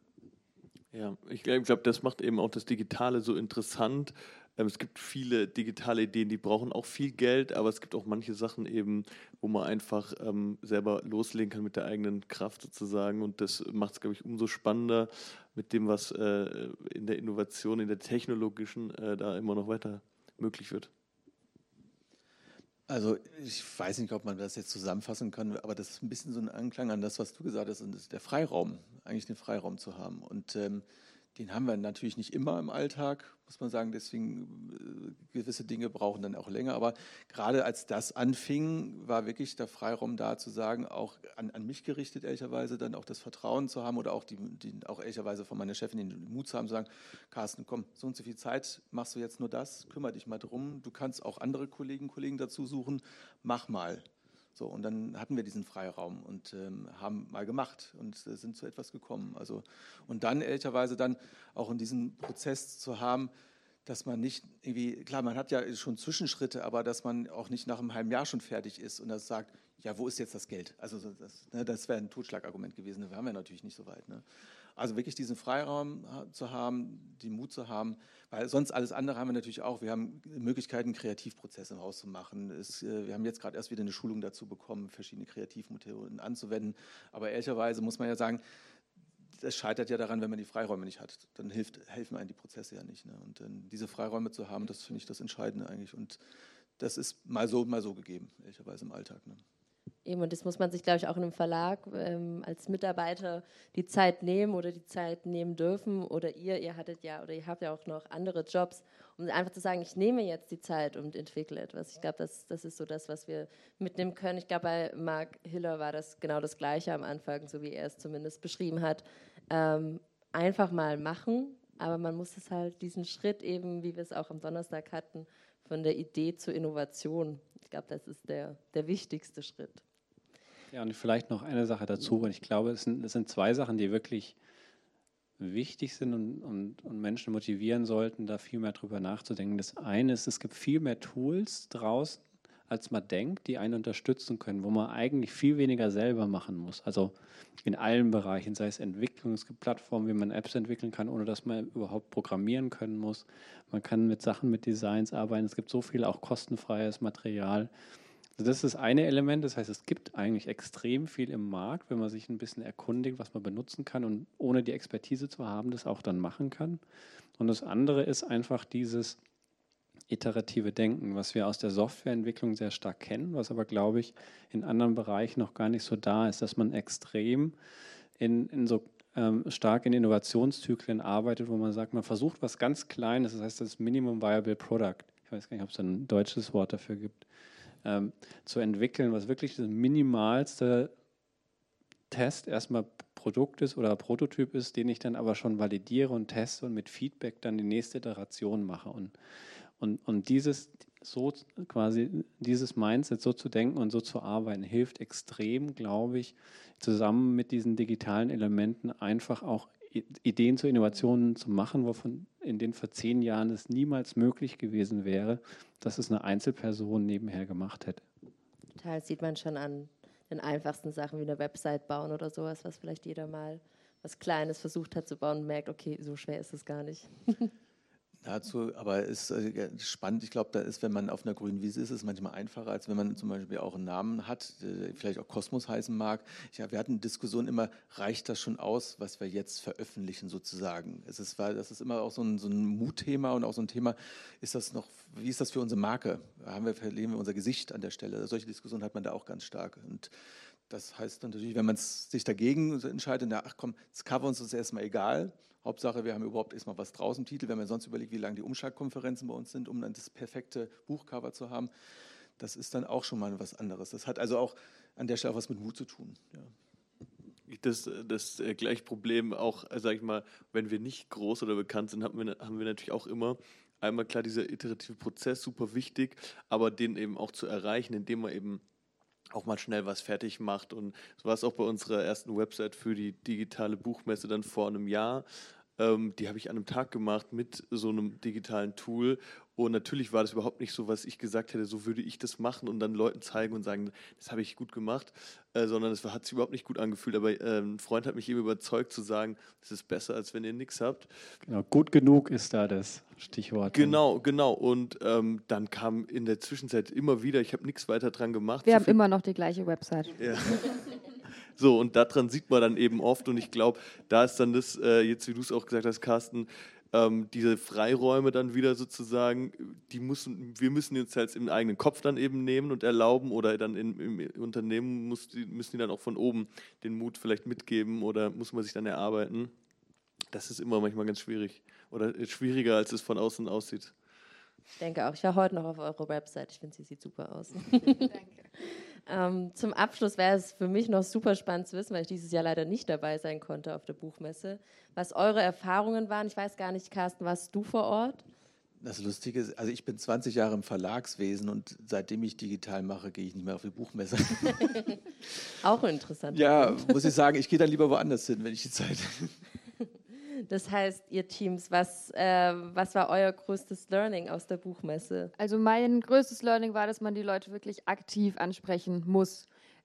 Ja, ich glaube, das macht eben auch das Digitale so interessant. Es gibt viele digitale Ideen, die brauchen auch viel Geld, aber es gibt auch manche Sachen eben, wo man einfach selber loslegen kann mit der eigenen Kraft sozusagen. Und das macht es, glaube ich, umso spannender mit dem, was in der Innovation, in der technologischen da immer noch weiter möglich wird. Also ich weiß nicht, ob man das jetzt zusammenfassen kann, aber das ist ein bisschen so ein Anklang an das, was du gesagt hast, und das ist der Freiraum, eigentlich den Freiraum zu haben. Und den haben wir natürlich nicht immer im Alltag, muss man sagen, deswegen gewisse Dinge brauchen dann auch länger. Aber gerade als das anfing, war wirklich der Freiraum da zu sagen, auch an mich gerichtet ehrlicherweise, dann auch das Vertrauen zu haben oder auch auch ehrlicherweise von meiner Chefin den Mut zu haben, zu sagen, Carsten, komm, so und so viel Zeit machst du jetzt nur das, kümmere dich mal drum, du kannst auch andere Kollegen dazu suchen, mach mal. So, und dann hatten wir diesen Freiraum und haben mal gemacht und sind zu etwas gekommen. Also, und dann ehrlicherweise dann auch in diesem Prozess zu haben, dass man nicht irgendwie, klar, man hat ja schon Zwischenschritte, aber dass man auch nicht nach einem halben Jahr schon fertig ist und das sagt, ja, wo ist jetzt das Geld? Also das wäre ein Totschlagargument gewesen, das haben wir natürlich nicht so weit. Ne? Also wirklich diesen Freiraum zu haben, den Mut zu haben, weil sonst alles andere haben wir natürlich auch. Wir haben Möglichkeiten, Kreativprozesse im Haus zu machen. Wir haben jetzt gerade erst wieder eine Schulung dazu bekommen, verschiedene Kreativmethoden anzuwenden. Aber ehrlicherweise muss man ja sagen, das scheitert ja daran, wenn man die Freiräume nicht hat. Dann helfen einem die Prozesse ja nicht. Ne? Und diese Freiräume zu haben, das finde ich das Entscheidende eigentlich. Und das ist mal so gegeben, ehrlicherweise im Alltag. Ne? Eben, und das muss man sich, glaube ich, auch in einem Verlag als Mitarbeiter die Zeit nehmen oder die Zeit nehmen dürfen. Oder ihr habt ja auch noch andere Jobs, um einfach zu sagen, ich nehme jetzt die Zeit und entwickle etwas. Ich glaube, das ist so das, was wir mitnehmen können. Ich glaube, bei Mark Hiller war das genau das Gleiche am Anfang, so wie er es zumindest beschrieben hat. Einfach mal machen, aber man muss es halt diesen Schritt eben, wie wir es auch am Donnerstag hatten, von der Idee zur Innovation. Ich glaube, das ist der wichtigste Schritt. Ja, und vielleicht noch eine Sache dazu. Und ich glaube, es sind zwei Sachen, die wirklich wichtig sind und Menschen motivieren sollten, da viel mehr drüber nachzudenken. Das eine ist, es gibt viel mehr Tools draußen, als man denkt, die einen unterstützen können, wo man eigentlich viel weniger selber machen muss. Also in allen Bereichen, sei es Entwicklung, es gibt Plattformen, wie man Apps entwickeln kann, ohne dass man überhaupt programmieren können muss. Man kann mit Designs arbeiten. Es gibt so viel auch kostenfreies Material. Also das ist das eine Element, das heißt, es gibt eigentlich extrem viel im Markt, wenn man sich ein bisschen erkundigt, was man benutzen kann und ohne die Expertise zu haben, das auch dann machen kann. Und das andere ist einfach dieses iterative Denken, was wir aus der Softwareentwicklung sehr stark kennen, was aber, glaube ich, in anderen Bereichen noch gar nicht so da ist, dass man extrem stark in Innovationszyklen arbeitet, wo man sagt, man versucht was ganz Kleines, das heißt das Minimum Viable Product, ich weiß gar nicht, ob es ein deutsches Wort dafür gibt, zu entwickeln, was wirklich das minimalste Test erstmal Produkt ist oder Prototyp ist, den ich dann aber schon validiere und teste und mit Feedback dann die nächste Iteration mache. Und dieses Mindset so zu denken und so zu arbeiten, hilft extrem, glaube ich, zusammen mit diesen digitalen Elementen einfach auch Ideen zu Innovationen zu machen, wovon in den vor 10 Jahren es niemals möglich gewesen wäre, dass es eine Einzelperson nebenher gemacht hätte. Total, sieht man schon an den einfachsten Sachen wie eine Website bauen oder sowas, was vielleicht jeder mal was Kleines versucht hat zu bauen und merkt, okay, so schwer ist es gar nicht. Dazu, aber es ist spannend, ich glaube, da ist, wenn man auf einer grünen Wiese ist, es manchmal einfacher, als wenn man zum Beispiel auch einen Namen hat, der vielleicht auch Kosmos heißen mag. Ja, wir hatten eine Diskussion immer, reicht das schon aus, was wir jetzt veröffentlichen sozusagen? Das ist immer auch so ein Mutthema und auch so ein Thema, wie ist das für unsere Marke? Verlieren wir unser Gesicht an der Stelle? Solche Diskussionen hat man da auch ganz stark. Und das heißt natürlich, wenn man sich dagegen entscheidet, das Cover uns ist erstmal egal. Hauptsache, wir haben überhaupt erstmal was draußen im Titel. Wenn man sonst überlegt, wie lange die Umschlagkonferenzen bei uns sind, um dann das perfekte Buchcover zu haben, das ist dann auch schon mal was anderes. Das hat also auch an der Stelle was mit Mut zu tun. Ja. Das gleiche Problem auch, sage ich mal, wenn wir nicht groß oder bekannt sind, haben wir natürlich auch immer einmal klar dieser iterative Prozess, super wichtig, aber den eben auch zu erreichen, indem man eben auch mal schnell was fertig macht. Und so war es auch bei unserer ersten Website für die digitale Buchmesse dann vor einem Jahr. Die habe ich an einem Tag gemacht mit so einem digitalen Tool. Und natürlich war das überhaupt nicht so, was ich gesagt hätte, so würde ich das machen und dann Leuten zeigen und sagen, das habe ich gut gemacht, sondern es hat sich überhaupt nicht gut angefühlt. Aber ein Freund hat mich eben überzeugt zu sagen, es ist besser, als wenn ihr nichts habt. Genau, gut genug ist da das Stichwort. Genau. Und dann kam in der Zwischenzeit immer wieder, ich habe nichts weiter dran gemacht. Wir haben immer noch die gleiche Website. Ja. So, und daran sieht man dann eben oft, und ich glaube, da ist dann das, jetzt wie du es auch gesagt hast, Carsten, diese Freiräume dann wieder sozusagen, wir müssen uns halt im eigenen Kopf dann eben nehmen und erlauben, oder dann im Unternehmen müssen die dann auch von oben den Mut vielleicht mitgeben oder muss man sich dann erarbeiten. Das ist immer manchmal ganz schwierig oder schwieriger, als es von außen aussieht. Ich denke auch, ich war heute noch auf eurer Website, ich finde, sie sieht super aus. Danke. Zum Abschluss wäre es für mich noch super spannend zu wissen, weil ich dieses Jahr leider nicht dabei sein konnte auf der Buchmesse, was eure Erfahrungen waren. Ich weiß gar nicht, Carsten, warst du vor Ort? Das Lustige ist, also ich bin 20 Jahre im Verlagswesen und seitdem ich digital mache, gehe ich nicht mehr auf die Buchmesse. Auch interessant. Ja, muss ich sagen, ich gehe dann lieber woanders hin, wenn ich die Zeit habe. Das heißt, ihr Teams, was war euer größtes Learning aus der Buchmesse? Also mein größtes Learning war, dass man die Leute wirklich aktiv ansprechen muss.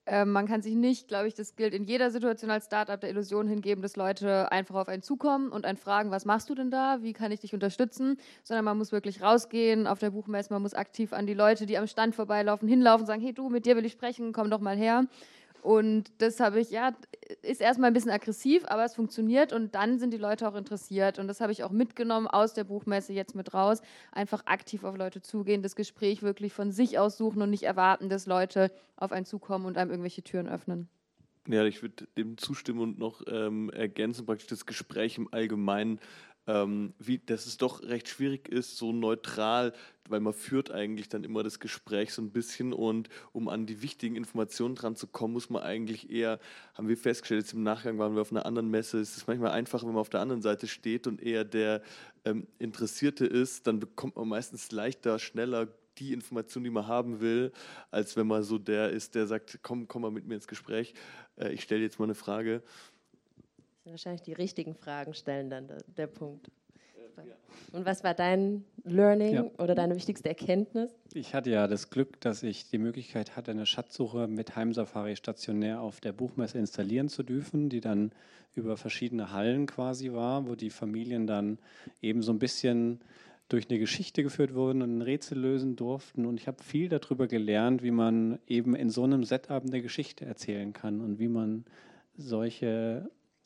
Man kann sich nicht, glaube ich, das gilt in jeder Situation als Startup, der Illusion hingeben, dass Leute einfach auf einen zukommen und einen fragen, was machst du denn da, wie kann ich dich unterstützen, sondern man muss wirklich rausgehen auf der Buchmesse, man muss aktiv an die Leute, die am Stand vorbeilaufen, hinlaufen und sagen, hey du, mit dir will ich sprechen, komm doch mal her. Und das ist erstmal ein bisschen aggressiv, aber es funktioniert und dann sind die Leute auch interessiert. Und das habe ich auch mitgenommen aus der Buchmesse jetzt mit raus. Einfach aktiv auf Leute zugehen, das Gespräch wirklich von sich aus suchen und nicht erwarten, dass Leute auf einen zukommen und einem irgendwelche Türen öffnen. Ja, ich würde dem zustimmen und noch ergänzen, praktisch das Gespräch im Allgemeinen, dass es doch recht schwierig ist, so neutral, weil man führt eigentlich dann immer das Gespräch so ein bisschen und um an die wichtigen Informationen dran zu kommen, muss man eigentlich eher, haben wir festgestellt, jetzt im Nachgang waren wir auf einer anderen Messe, es ist manchmal einfacher, wenn man auf der anderen Seite steht und eher der Interessierte ist, dann bekommt man meistens leichter, schneller die Information, die man haben will, als wenn man so der ist, der sagt, komm mal mit mir ins Gespräch, ich stelle jetzt mal eine Frage. Wahrscheinlich die richtigen Fragen stellen dann der Punkt. Und was war dein Learning oder deine wichtigste Erkenntnis? Ich hatte ja das Glück, dass ich die Möglichkeit hatte, eine Schatzsuche mit Heimsafari stationär auf der Buchmesse installieren zu dürfen, die dann über verschiedene Hallen quasi war, wo die Familien dann eben so ein bisschen durch eine Geschichte geführt wurden und ein Rätsel lösen durften. Und ich habe viel darüber gelernt, wie man eben in so einem Setup eine Geschichte erzählen kann und wie man solche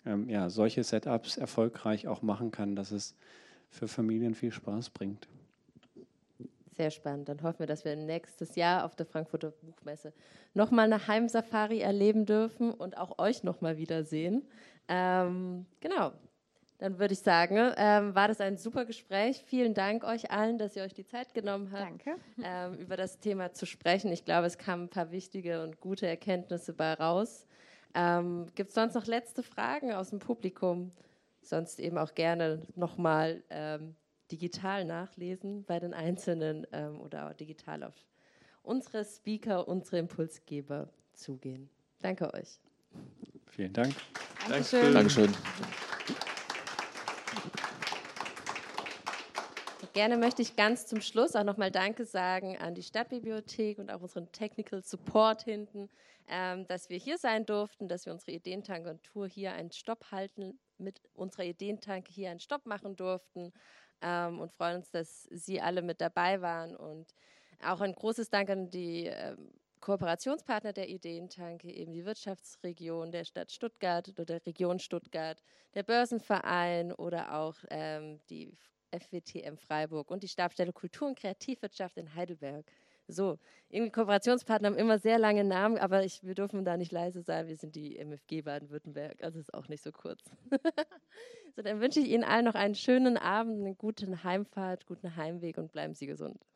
Setups erfolgreich auch machen kann, dass es für Familien viel Spaß bringt. Sehr spannend. Dann hoffen wir, dass wir nächstes Jahr auf der Frankfurter Buchmesse nochmal eine Heimsafari erleben dürfen und auch euch nochmal wiedersehen. Genau. Dann würde ich sagen, war das ein super Gespräch. Vielen Dank euch allen, dass ihr euch die Zeit genommen habt, über das Thema zu sprechen. Ich glaube, es kamen ein paar wichtige und gute Erkenntnisse bei raus. Gibt es sonst noch letzte Fragen aus dem Publikum? Sonst eben auch gerne nochmal digital nachlesen bei den Einzelnen oder auch digital auf unsere Speaker, unsere Impulsgeber zugehen. Danke euch. Vielen Dank. Dankeschön. Dankeschön. Gerne möchte ich ganz zum Schluss auch nochmal Danke sagen an die Stadtbibliothek und auch unseren Technical Support hinten, dass wir hier sein durften, dass wir unsere Ideentank-Tour hier einen Stopp halten, mit unserer Ideentank hier einen Stopp machen durften und freuen uns, dass Sie alle mit dabei waren. Und auch ein großes Dank an die Kooperationspartner der Ideentanke, eben die Wirtschaftsregion der Stadt Stuttgart oder der Region Stuttgart, der Börsenverein oder auch die FWTM Freiburg und die Stabsstelle Kultur und Kreativwirtschaft in Heidelberg. So, irgendwie Kooperationspartner haben immer sehr lange Namen, aber wir dürfen da nicht leise sein. Wir sind die MFG Baden-Württemberg, also ist auch nicht so kurz. So, dann wünsche ich Ihnen allen noch einen schönen Abend, eine gute Heimfahrt, guten Heimweg und bleiben Sie gesund.